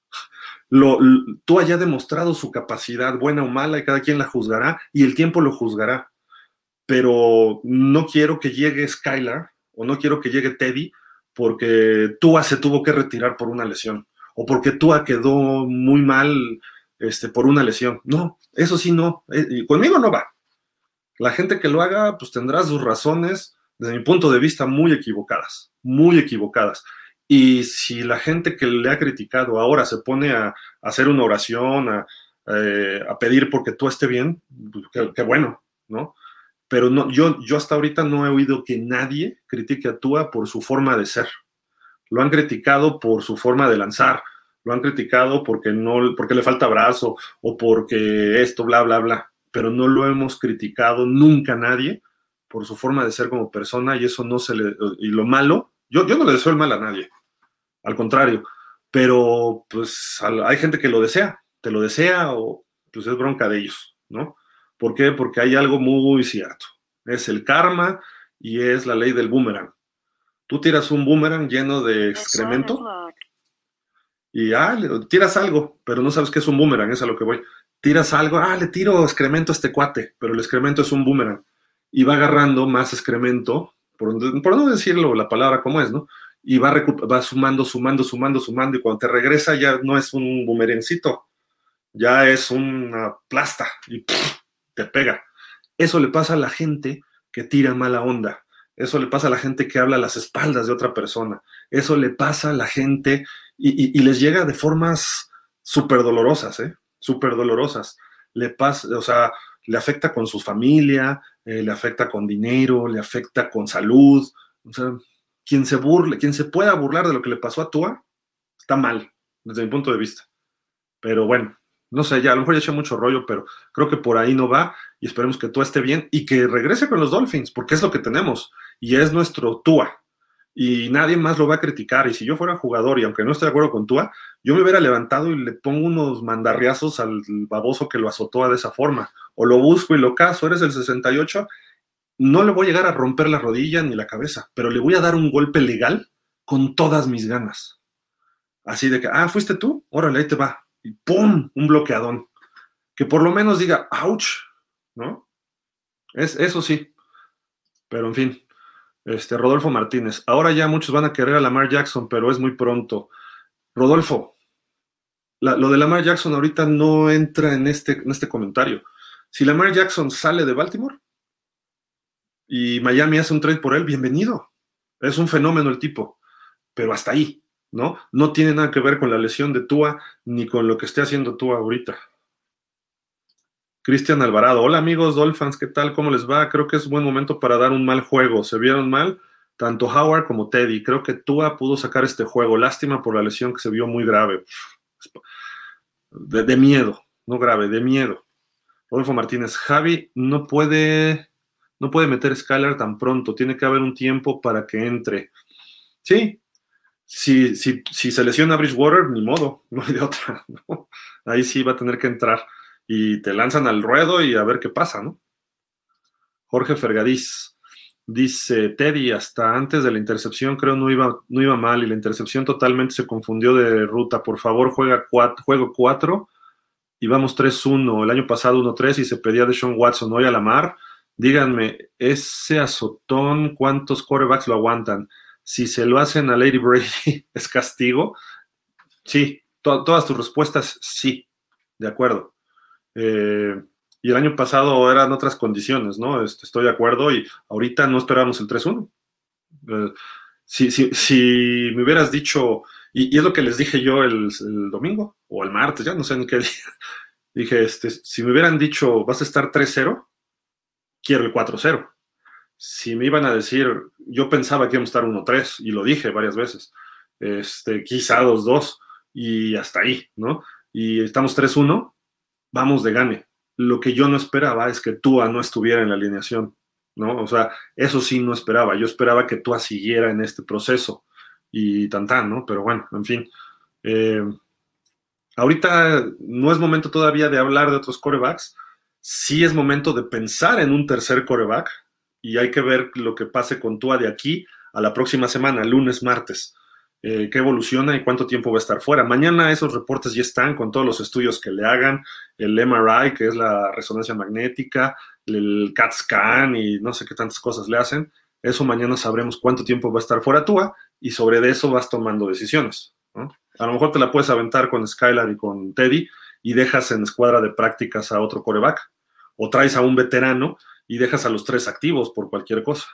Lo, lo, Tua ya ha demostrado su capacidad, buena o mala, y cada quien la juzgará, y el tiempo lo juzgará. Pero no quiero que llegue Skylar, o no quiero que llegue Teddy, porque Tua se tuvo que retirar por una lesión, o porque Tua quedó muy mal este, por una lesión. No, eso sí no, eh, conmigo no va. La gente que lo haga, pues tendrá sus razones, desde mi punto de vista, muy equivocadas, muy equivocadas. Y si la gente que le ha criticado ahora se pone a, a hacer una oración, a, eh, a pedir porque tú esté bien, qué, qué bueno, ¿no? Pero no, yo, yo hasta ahorita no he oído que nadie critique a Tua por su forma de ser. Lo han criticado por su forma de lanzar, lo han criticado porque, no, porque le falta brazo o porque esto, bla, bla, bla. Pero no lo hemos criticado nunca a nadie por su forma de ser como persona, y eso no se le... Y lo malo, yo, yo no le deseo el mal a nadie, al contrario, pero pues hay gente que lo desea, te lo desea o pues es bronca de ellos, ¿no? ¿Por qué? Porque hay algo muy cierto, es el karma y es la ley del boomerang. Tú tiras un boomerang lleno de excremento y ah, le tiras algo, pero no sabes qué es un boomerang, es a lo que voy. Tiras algo, ah, le tiro excremento a este cuate, pero el excremento es un boomerang y va agarrando más excremento, por, por no decirlo la palabra como es, ¿no? Y va, va sumando, sumando, sumando, sumando, y cuando te regresa ya no es un boomerangcito, ya es una plasta, y pff, te pega. Eso le pasa a la gente que tira mala onda, eso le pasa a la gente que habla a las espaldas de otra persona, eso le pasa a la gente, y, y, y les llega de formas súper dolorosas, ¿eh? Súper dolorosas. Le pasa, o sea, le afecta con su familia, eh, le afecta con dinero, le afecta con salud, o sea... Quien se burle, quien se pueda burlar de lo que le pasó a Tua, está mal, desde mi punto de vista. Pero bueno, no sé, ya a lo mejor ya eché mucho rollo, pero creo que por ahí no va, y esperemos que Tua esté bien y que regrese con los Dolphins, porque es lo que tenemos, y es nuestro Tua. y nadie más lo va a criticar. Y si yo fuera jugador y aunque no esté de acuerdo con Tua, yo me hubiera levantado y le pongo unos mandarriazos al baboso que lo azotó de esa forma. O lo busco y lo caso, eres el sesenta y ocho, no le voy a llegar a romper la rodilla ni la cabeza, pero le voy a dar un golpe legal con todas mis ganas. Así de que, ah, ¿fuiste tú? Órale, ahí te va. Y ¡pum! Un bloqueadón. Que por lo menos diga, ¡ouch! ¿No? Es, eso sí. Pero en fin. Este, Rodolfo Martínez. Ahora ya muchos van a querer a Lamar Jackson, pero es muy pronto. Rodolfo, la, lo de Lamar Jackson ahorita no entra en este, en este comentario. Si Lamar Jackson sale de Baltimore y Miami hace un trade por él, bienvenido. Es un fenómeno el tipo. Pero hasta ahí, ¿no? No tiene nada que ver con la lesión de Tua ni con lo que esté haciendo Tua ahorita. Cristian Alvarado. Hola amigos Dolphins, ¿qué tal? ¿Cómo les va? Creo que es buen momento para dar un mal juego. Se vieron mal tanto Howard como Teddy. Creo que Tua pudo sacar este juego. Lástima por la lesión que se vio muy grave. De, de miedo, no grave, de miedo. Rodolfo Martínez. Javi no puede, no puede meter Skylar tan pronto. Tiene que haber un tiempo para que entre. Sí, si, si, si se lesiona Bridgewater, ni modo, no hay de otra, ¿no? Ahí sí va a tener que entrar. Y te lanzan al ruedo y a ver qué pasa, ¿no? Jorge Fergadís dice, Teddy, hasta antes de la intercepción creo no iba, no iba mal y la intercepción totalmente se confundió de ruta. Por favor, juega cuatro, juego cuatro y vamos tres uno. El año pasado uno tres y se pedía de Sean Watson. Hoy a Lamar, díganme, ese azotón, ¿cuántos quarterbacks lo aguantan? Si se lo hacen a Lady Brady, ¿es castigo? Sí, to- todas tus respuestas, sí, de acuerdo. Eh, y el año pasado eran otras condiciones, ¿no? Este, estoy de acuerdo y ahorita no esperábamos el tres uno. Eh, si, si, si me hubieras dicho, y, y es lo que les dije yo el, el domingo o el martes, ya no sé en qué día, dije, este, si me hubieran dicho vas a estar tres cero, quiero el cuatro cero. Si me iban a decir, yo pensaba que íbamos a estar uno tres y lo dije varias veces, este, quizá dos dos y hasta ahí, ¿no? Y estamos tres uno. Vamos de gane. Lo que yo no esperaba es que Tua no estuviera en la alineación, ¿no? O sea, eso sí no esperaba. Yo esperaba que Tua siguiera en este proceso y tan tan, ¿no? Pero bueno, en fin. Eh, ahorita no es momento todavía de hablar de otros quarterbacks. Sí es momento de pensar en un tercer quarterback y hay que ver lo que pase con Tua de aquí a la próxima semana, lunes, martes. Eh, qué evoluciona y cuánto tiempo va a estar fuera. Mañana esos reportes ya están con todos los estudios que le hagan, el M R I, que es la resonancia magnética, el CAT scan y no sé qué tantas cosas le hacen. Eso mañana sabremos cuánto tiempo va a estar fuera Tua y sobre eso vas tomando decisiones, ¿no? A lo mejor te la puedes aventar con Skylar y con Teddy y dejas en escuadra de prácticas a otro quarterback o traes a un veterano y dejas a los tres activos por cualquier cosa.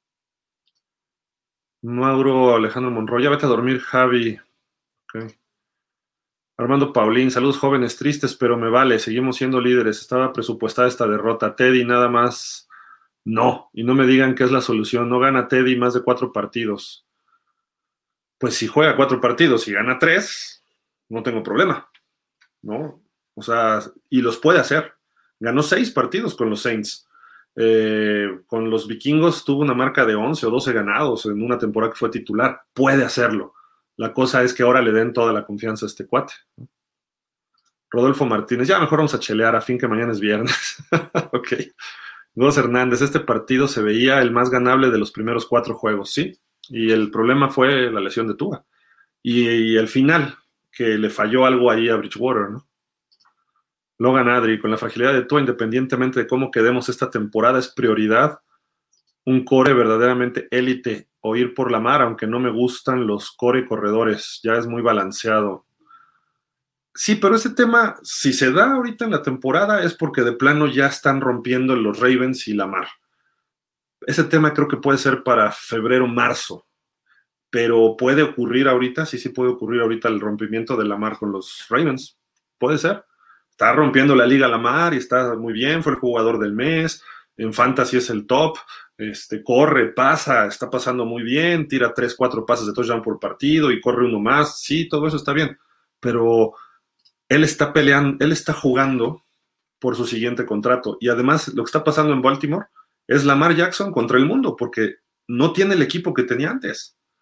Mauro Alejandro Monroy, ya vete a dormir, Javi. Okay. Armando Paulín, saludos jóvenes tristes, pero me vale, seguimos siendo líderes. Estaba presupuestada esta derrota. Teddy nada más no. Y no me digan que es la solución. No gana Teddy más de cuatro partidos. Pues si juega cuatro partidos y gana tres, no tengo problema, ¿no? O sea, y los puede hacer. Ganó seis partidos con los Saints. Eh, con los vikingos tuvo una marca de once o doce ganados en una temporada que fue titular. Puede hacerlo. La cosa es que ahora le den toda la confianza a este cuate. Rodolfo Martínez, ya mejor vamos a chelear a fin que mañana es viernes. Ok. Gómez Hernández, este partido se veía el más ganable de los primeros cuatro juegos, ¿sí? Y el problema fue la lesión de Tua. Y, y el final, que le falló algo ahí a Bridgewater, ¿no? Logan Adri, con la fragilidad de Tua, independientemente de cómo quedemos esta temporada, es prioridad un core verdaderamente élite o ir por la mar, aunque no me gustan los core corredores, ya es muy balanceado. Sí, pero ese tema, si se da ahorita en la temporada, es porque de plano ya están rompiendo los Ravens y Lamar. Ese tema creo que puede ser para febrero, marzo, pero puede ocurrir ahorita, sí, sí puede ocurrir ahorita el rompimiento de Lamar con los Ravens, puede ser. Está rompiendo la liga Lamar y está muy bien, fue el jugador del mes, en Fantasy es el top, este, corre, pasa, está pasando muy bien, tira tres, cuatro pases de touchdown por partido y corre uno más, sí, todo eso está bien, pero él está peleando, él está jugando por su siguiente contrato y además lo que está pasando en Baltimore es Lamar Jackson contra el mundo porque no tiene el equipo que tenía antes.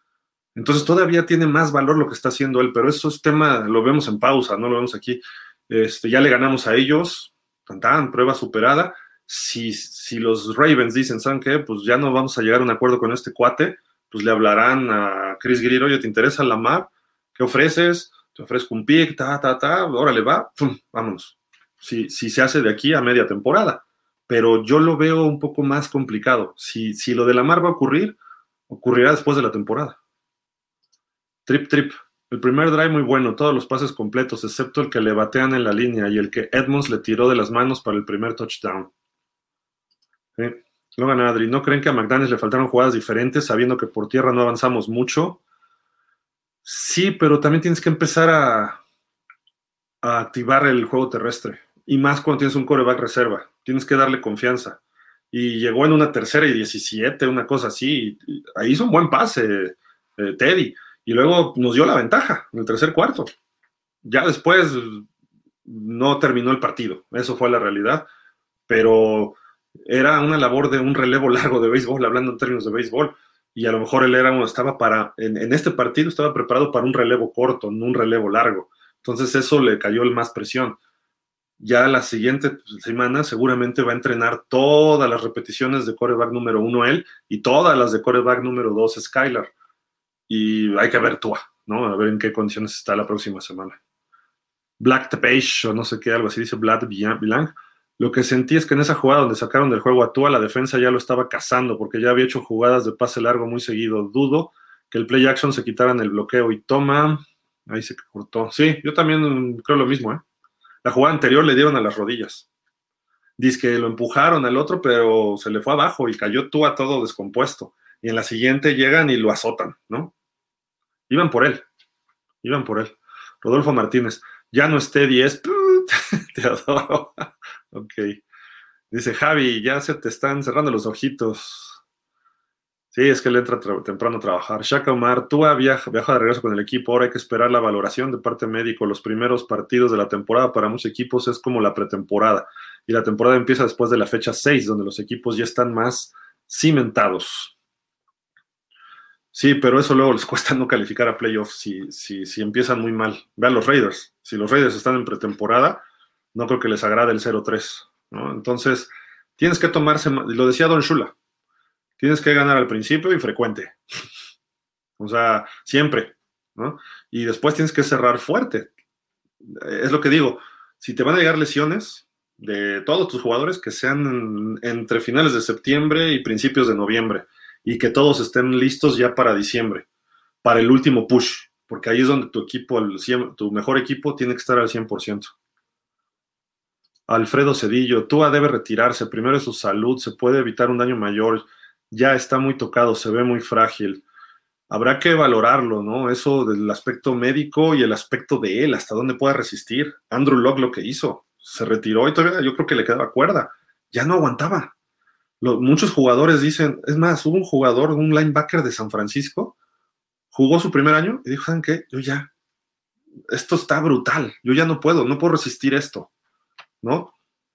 Entonces todavía tiene más valor lo que está haciendo él, pero eso es tema, lo vemos en pausa, no lo vemos aquí. Este, ya le ganamos a ellos, tan, tan, prueba superada. Si, si los Ravens dicen, ¿saben qué? Pues ya no vamos a llegar a un acuerdo con este cuate, pues le hablarán a Chris Greer, oye, ¿te interesa Lamar? ¿Qué ofreces? Te ofrezco un pick, ta, ta, ta, órale, va, pum, vámonos. Si, si se hace de aquí a media temporada. Pero yo lo veo un poco más complicado. Si, si lo de Lamar va a ocurrir, ocurrirá después de la temporada. Trip, trip. El primer drive muy bueno, todos los pases completos, excepto el que le batean en la línea y el que Edmonds le tiró de las manos para el primer touchdown. ¿Sí? Logan Adri, ¿no creen que a McDaniels le faltaron jugadas diferentes sabiendo que por tierra no avanzamos mucho? Sí, pero también tienes que empezar a, a activar el juego terrestre. Y más cuando tienes un quarterback reserva. Tienes que darle confianza. Y llegó en una tercera y diecisiete, una cosa así. Y ahí hizo un buen pase, eh, Teddy. Y luego nos dio la ventaja en el tercer cuarto. Ya después no terminó el partido. Eso fue la realidad. Pero era una labor de un relevo largo de béisbol, hablando en términos de béisbol. Y a lo mejor él era, estaba para, en, en este partido estaba preparado para un relevo corto, no un relevo largo. Entonces eso le cayó el más presión. Ya la siguiente semana seguramente va a entrenar todas las repeticiones de quarterback número uno él y todas las de quarterback número dos Skylar. Y hay que ver Tua, ¿no? A ver en qué condiciones está la próxima semana. Black Tepage, o no sé qué, algo así dice Vlad Bilang. Lo que sentí es que en esa jugada donde sacaron del juego a Tua, la defensa ya lo estaba cazando, porque ya había hecho jugadas de pase largo muy seguido. Dudo que el play action se quitaran el bloqueo y toma. Ahí se cortó. Sí, yo también creo lo mismo, ¿eh? La jugada anterior le dieron a las rodillas. Dice que lo empujaron al otro, pero se le fue abajo y cayó Tua todo descompuesto. Y en la siguiente llegan y lo azotan, ¿no? Iban por él. Iban por él. Rodolfo Martínez. Ya no esté diez. Te adoro. Ok. Dice Javi, ya se te están cerrando los ojitos. Sí, es que le entra tra- temprano a trabajar. Shaka Omar, Tua viaja, viaja de regreso con el equipo. Ahora hay que esperar la valoración de parte médico. Los primeros partidos de la temporada para muchos equipos es como la pretemporada. Y la temporada empieza después de la fecha seis, donde los equipos ya están más cimentados. Sí, pero eso luego les cuesta no calificar a playoffs si, si, si empiezan muy mal. Vean los Raiders. Si los Raiders están en pretemporada, no creo que les agrade el cero tres, ¿no? Entonces, tienes que tomarse, lo decía Don Shula, tienes que ganar al principio y frecuente. O sea, siempre, ¿no? Y después tienes que cerrar fuerte. Es lo que digo, si te van a llegar lesiones de todos tus jugadores, que sean entre finales de septiembre y principios de noviembre, y que todos estén listos ya para diciembre, para el último push, porque ahí es donde tu equipo, el cien, tu mejor equipo tiene que estar al cien por ciento. Alfredo Cedillo, Tua debe retirarse, primero es su salud, se puede evitar un daño mayor, ya está muy tocado, se ve muy frágil. Habrá que valorarlo, ¿no? Eso del aspecto médico y el aspecto de él, hasta dónde pueda resistir. Andrew Luck lo que hizo, se retiró y todavía yo creo que le quedaba cuerda, ya no aguantaba. Lo, muchos jugadores dicen, es más, hubo un jugador, un linebacker de San Francisco, jugó su primer año y dijo, ¿saben qué? Yo ya, esto está brutal, yo ya no puedo, no puedo resistir esto, ¿no?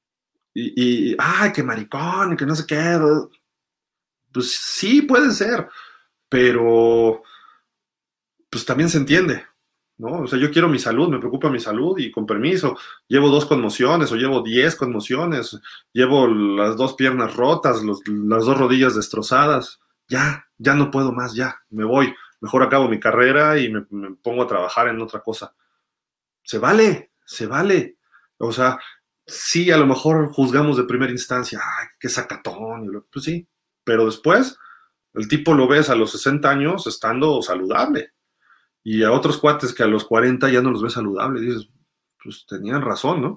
Y, y ay, que maricón, que no sé qué. Pues sí, puede ser, pero pues también se entiende, ¿no? O sea, yo quiero mi salud, me preocupa mi salud y con permiso, llevo dos conmociones o llevo diez conmociones, llevo las dos piernas rotas, los, las dos rodillas destrozadas, ya, ya no puedo más, ya, me voy, mejor acabo mi carrera y me, me pongo a trabajar en otra cosa. Se vale, se vale, o sea, sí, a lo mejor juzgamos de primera instancia, ay, qué sacatón, pues sí, pero después el tipo lo ves a los sesenta años estando saludable. Y a otros cuates que a los cuarenta ya no los ves saludables. Dices, pues tenían razón, ¿no?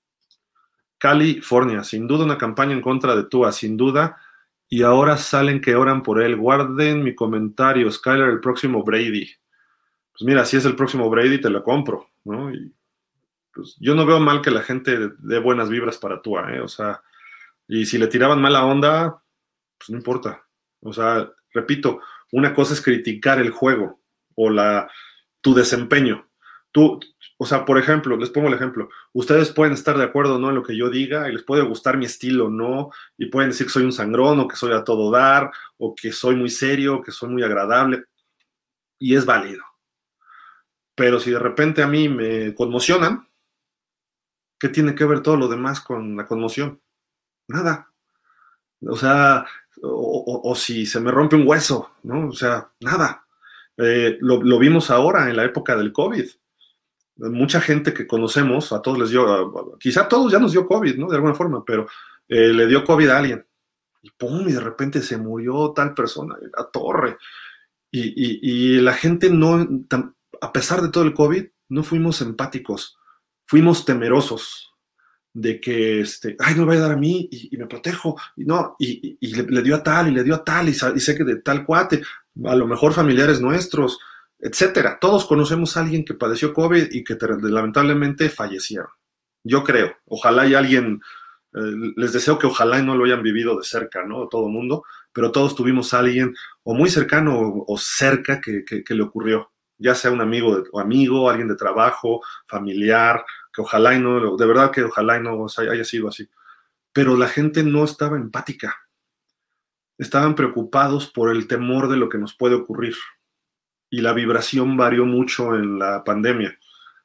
California, sin duda una campaña en contra de Tua, sin duda. Y ahora salen que oran por él. Guarden mi comentario, Skyler, el próximo Brady. Pues mira, si es el próximo Brady, te lo compro, ¿no? Y pues yo no veo mal que la gente dé buenas vibras para Tua, ¿eh? O sea, y si le tiraban mala onda, pues no importa. O sea, repito, una cosa es criticar el juego o la, tu desempeño. Tú, o sea, por ejemplo, les pongo el ejemplo. Ustedes pueden estar de acuerdo o no en lo que yo diga y les puede gustar mi estilo o no, y pueden decir que soy un sangrón o que soy a todo dar o que soy muy serio, que soy muy agradable. y es válido. Pero si de repente a mí me conmocionan, ¿qué tiene que ver todo lo demás con la conmoción? Nada. O sea, o, o, o si se me rompe un hueso, ¿no? O sea, nada. Eh, lo, lo vimos ahora en la época del COVID. Mucha gente que conocemos, a todos les dio, quizá a todos ya nos dio COVID, ¿no? De alguna forma, pero eh, le dio COVID a alguien. Y pum, y de repente se murió tal persona, la torre. Y, y, y la gente no, a pesar de todo el COVID, no fuimos empáticos, fuimos temerosos de que, este, ay, no me vaya a dar a mí y, y me protejo, y no, y, y, y le, le dio a tal, y le dio a tal, y, y sé que de tal cuate, a lo mejor familiares nuestros, etcétera. Todos conocemos a alguien que padeció COVID y que lamentablemente fallecieron. Yo creo, ojalá y alguien, eh, les deseo que ojalá y no lo hayan vivido de cerca, ¿no? Todo el mundo, pero todos tuvimos a alguien o muy cercano o, o cerca que, que, que le ocurrió, ya sea un amigo de, o amigo, alguien de trabajo, familiar, que ojalá y no, de verdad que ojalá y no haya sido así. Pero la gente no estaba empática. Estaban preocupados por el temor de lo que nos puede ocurrir. Y la vibración varió mucho en la pandemia.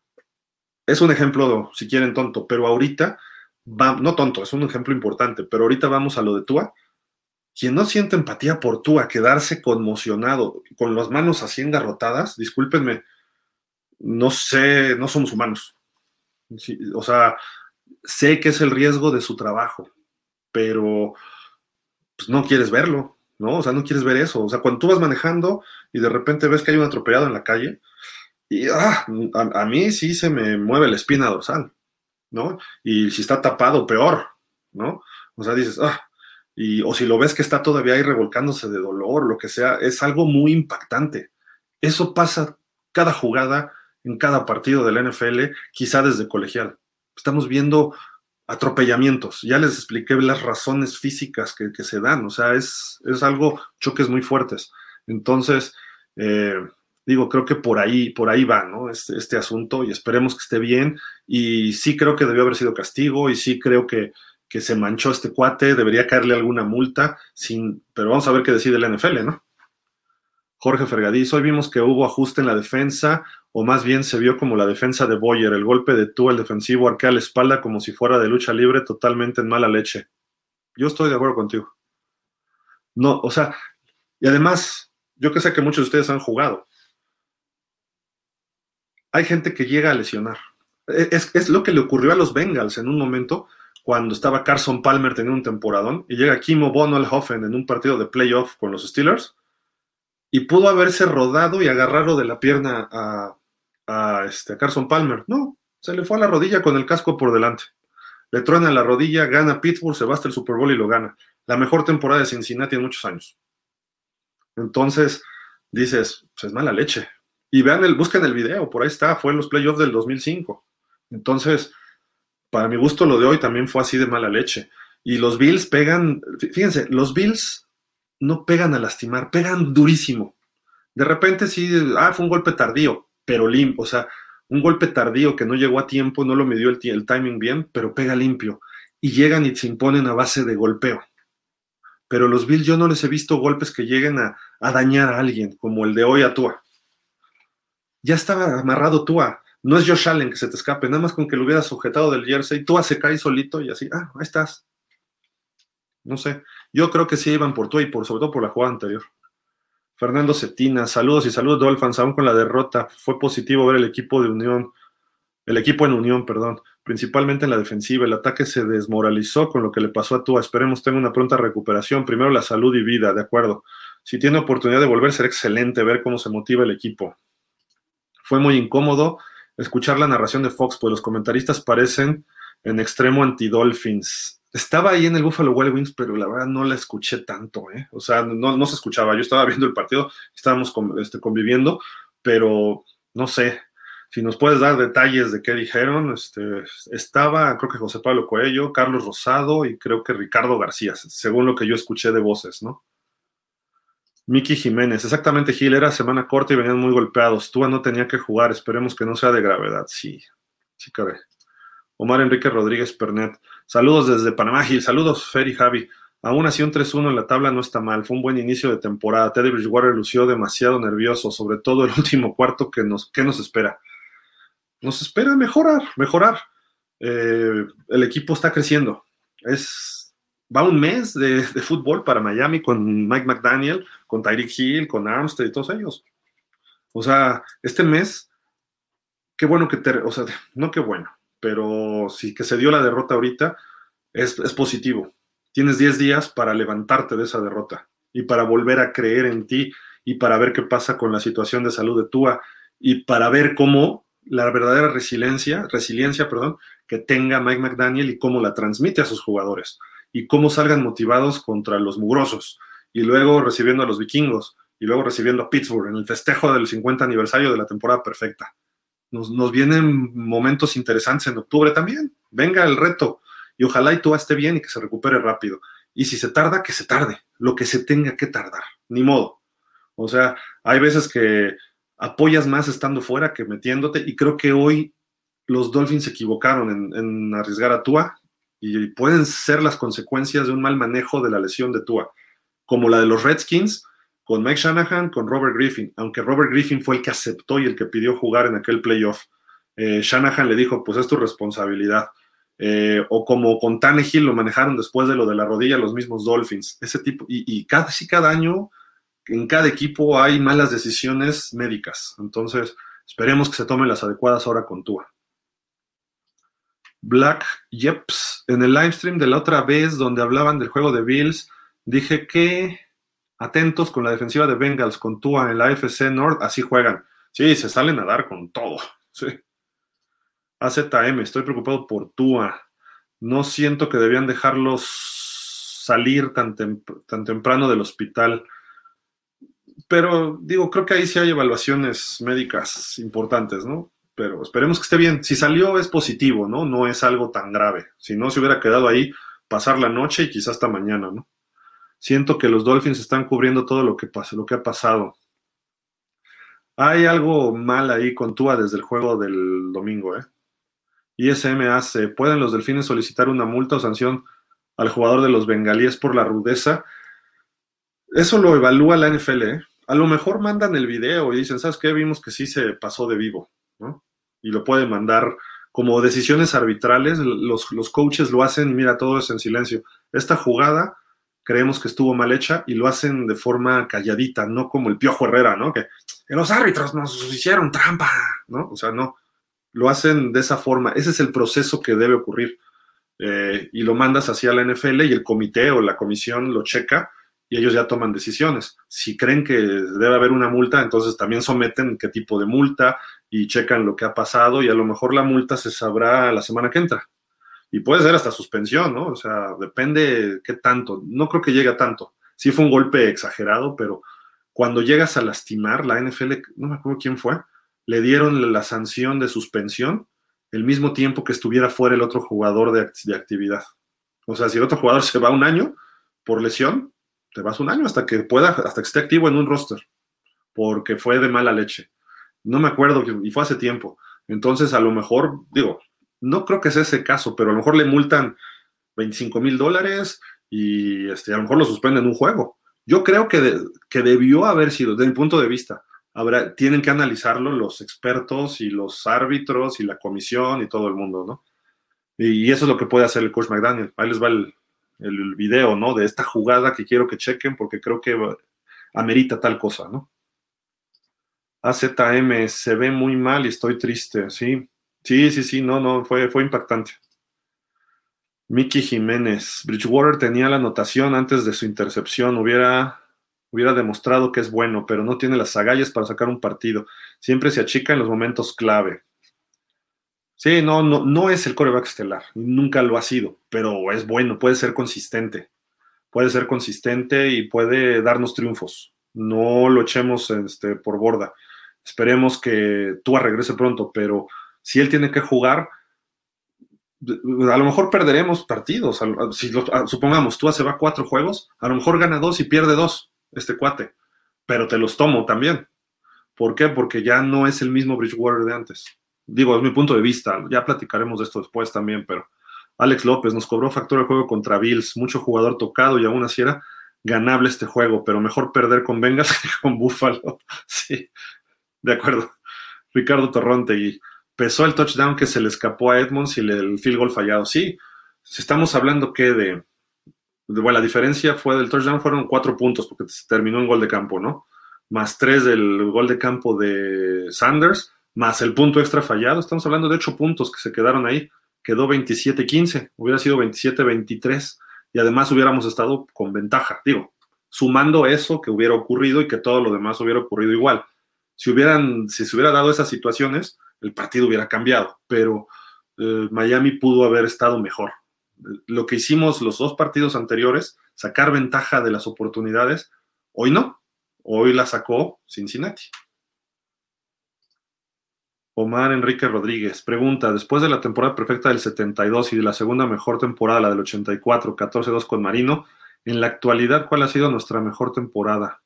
Es un ejemplo, si quieren, tonto, pero ahorita, va, no tonto, es un ejemplo importante, pero ahorita vamos a lo de Tua. Quien no siente empatía por Tua, quedarse conmocionado, con las manos así engarrotadas, discúlpenme, no sé, no somos humanos. Sí, o sea, sé que es el riesgo de su trabajo, pero pues, no quieres verlo, ¿no? O sea, no quieres ver eso. O sea, cuando tú vas manejando y de repente ves que hay un atropellado en la calle, y ah, a, a mí sí se me mueve la espina dorsal, ¿no? Y si está tapado, peor, ¿no? O sea, dices, ah, y, o si lo ves que está todavía ahí revolcándose de dolor, lo que sea, es algo muy impactante. Eso pasa cada jugada, en cada partido del N F L, quizá desde colegial. Estamos viendo atropellamientos. Ya les expliqué las razones físicas que, que se dan. O sea, es, es algo, choques muy fuertes. Entonces, eh, digo, creo que por ahí, por ahí va, ¿no? Este, este asunto, y esperemos que esté bien. Y sí creo que debió haber sido castigo, y sí creo que, que se manchó este cuate, debería caerle alguna multa, sin, pero vamos a ver qué decide el N F L, ¿no? Jorge Fergadís, hoy vimos que hubo ajuste en la defensa, o más bien se vio como la defensa de Boyer, el golpe de Tua, el defensivo arquea la espalda como si fuera de lucha libre, totalmente en mala leche. Yo estoy de acuerdo contigo. No, o sea, y además, yo que sé que muchos de ustedes han jugado. Hay gente que llega a lesionar. Es, es lo que le ocurrió a los Bengals en un momento, cuando estaba Carson Palmer teniendo un temporadón, y llega Kimo von Oelhoffen en un partido de playoff con los Steelers, y pudo haberse rodado y agarrarlo de la pierna a, a, este, a Carson Palmer. No, se le fue a la rodilla con el casco por delante. Le truena la rodilla, gana Pittsburgh, se va hasta el Super Bowl y lo gana. La mejor temporada de Cincinnati en muchos años. Entonces, dices, pues es mala leche. Y vean el, busquen el video, por ahí está, fue en los playoffs del dos mil cinco. Entonces, para mi gusto lo de hoy también fue así de mala leche. Y los Bills pegan, fíjense, los Bills no pegan a lastimar, pegan durísimo. De repente sí, ah, fue un golpe tardío, pero limpio, o sea, un golpe tardío que no llegó a tiempo, no lo midió el, el timing bien, pero pega limpio. Y llegan y se imponen a base de golpeo. Pero los Bills yo no les he visto golpes que lleguen a, a dañar a alguien, como el de hoy a Tua. Ya estaba amarrado Tua. No es Josh Allen que se te escape, nada más con que lo hubieras sujetado del jersey, Tua se cae solito y así, ah, ahí estás. No sé, yo creo que sí iban por Tua y por, sobre todo por la jugada anterior. Fernando Cetina, saludos y saludos Dolphins, aún con la derrota, fue positivo ver el equipo de unión, el equipo en unión, perdón, principalmente en la defensiva, el ataque se desmoralizó con lo que le pasó a Tua, esperemos tenga una pronta recuperación, primero la salud y vida, de acuerdo, si tiene oportunidad de volver será excelente ver cómo se motiva el equipo. Fue muy incómodo escuchar la narración de Fox, pues los comentaristas parecen en extremo anti-Dolphins. Estaba ahí en el Buffalo Wild Wings, pero la verdad no la escuché tanto, ¿eh? O sea, no, no se escuchaba. Yo estaba viendo el partido, estábamos con, este, conviviendo, pero no sé. Si nos puedes dar detalles de qué dijeron, este, estaba, creo que José Pablo Coello, Carlos Rosado y creo que Ricardo García, según lo que yo escuché de voces, ¿no? Miki Jiménez, exactamente, Gil, era semana corta y venían muy golpeados. Tua no tenía que jugar, esperemos que no sea de gravedad. Sí, sí cabe. Omar Enrique Rodríguez Pernet, saludos desde Panamá, Gil, saludos Fer y Javi. Aún así, un tres uno en la tabla no está mal. Fue un buen inicio de temporada. Teddy Bridgewater lució demasiado nervioso, sobre todo el último cuarto. Que nos, ¿Qué nos espera? Nos espera mejorar, mejorar. Eh, el equipo está creciendo. Es, va un mes de, de fútbol para Miami con Mike McDaniel, con Tyreek Hill, con Armstead y todos ellos. O sea, este mes, qué bueno que te, o sea, no qué bueno, pero sí que se dio la derrota ahorita, es, es positivo. Tienes diez días para levantarte de esa derrota y para volver a creer en ti y para ver qué pasa con la situación de salud de Tua y para ver cómo la verdadera resiliencia, resiliencia, perdón, que tenga Mike McDaniel y cómo la transmite a sus jugadores y cómo salgan motivados contra los mugrosos y luego recibiendo a los vikingos y luego recibiendo a Pittsburgh en el festejo del cincuenta aniversario de la temporada perfecta. Nos, nos vienen momentos interesantes en octubre también. Venga el reto. Y ojalá y Tua esté bien y que se recupere rápido. Y si se tarda, que se tarde. Lo que se tenga que tardar. Ni modo. O sea, hay veces que apoyas más estando fuera que metiéndote. Y creo que hoy los Dolphins se equivocaron en, en arriesgar a Tua. Y pueden ser las consecuencias de un mal manejo de la lesión de Tua. Como la de los Redskins, con Mike Shanahan, con Robert Griffin. Aunque Robert Griffin fue el que aceptó y el que pidió jugar en aquel playoff. Eh, Shanahan le dijo, pues es tu responsabilidad. Eh, o como con Tannehill lo manejaron después de lo de la rodilla los mismos Dolphins, ese tipo, y, y casi cada año en cada equipo hay malas decisiones médicas, entonces esperemos que se tomen las adecuadas ahora con Tua. Black Jeps, en el live stream de la otra vez donde hablaban del juego de Bills, dije que atentos con la defensiva de Bengals, con Tua en la A F C North, así juegan, sí, se salen a dar con todo, sí. A Z M, estoy preocupado por Tua. No siento que debían dejarlos salir tan, temp- tan temprano del hospital. Pero, digo, creo que ahí sí hay evaluaciones médicas importantes, ¿no? Pero esperemos que esté bien. Si salió es positivo, ¿no? No es algo tan grave. Si no, se hubiera quedado ahí pasar la noche y quizás hasta mañana, ¿no? Siento que los Dolphins están cubriendo todo lo que pasa, lo que ha pasado. Hay algo mal ahí con Tua desde el juego del domingo, ¿eh? I S M hace, ¿pueden los Delfines solicitar una multa o sanción al jugador de los bengalíes por la rudeza? Eso lo evalúa la N F L, ¿eh? A lo mejor mandan el video y dicen, ¿sabes qué? Vimos que sí se pasó de vivo, ¿no? Y lo pueden mandar como decisiones arbitrales, los, los coaches lo hacen y mira, todo es en silencio. Esta jugada creemos que estuvo mal hecha y lo hacen de forma calladita, no como el Piojo Herrera, ¿no? Que los árbitros nos hicieron trampa, ¿no? O sea, no. Lo hacen de esa forma. Ese es el proceso que debe ocurrir. Eh, y lo mandas hacia la N F L y el comité o la comisión lo checa y ellos ya toman decisiones. Si creen que debe haber una multa, entonces también someten qué tipo de multa y checan lo que ha pasado y a lo mejor la multa se sabrá la semana que entra. Y puede ser hasta suspensión, ¿no? O sea, depende qué tanto. No creo que llegue a tanto. Sí fue un golpe exagerado, pero cuando llegas a lastimar, la N F L, no me acuerdo quién fue, le dieron la sanción de suspensión el mismo tiempo que estuviera fuera el otro jugador de, de actividad. O sea, si el otro jugador se va un año por lesión, te vas un año hasta que pueda, hasta que esté activo en un roster, porque fue de mala leche. No me acuerdo, y fue hace tiempo. Entonces, a lo mejor, digo, no creo que sea ese caso, pero a lo mejor le multan veinticinco mil dólares y este, a lo mejor lo suspenden un juego. Yo creo que, de, que debió haber sido, desde mi punto de vista, habrá, tienen que analizarlo los expertos y los árbitros y la comisión y todo el mundo, ¿no? Y, y eso es lo que puede hacer el coach McDaniel. Ahí les va el, el video, ¿no? De esta jugada que quiero que chequen porque creo que amerita tal cosa, ¿no? A Z M, se ve muy mal y estoy triste, sí. Sí, sí, sí, no, no, fue, fue impactante. Mickey Jiménez, Bridgewater tenía la anotación antes de su intercepción, hubiera, hubiera demostrado que es bueno, pero no tiene las agallas para sacar un partido. Siempre se achica en los momentos clave. Sí, no, no, no es el quarterback estelar, nunca lo ha sido, pero es bueno, puede ser consistente. Puede ser consistente y puede darnos triunfos. No lo echemos este, por borda. Esperemos que Tua regrese pronto, pero si él tiene que jugar, a lo mejor perderemos partidos. Si lo, supongamos, Tua se va a cuatro juegos, a lo mejor gana dos y pierde dos, este cuate. Pero te los tomo también. ¿Por qué? Porque ya no es el mismo Bridgewater de antes. Digo, es mi punto de vista. Ya platicaremos de esto después también, pero Alex López, nos cobró factura el juego contra Bills, mucho jugador tocado y aún así era ganable este juego, pero mejor perder con Bengals que con Buffalo. Sí, de acuerdo. Ricardo Torrontegui, pesó el touchdown que se le escapó a Edmonds y el field goal fallado. Sí, si estamos hablando que de, de bueno, la diferencia fue del touchdown fueron cuatro puntos porque se terminó en gol de campo, ¿no? Más tres del gol de campo de Sanders, más el punto extra fallado. Estamos hablando de ocho puntos que se quedaron ahí. Quedó veintisiete quince, hubiera sido veintisiete veintitrés y además hubiéramos estado con ventaja. Digo, sumando eso que hubiera ocurrido y que todo lo demás hubiera ocurrido igual. Si hubieran, si se hubiera dado esas situaciones, el partido hubiera cambiado, pero eh, Miami pudo haber estado mejor. Lo que hicimos los dos partidos anteriores, sacar ventaja de las oportunidades, hoy no, hoy la sacó Cincinnati. Omar Enrique Rodríguez pregunta, después de la temporada perfecta del setenta y dos y de la segunda mejor temporada, la del ochenta y cuatro, catorce dos con Marino, en la actualidad, ¿cuál ha sido nuestra mejor temporada?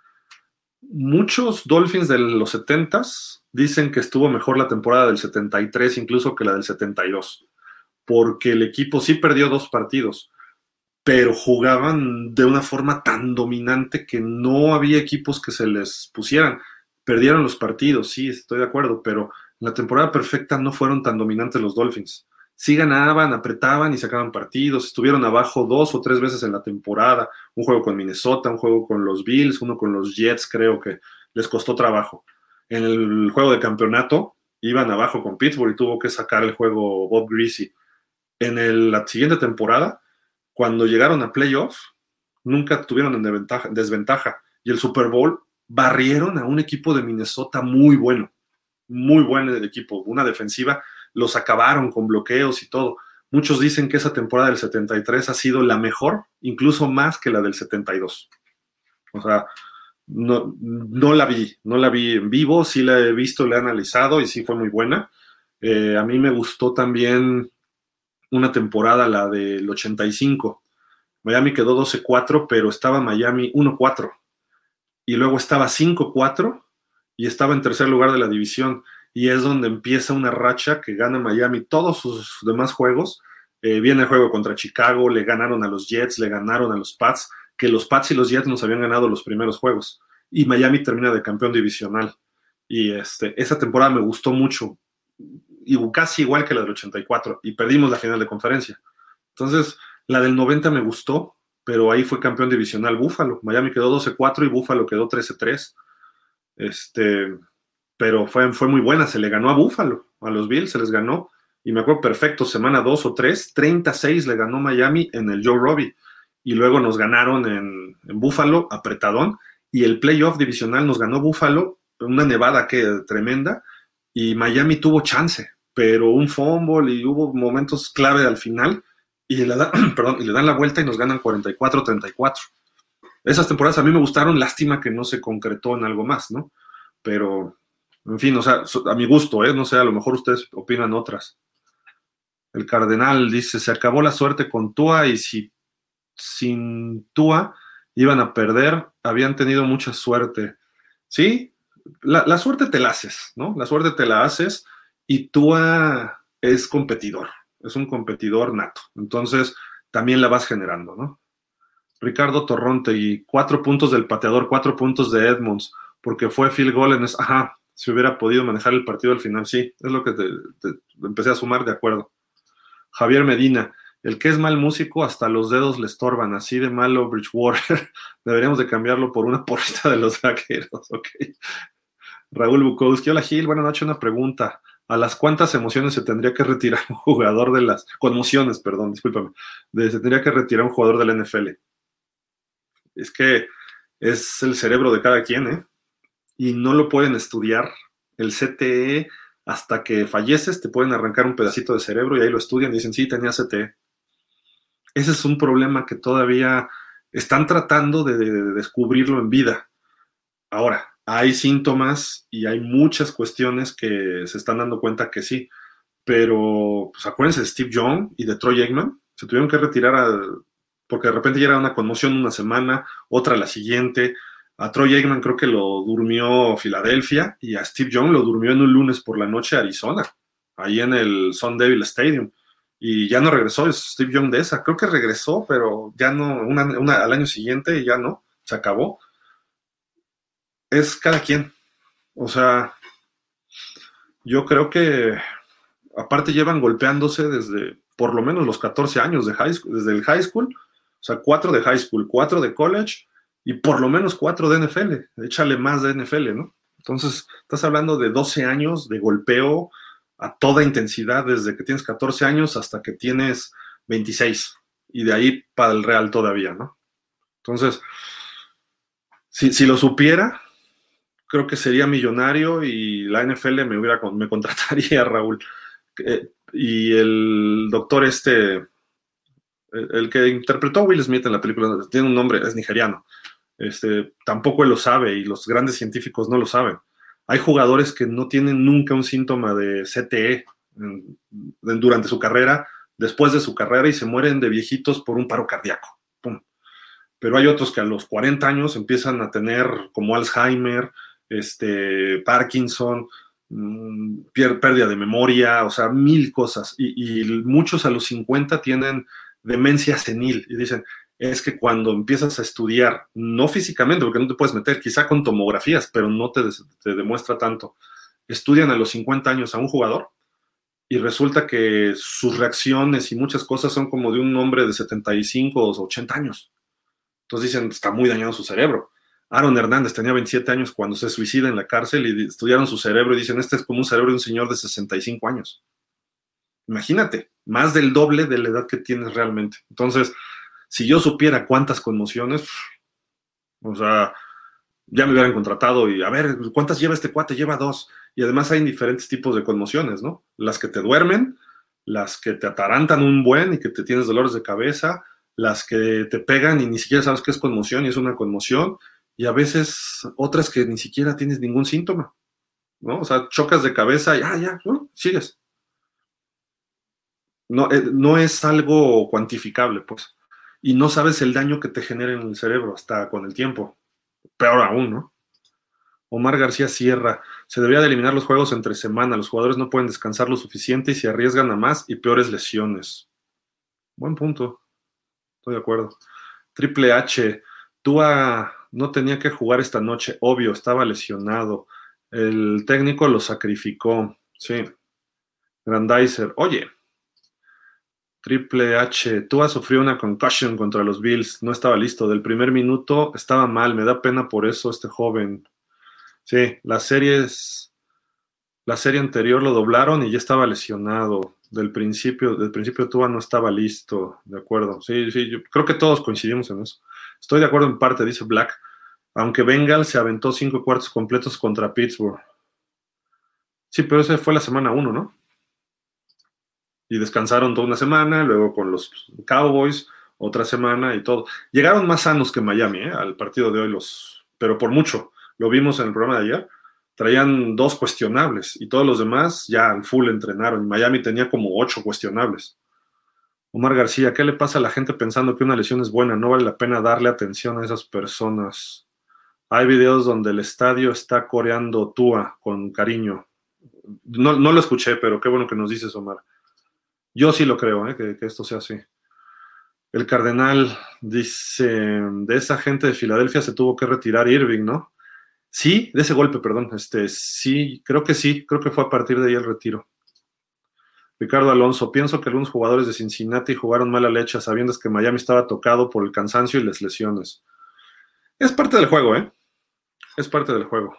Muchos Dolphins de los setentas dicen que estuvo mejor la temporada del setenta y tres incluso que la del setenta y dos, porque el equipo sí perdió dos partidos, pero jugaban de una forma tan dominante que no había equipos que se les pusieran. Perdieron los partidos, sí, estoy de acuerdo, pero en la temporada perfecta no fueron tan dominantes los Dolphins. Sí ganaban, apretaban y sacaban partidos, estuvieron abajo dos o tres veces en la temporada, un juego con Minnesota, un juego con los Bills, uno con los Jets, creo que les costó trabajo. En el juego de campeonato iban abajo con Pittsburgh y tuvo que sacar el juego Bob Greasy. En el, la siguiente temporada, cuando llegaron a playoff, nunca tuvieron en desventaja, desventaja y el Super Bowl barrieron a un equipo de Minnesota muy bueno, muy buen equipo, una defensiva, los acabaron con bloqueos y todo. Muchos dicen que esa temporada del setenta y tres ha sido la mejor, incluso más que la del setenta y dos. O sea, no, no la vi, no la vi en vivo, sí la he visto, la he analizado y sí fue muy buena. Eh, a mí me gustó también una temporada, la del ochenta y cinco. Miami quedó doce cuatro, pero estaba Miami uno cuatro. Y luego estaba cinco cuatro y estaba en tercer lugar de la división, y es donde empieza una racha que gana Miami todos sus demás juegos. Eh, viene el juego contra Chicago, le ganaron a los Jets, le ganaron a los Pats, que los Pats y los Jets nos habían ganado los primeros juegos, y Miami termina de campeón divisional, y este, esa temporada me gustó mucho, y casi igual que la del ochenta y cuatro, y perdimos la final de conferencia. Entonces, la del noventa me gustó, pero ahí fue campeón divisional Buffalo. Miami quedó doce cuatro y Buffalo quedó trece tres. Este, pero fue, fue muy buena, se le ganó a Buffalo, a los Bills se les ganó, y me acuerdo perfecto, semana dos o tres, treinta a seis le ganó Miami en el Joe Robbie, y luego nos ganaron en, en Buffalo, apretadón, y el playoff divisional nos ganó Buffalo, una nevada que tremenda, y Miami tuvo chance, pero un fumble y hubo momentos clave al final, y le, da, perdón, y le dan la vuelta y nos ganan cuarenta y cuatro a treinta y cuatro. Esas temporadas a mí me gustaron, lástima que no se concretó en algo más, ¿no? Pero, en fin, o sea, a mi gusto, ¿eh? No sé, a lo mejor ustedes opinan otras. El Cardenal dice, se acabó la suerte con Tua y si sin Tua iban a perder, habían tenido mucha suerte. Sí, la, la suerte te la haces, ¿no? La suerte te la haces y Tua es competidor, es un competidor nato. Entonces, también la vas generando, ¿no? Ricardo Torrontegui, cuatro puntos del pateador, cuatro puntos de Edmonds, porque fue field goal en ese... Ajá, si hubiera podido manejar el partido al final, sí, es lo que te, te empecé a sumar, de acuerdo. Javier Medina, el que es mal músico, hasta los dedos le estorban, así de malo Bridgewater, deberíamos de cambiarlo por una porrita de los vaqueros, ok. Raúl Bukowski, hola Gil, buenas noches, una pregunta. ¿A las cuántas emociones se tendría que retirar un jugador de las... Conmociones, perdón, discúlpame. De, se tendría que retirar un jugador del N F L. Es que es el cerebro de cada quien, ¿eh? Y no lo pueden estudiar. El C T E, hasta que falleces, te pueden arrancar un pedacito de cerebro y ahí lo estudian y dicen, sí, tenía C T E. Ese es un problema que todavía están tratando de, de, de descubrirlo en vida. Ahora, hay síntomas y hay muchas cuestiones que se están dando cuenta que sí, pero pues acuérdense de Steve Young y de Troy Aikman, se tuvieron que retirar a, porque de repente ya era una conmoción una semana, otra la siguiente. A Troy Aikman creo que lo durmió Filadelfia y a Steve Young lo durmió en un lunes por la noche Arizona, ahí en el Sun Devil Stadium, y ya no regresó, es Steve Young de esa. Creo que regresó, pero ya no, una, una, al año siguiente ya no, se acabó. Es cada quien. O sea, yo creo que aparte llevan golpeándose desde por lo menos los catorce años de high school, desde el high school, o sea, cuatro de high school, cuatro de college y por lo menos cuatro de N F L. Échale más de N F L, ¿no? Entonces, estás hablando de doce años de golpeo a toda intensidad desde que tienes catorce años hasta que tienes veintiséis y de ahí para el Real todavía, ¿no? Entonces, si, si lo supiera, creo que sería millonario y la N F L me, hubiera, me contrataría, Raúl. Eh, y el doctor este, el, el que interpretó a Will Smith en la película, tiene un nombre, es nigeriano. Este, tampoco él lo sabe y los grandes científicos no lo saben. Hay jugadores que no tienen nunca un síntoma de C T E en, en, durante su carrera, después de su carrera, y se mueren de viejitos por un paro cardíaco. Pum. Pero hay otros que a los cuarenta años empiezan a tener como Alzheimer, este, Parkinson, mmm, pérdida de memoria, o sea, mil cosas. Y, y muchos a los cincuenta tienen demencia senil y dicen, es que cuando empiezas a estudiar, no físicamente, porque no te puedes meter, quizá con tomografías, pero no te, te demuestra tanto, estudian a los cincuenta años a un jugador y resulta que sus reacciones y muchas cosas son como de un hombre de setenta y cinco o ochenta años. Entonces dicen, está muy dañado su cerebro. Aaron Hernández tenía veintisiete años cuando se suicida en la cárcel y estudiaron su cerebro y dicen, este es como un cerebro de un señor de sesenta y cinco años. Imagínate, más del doble de la edad que tienes realmente. Entonces, si yo supiera cuántas conmociones, o sea, ya me hubieran contratado y a ver, ¿cuántas lleva este cuate? Lleva dos. Y además hay diferentes tipos de conmociones, ¿no? Las que te duermen, las que te atarantan un buen y que te tienes dolores de cabeza, las que te pegan y ni siquiera sabes qué es conmoción y es una conmoción, y a veces otras que ni siquiera tienes ningún síntoma, ¿no? O sea, chocas de cabeza y ah, ya, ¿no? Sigues. No, eh, no es algo cuantificable, pues. Y no sabes el daño que te genera en el cerebro hasta con el tiempo. Peor aún, ¿no? Omar García Sierra, se debería de eliminar los juegos entre semana, los jugadores no pueden descansar lo suficiente y se arriesgan a más y peores lesiones. Buen punto, estoy de acuerdo. Triple H, Tua no tenía que jugar esta noche, obvio, estaba lesionado. El técnico lo sacrificó, sí. Grandizer, oye, Triple H, Tua sufrió una concussion contra los Bills, no estaba listo, del primer minuto estaba mal, me da pena por eso este joven. Sí, las series, la serie anterior lo doblaron y ya estaba lesionado, del principio, del principio Tua no estaba listo, de acuerdo, sí, sí, yo creo que todos coincidimos en eso. Estoy de acuerdo en parte, dice Black, aunque Bengals se aventó cinco cuartos completos contra Pittsburgh. Sí, pero esa fue la semana uno, ¿no? Y descansaron toda una semana, luego con los Cowboys, otra semana y todo. Llegaron más sanos que Miami, ¿eh? Al partido de hoy, los, pero por mucho. Lo vimos en el programa de ayer. Traían dos cuestionables y todos los demás ya al full entrenaron. Miami tenía como ocho cuestionables. Omar García, ¿qué le pasa a la gente pensando que una lesión es buena? No vale la pena darle atención a esas personas. Hay videos donde el estadio está coreando Tua con cariño. No, no lo escuché, pero qué bueno que nos dices, Omar. Yo sí lo creo, ¿eh? que, que esto sea así. El Cardenal dice, de esa gente de Filadelfia se tuvo que retirar Irving, ¿no? Sí, de ese golpe, perdón. Este, sí, creo que sí, creo que fue a partir de ahí el retiro. Ricardo Alonso, pienso que algunos jugadores de Cincinnati jugaron mala leche sabiendo que Miami estaba tocado por el cansancio y las lesiones. Es parte del juego, ¿eh? Es parte del juego.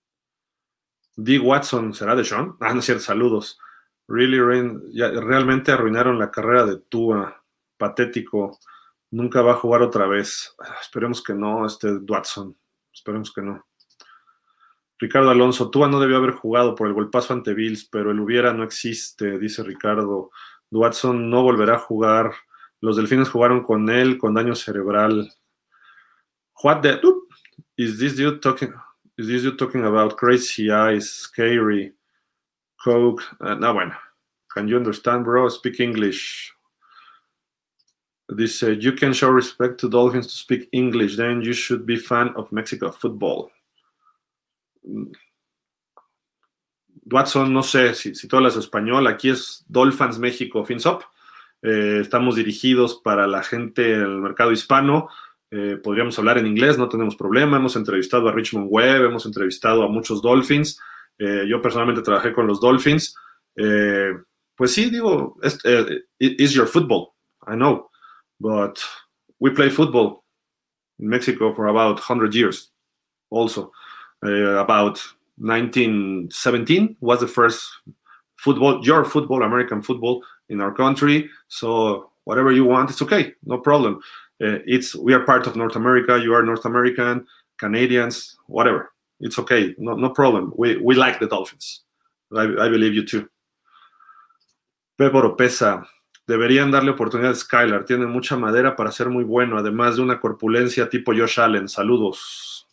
D. Watson, ¿será de Sean? Ah, no es cierto, saludos. Really, rain, ya, realmente arruinaron la carrera de Tua. Patético. Nunca va a jugar otra vez. Esperemos que no, este Watson. Esperemos que no. Ricardo Alonso, Tua no debió haber jugado por el golpazo ante Bills, pero el hubiera no existe, dice Ricardo. Watson no volverá a jugar. Los Delfines jugaron con él con daño cerebral. What the... Is this dude talking... Is this you talking about crazy eyes, scary, coke? Uh, no, bueno. Can you understand, bro? Speak English. Dice, you can show respect to Dolphins to speak English, then you should be fan of Mexico football. Watson, no sé si, si tú hablas español, aquí es Dolphins México, fins up. eh, estamos dirigidos para la gente del mercado hispano. Eh, podríamos hablar en inglés, no tenemos problema. Hemos entrevistado a Richmond Webb, hemos entrevistado a muchos Dolphins. Eh, yo personalmente trabajé con los Dolphins. Eh, pues sí, digo, es, eh, it's your football, I know, but we play football in Mexico for about one hundred years also. Uh, about nineteen seventeen was the first football, your football, American football in our country. So whatever you want, it's okay, no problem. Uh, it's we are part of North America. You are North American, Canadians, whatever. It's okay, no, no problem. We we like the Dolphins. I, I believe you too. Pepe Oropesa, deberían darle oportunidad a Skylar. Tiene mucha madera para ser muy bueno, además de una corpulencia tipo Josh Allen. Saludos.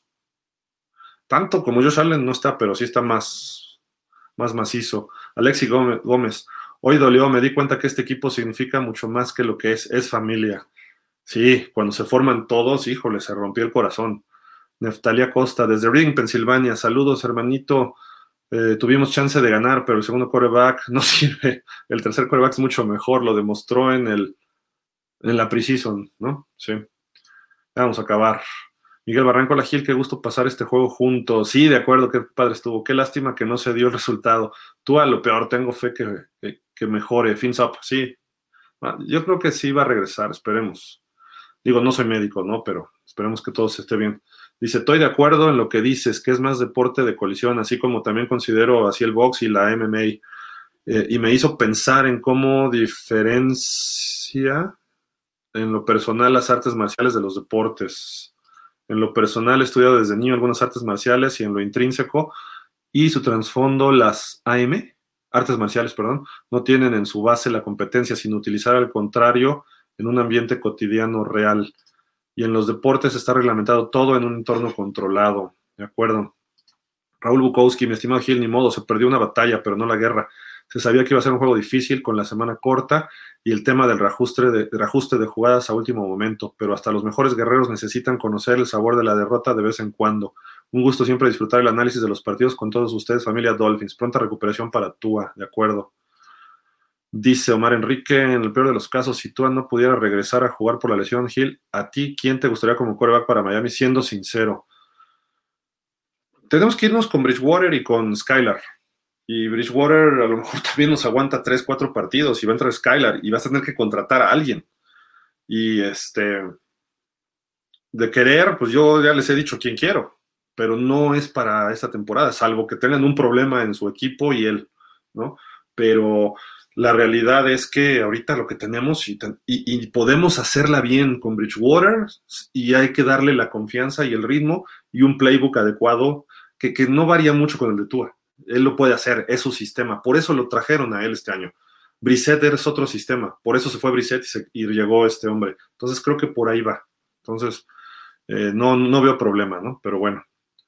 Tanto como Josh Allen no está, pero sí está más, más macizo. Alexi Gómez, Gómez, hoy dolió, me di cuenta que este equipo significa mucho más que lo que es, es familia. Sí, cuando se forman todos, híjole, se rompió el corazón. Neftalia Costa, desde Reading, Pensilvania, saludos, hermanito. Eh, tuvimos chance de ganar, pero el segundo quarterback no sirve. El tercer quarterback es mucho mejor, lo demostró en el en la preseason, ¿no? Sí. Vamos a acabar. Miguel Barranco La Gil, qué gusto pasar este juego juntos. Sí, de acuerdo, qué padre estuvo. Qué lástima que no se dio el resultado. Tú a lo peor, tengo fe que, que, que mejore. Fins up, sí. Yo creo que sí va a regresar, esperemos. Digo, no soy médico, ¿no? Pero esperemos que todo se esté bien. Dice, estoy de acuerdo en lo que dices, que es más deporte de colisión, así como también considero así el box y la M M A. Eh, y me hizo pensar en cómo diferencia en lo personal las artes marciales de los deportes. En lo personal he estudiado desde niño algunas artes marciales y en lo intrínseco y su trasfondo las A M, artes marciales, perdón, no tienen en su base la competencia, sino utilizar al contrario en un ambiente cotidiano real. Y en los deportes está reglamentado todo en un entorno controlado. De acuerdo. Raúl Bukowski, mi estimado Gil, ni modo, se perdió una batalla, pero no la guerra. Se sabía que iba a ser un juego difícil con la semana corta y el tema del reajuste de, de reajuste de jugadas a último momento, pero hasta los mejores guerreros necesitan conocer el sabor de la derrota de vez en cuando. Un gusto siempre disfrutar el análisis de los partidos con todos ustedes, familia Dolphins. Pronta recuperación para Tua, de acuerdo. Dice Omar Enrique, en el peor de los casos, si Tua no pudiera regresar a jugar por la lesión, Gil, ¿a ti quién te gustaría como quarterback para Miami? Siendo sincero, tenemos que irnos con Bridgewater y con Skylar. Y Bridgewater a lo mejor también nos aguanta tres, cuatro partidos y va a entrar Skylar y vas a tener que contratar a alguien. Y este, de querer, pues yo ya les he dicho quién quiero, pero no es para esta temporada, salvo que tengan un problema en su equipo y él, ¿no? Pero la realidad es que ahorita lo que tenemos y, y, y podemos hacerla bien con Bridgewater y hay que darle la confianza y el ritmo y un playbook adecuado que, que no varía mucho con el de Tua. Él lo puede hacer, es su sistema. Por eso lo trajeron a él este año. Brissett es otro sistema. Por eso se fue Brissett y, se, y llegó este hombre. Entonces creo que por ahí va. Entonces eh, no, no veo problema, ¿no? Pero bueno.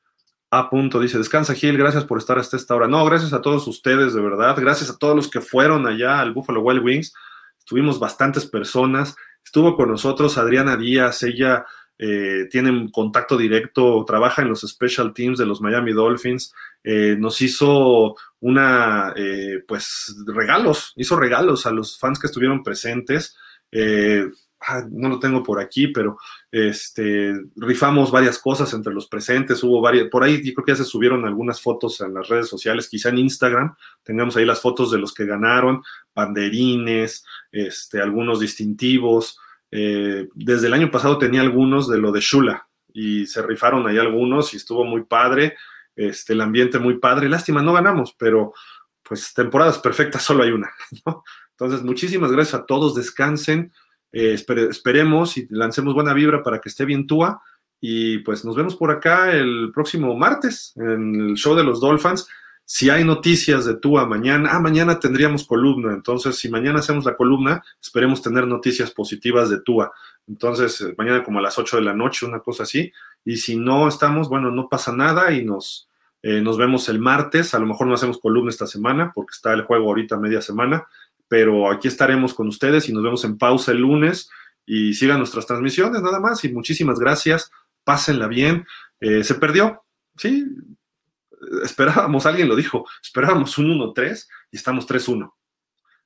A punto dice, descansa Gil, gracias por estar hasta esta hora. No, gracias a todos ustedes, de verdad. Gracias a todos los que fueron allá al Buffalo Wild Wings. Estuvimos bastantes personas. Estuvo con nosotros Adriana Díaz. Ella eh, tiene contacto directo, trabaja en los special teams de los Miami Dolphins. Eh, nos hizo una, eh, pues, regalos. Hizo regalos a los fans que estuvieron presentes. Eh, Ah, no lo tengo por aquí, pero este, rifamos varias cosas entre los presentes, hubo varias, por ahí yo creo que ya se subieron algunas fotos en las redes sociales, quizá en Instagram, tengamos ahí las fotos de los que ganaron, banderines, este, algunos distintivos, eh, desde el año pasado tenía algunos de lo de Shula, y se rifaron ahí algunos, y estuvo muy padre, este, el ambiente muy padre, lástima, no ganamos, pero pues temporadas perfectas solo hay una, ¿no? Entonces, muchísimas gracias a todos, descansen. Eh, espere, esperemos y lancemos buena vibra para que esté bien Tua y pues nos vemos por acá el próximo martes en el show de los Dolphins. Si hay noticias de Tua mañana, ah, mañana tendríamos columna, entonces si mañana hacemos la columna, esperemos tener noticias positivas de Tua, entonces eh, mañana como a las ocho de la noche, una cosa así, y si no estamos, bueno, no pasa nada y nos, eh, nos vemos el martes, a lo mejor no hacemos columna esta semana porque está el juego ahorita media semana, pero aquí estaremos con ustedes y nos vemos en pausa el lunes y sigan nuestras transmisiones nada más y muchísimas gracias, pásenla bien, eh, se perdió, sí, esperábamos, alguien lo dijo, esperábamos un uno tres y estamos tres uno,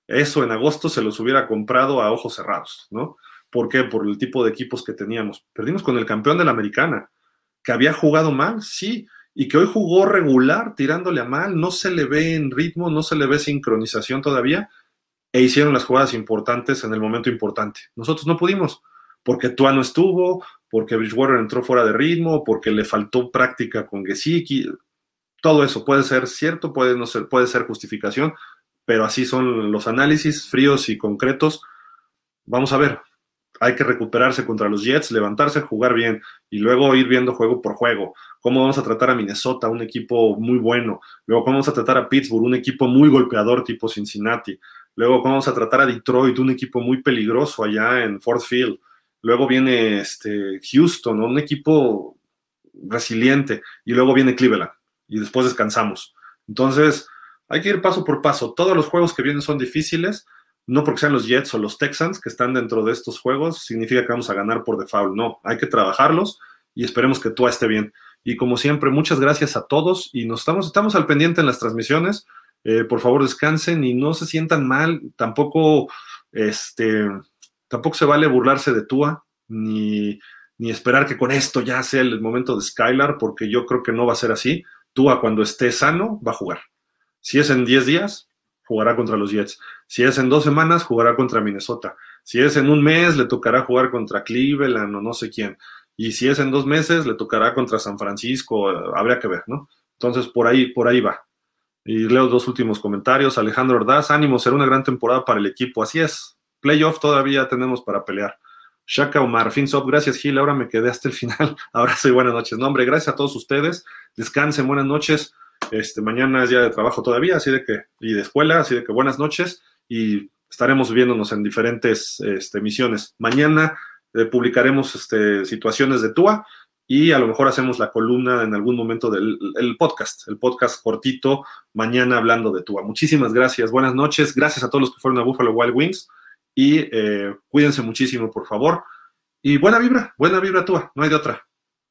Eso en agosto se los hubiera comprado a ojos cerrados, ¿no? ¿Por qué? Por el tipo de equipos que teníamos. Perdimos con el campeón de la Americana, que había jugado mal, sí, y que hoy jugó regular, tirándole a mal, no se le ve en ritmo, no se le ve sincronización todavía, e hicieron las jugadas importantes en el momento importante. Nosotros no pudimos, porque Tua no estuvo, porque Bridgewater entró fuera de ritmo, porque le faltó práctica con Gesicki. Todo eso puede ser cierto, puede, no ser, puede ser justificación, pero así son los análisis fríos y concretos. Vamos a ver, hay que recuperarse contra los Jets, levantarse, jugar bien y luego ir viendo juego por juego. Cómo vamos a tratar a Minnesota, un equipo muy bueno. Luego cómo vamos a tratar a Pittsburgh, un equipo muy golpeador tipo Cincinnati. Luego cómo vamos a tratar a Detroit, un equipo muy peligroso allá en Ford Field. Luego viene este Houston, un equipo resiliente. Y luego viene Cleveland. Y después descansamos. Entonces, hay que ir paso por paso. Todos los juegos que vienen son difíciles. No porque sean los Jets o los Texans que están dentro de estos juegos, significa que vamos a ganar por default. No, hay que trabajarlos y esperemos que Tua esté bien. Y como siempre, muchas gracias a todos y nos estamos, estamos al pendiente en las transmisiones. Eh, por favor, descansen y no se sientan mal. Tampoco, este, tampoco se vale burlarse de Tua, ni, ni esperar que con esto ya sea el momento de Skylar, porque yo creo que no va a ser así. Tua, cuando esté sano, va a jugar. Si es en diez días, jugará contra los Jets. Si es en dos semanas, jugará contra Minnesota. Si es en un mes, le tocará jugar contra Cleveland o no sé quién. Y si es en dos meses, le tocará contra San Francisco. Habría que ver, ¿no? Entonces, por ahí, por ahí va. Y leo dos últimos comentarios. Alejandro Ordaz, ánimo, será una gran temporada para el equipo. Así es. Playoff todavía tenemos para pelear. Shaka Omar, Finsop, gracias Gil, ahora me quedé hasta el final. Abrazo y buenas noches. No, hombre, gracias a todos ustedes. Descansen, buenas noches. Este, mañana es día de trabajo todavía, así de que, y de escuela, así de que buenas noches y estaremos viéndonos en diferentes este, emisiones. Mañana eh, publicaremos este, situaciones de Tua y a lo mejor hacemos la columna en algún momento del el podcast, el podcast cortito, mañana hablando de Tua. Muchísimas gracias, buenas noches, gracias a todos los que fueron a Buffalo Wild Wings y eh, cuídense muchísimo, por favor. Y buena vibra, buena vibra Tua, no hay de otra.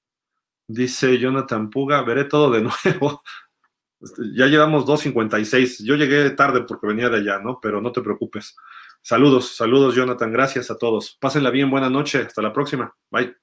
Dice Jonathan Puga, veré todo de nuevo. Ya llevamos dos cincuenta y seis. Yo llegué tarde porque venía de allá, ¿no? Pero no te preocupes. Saludos, saludos, Jonathan. Gracias a todos. Pásenla bien, buena noche. Hasta la próxima. Bye.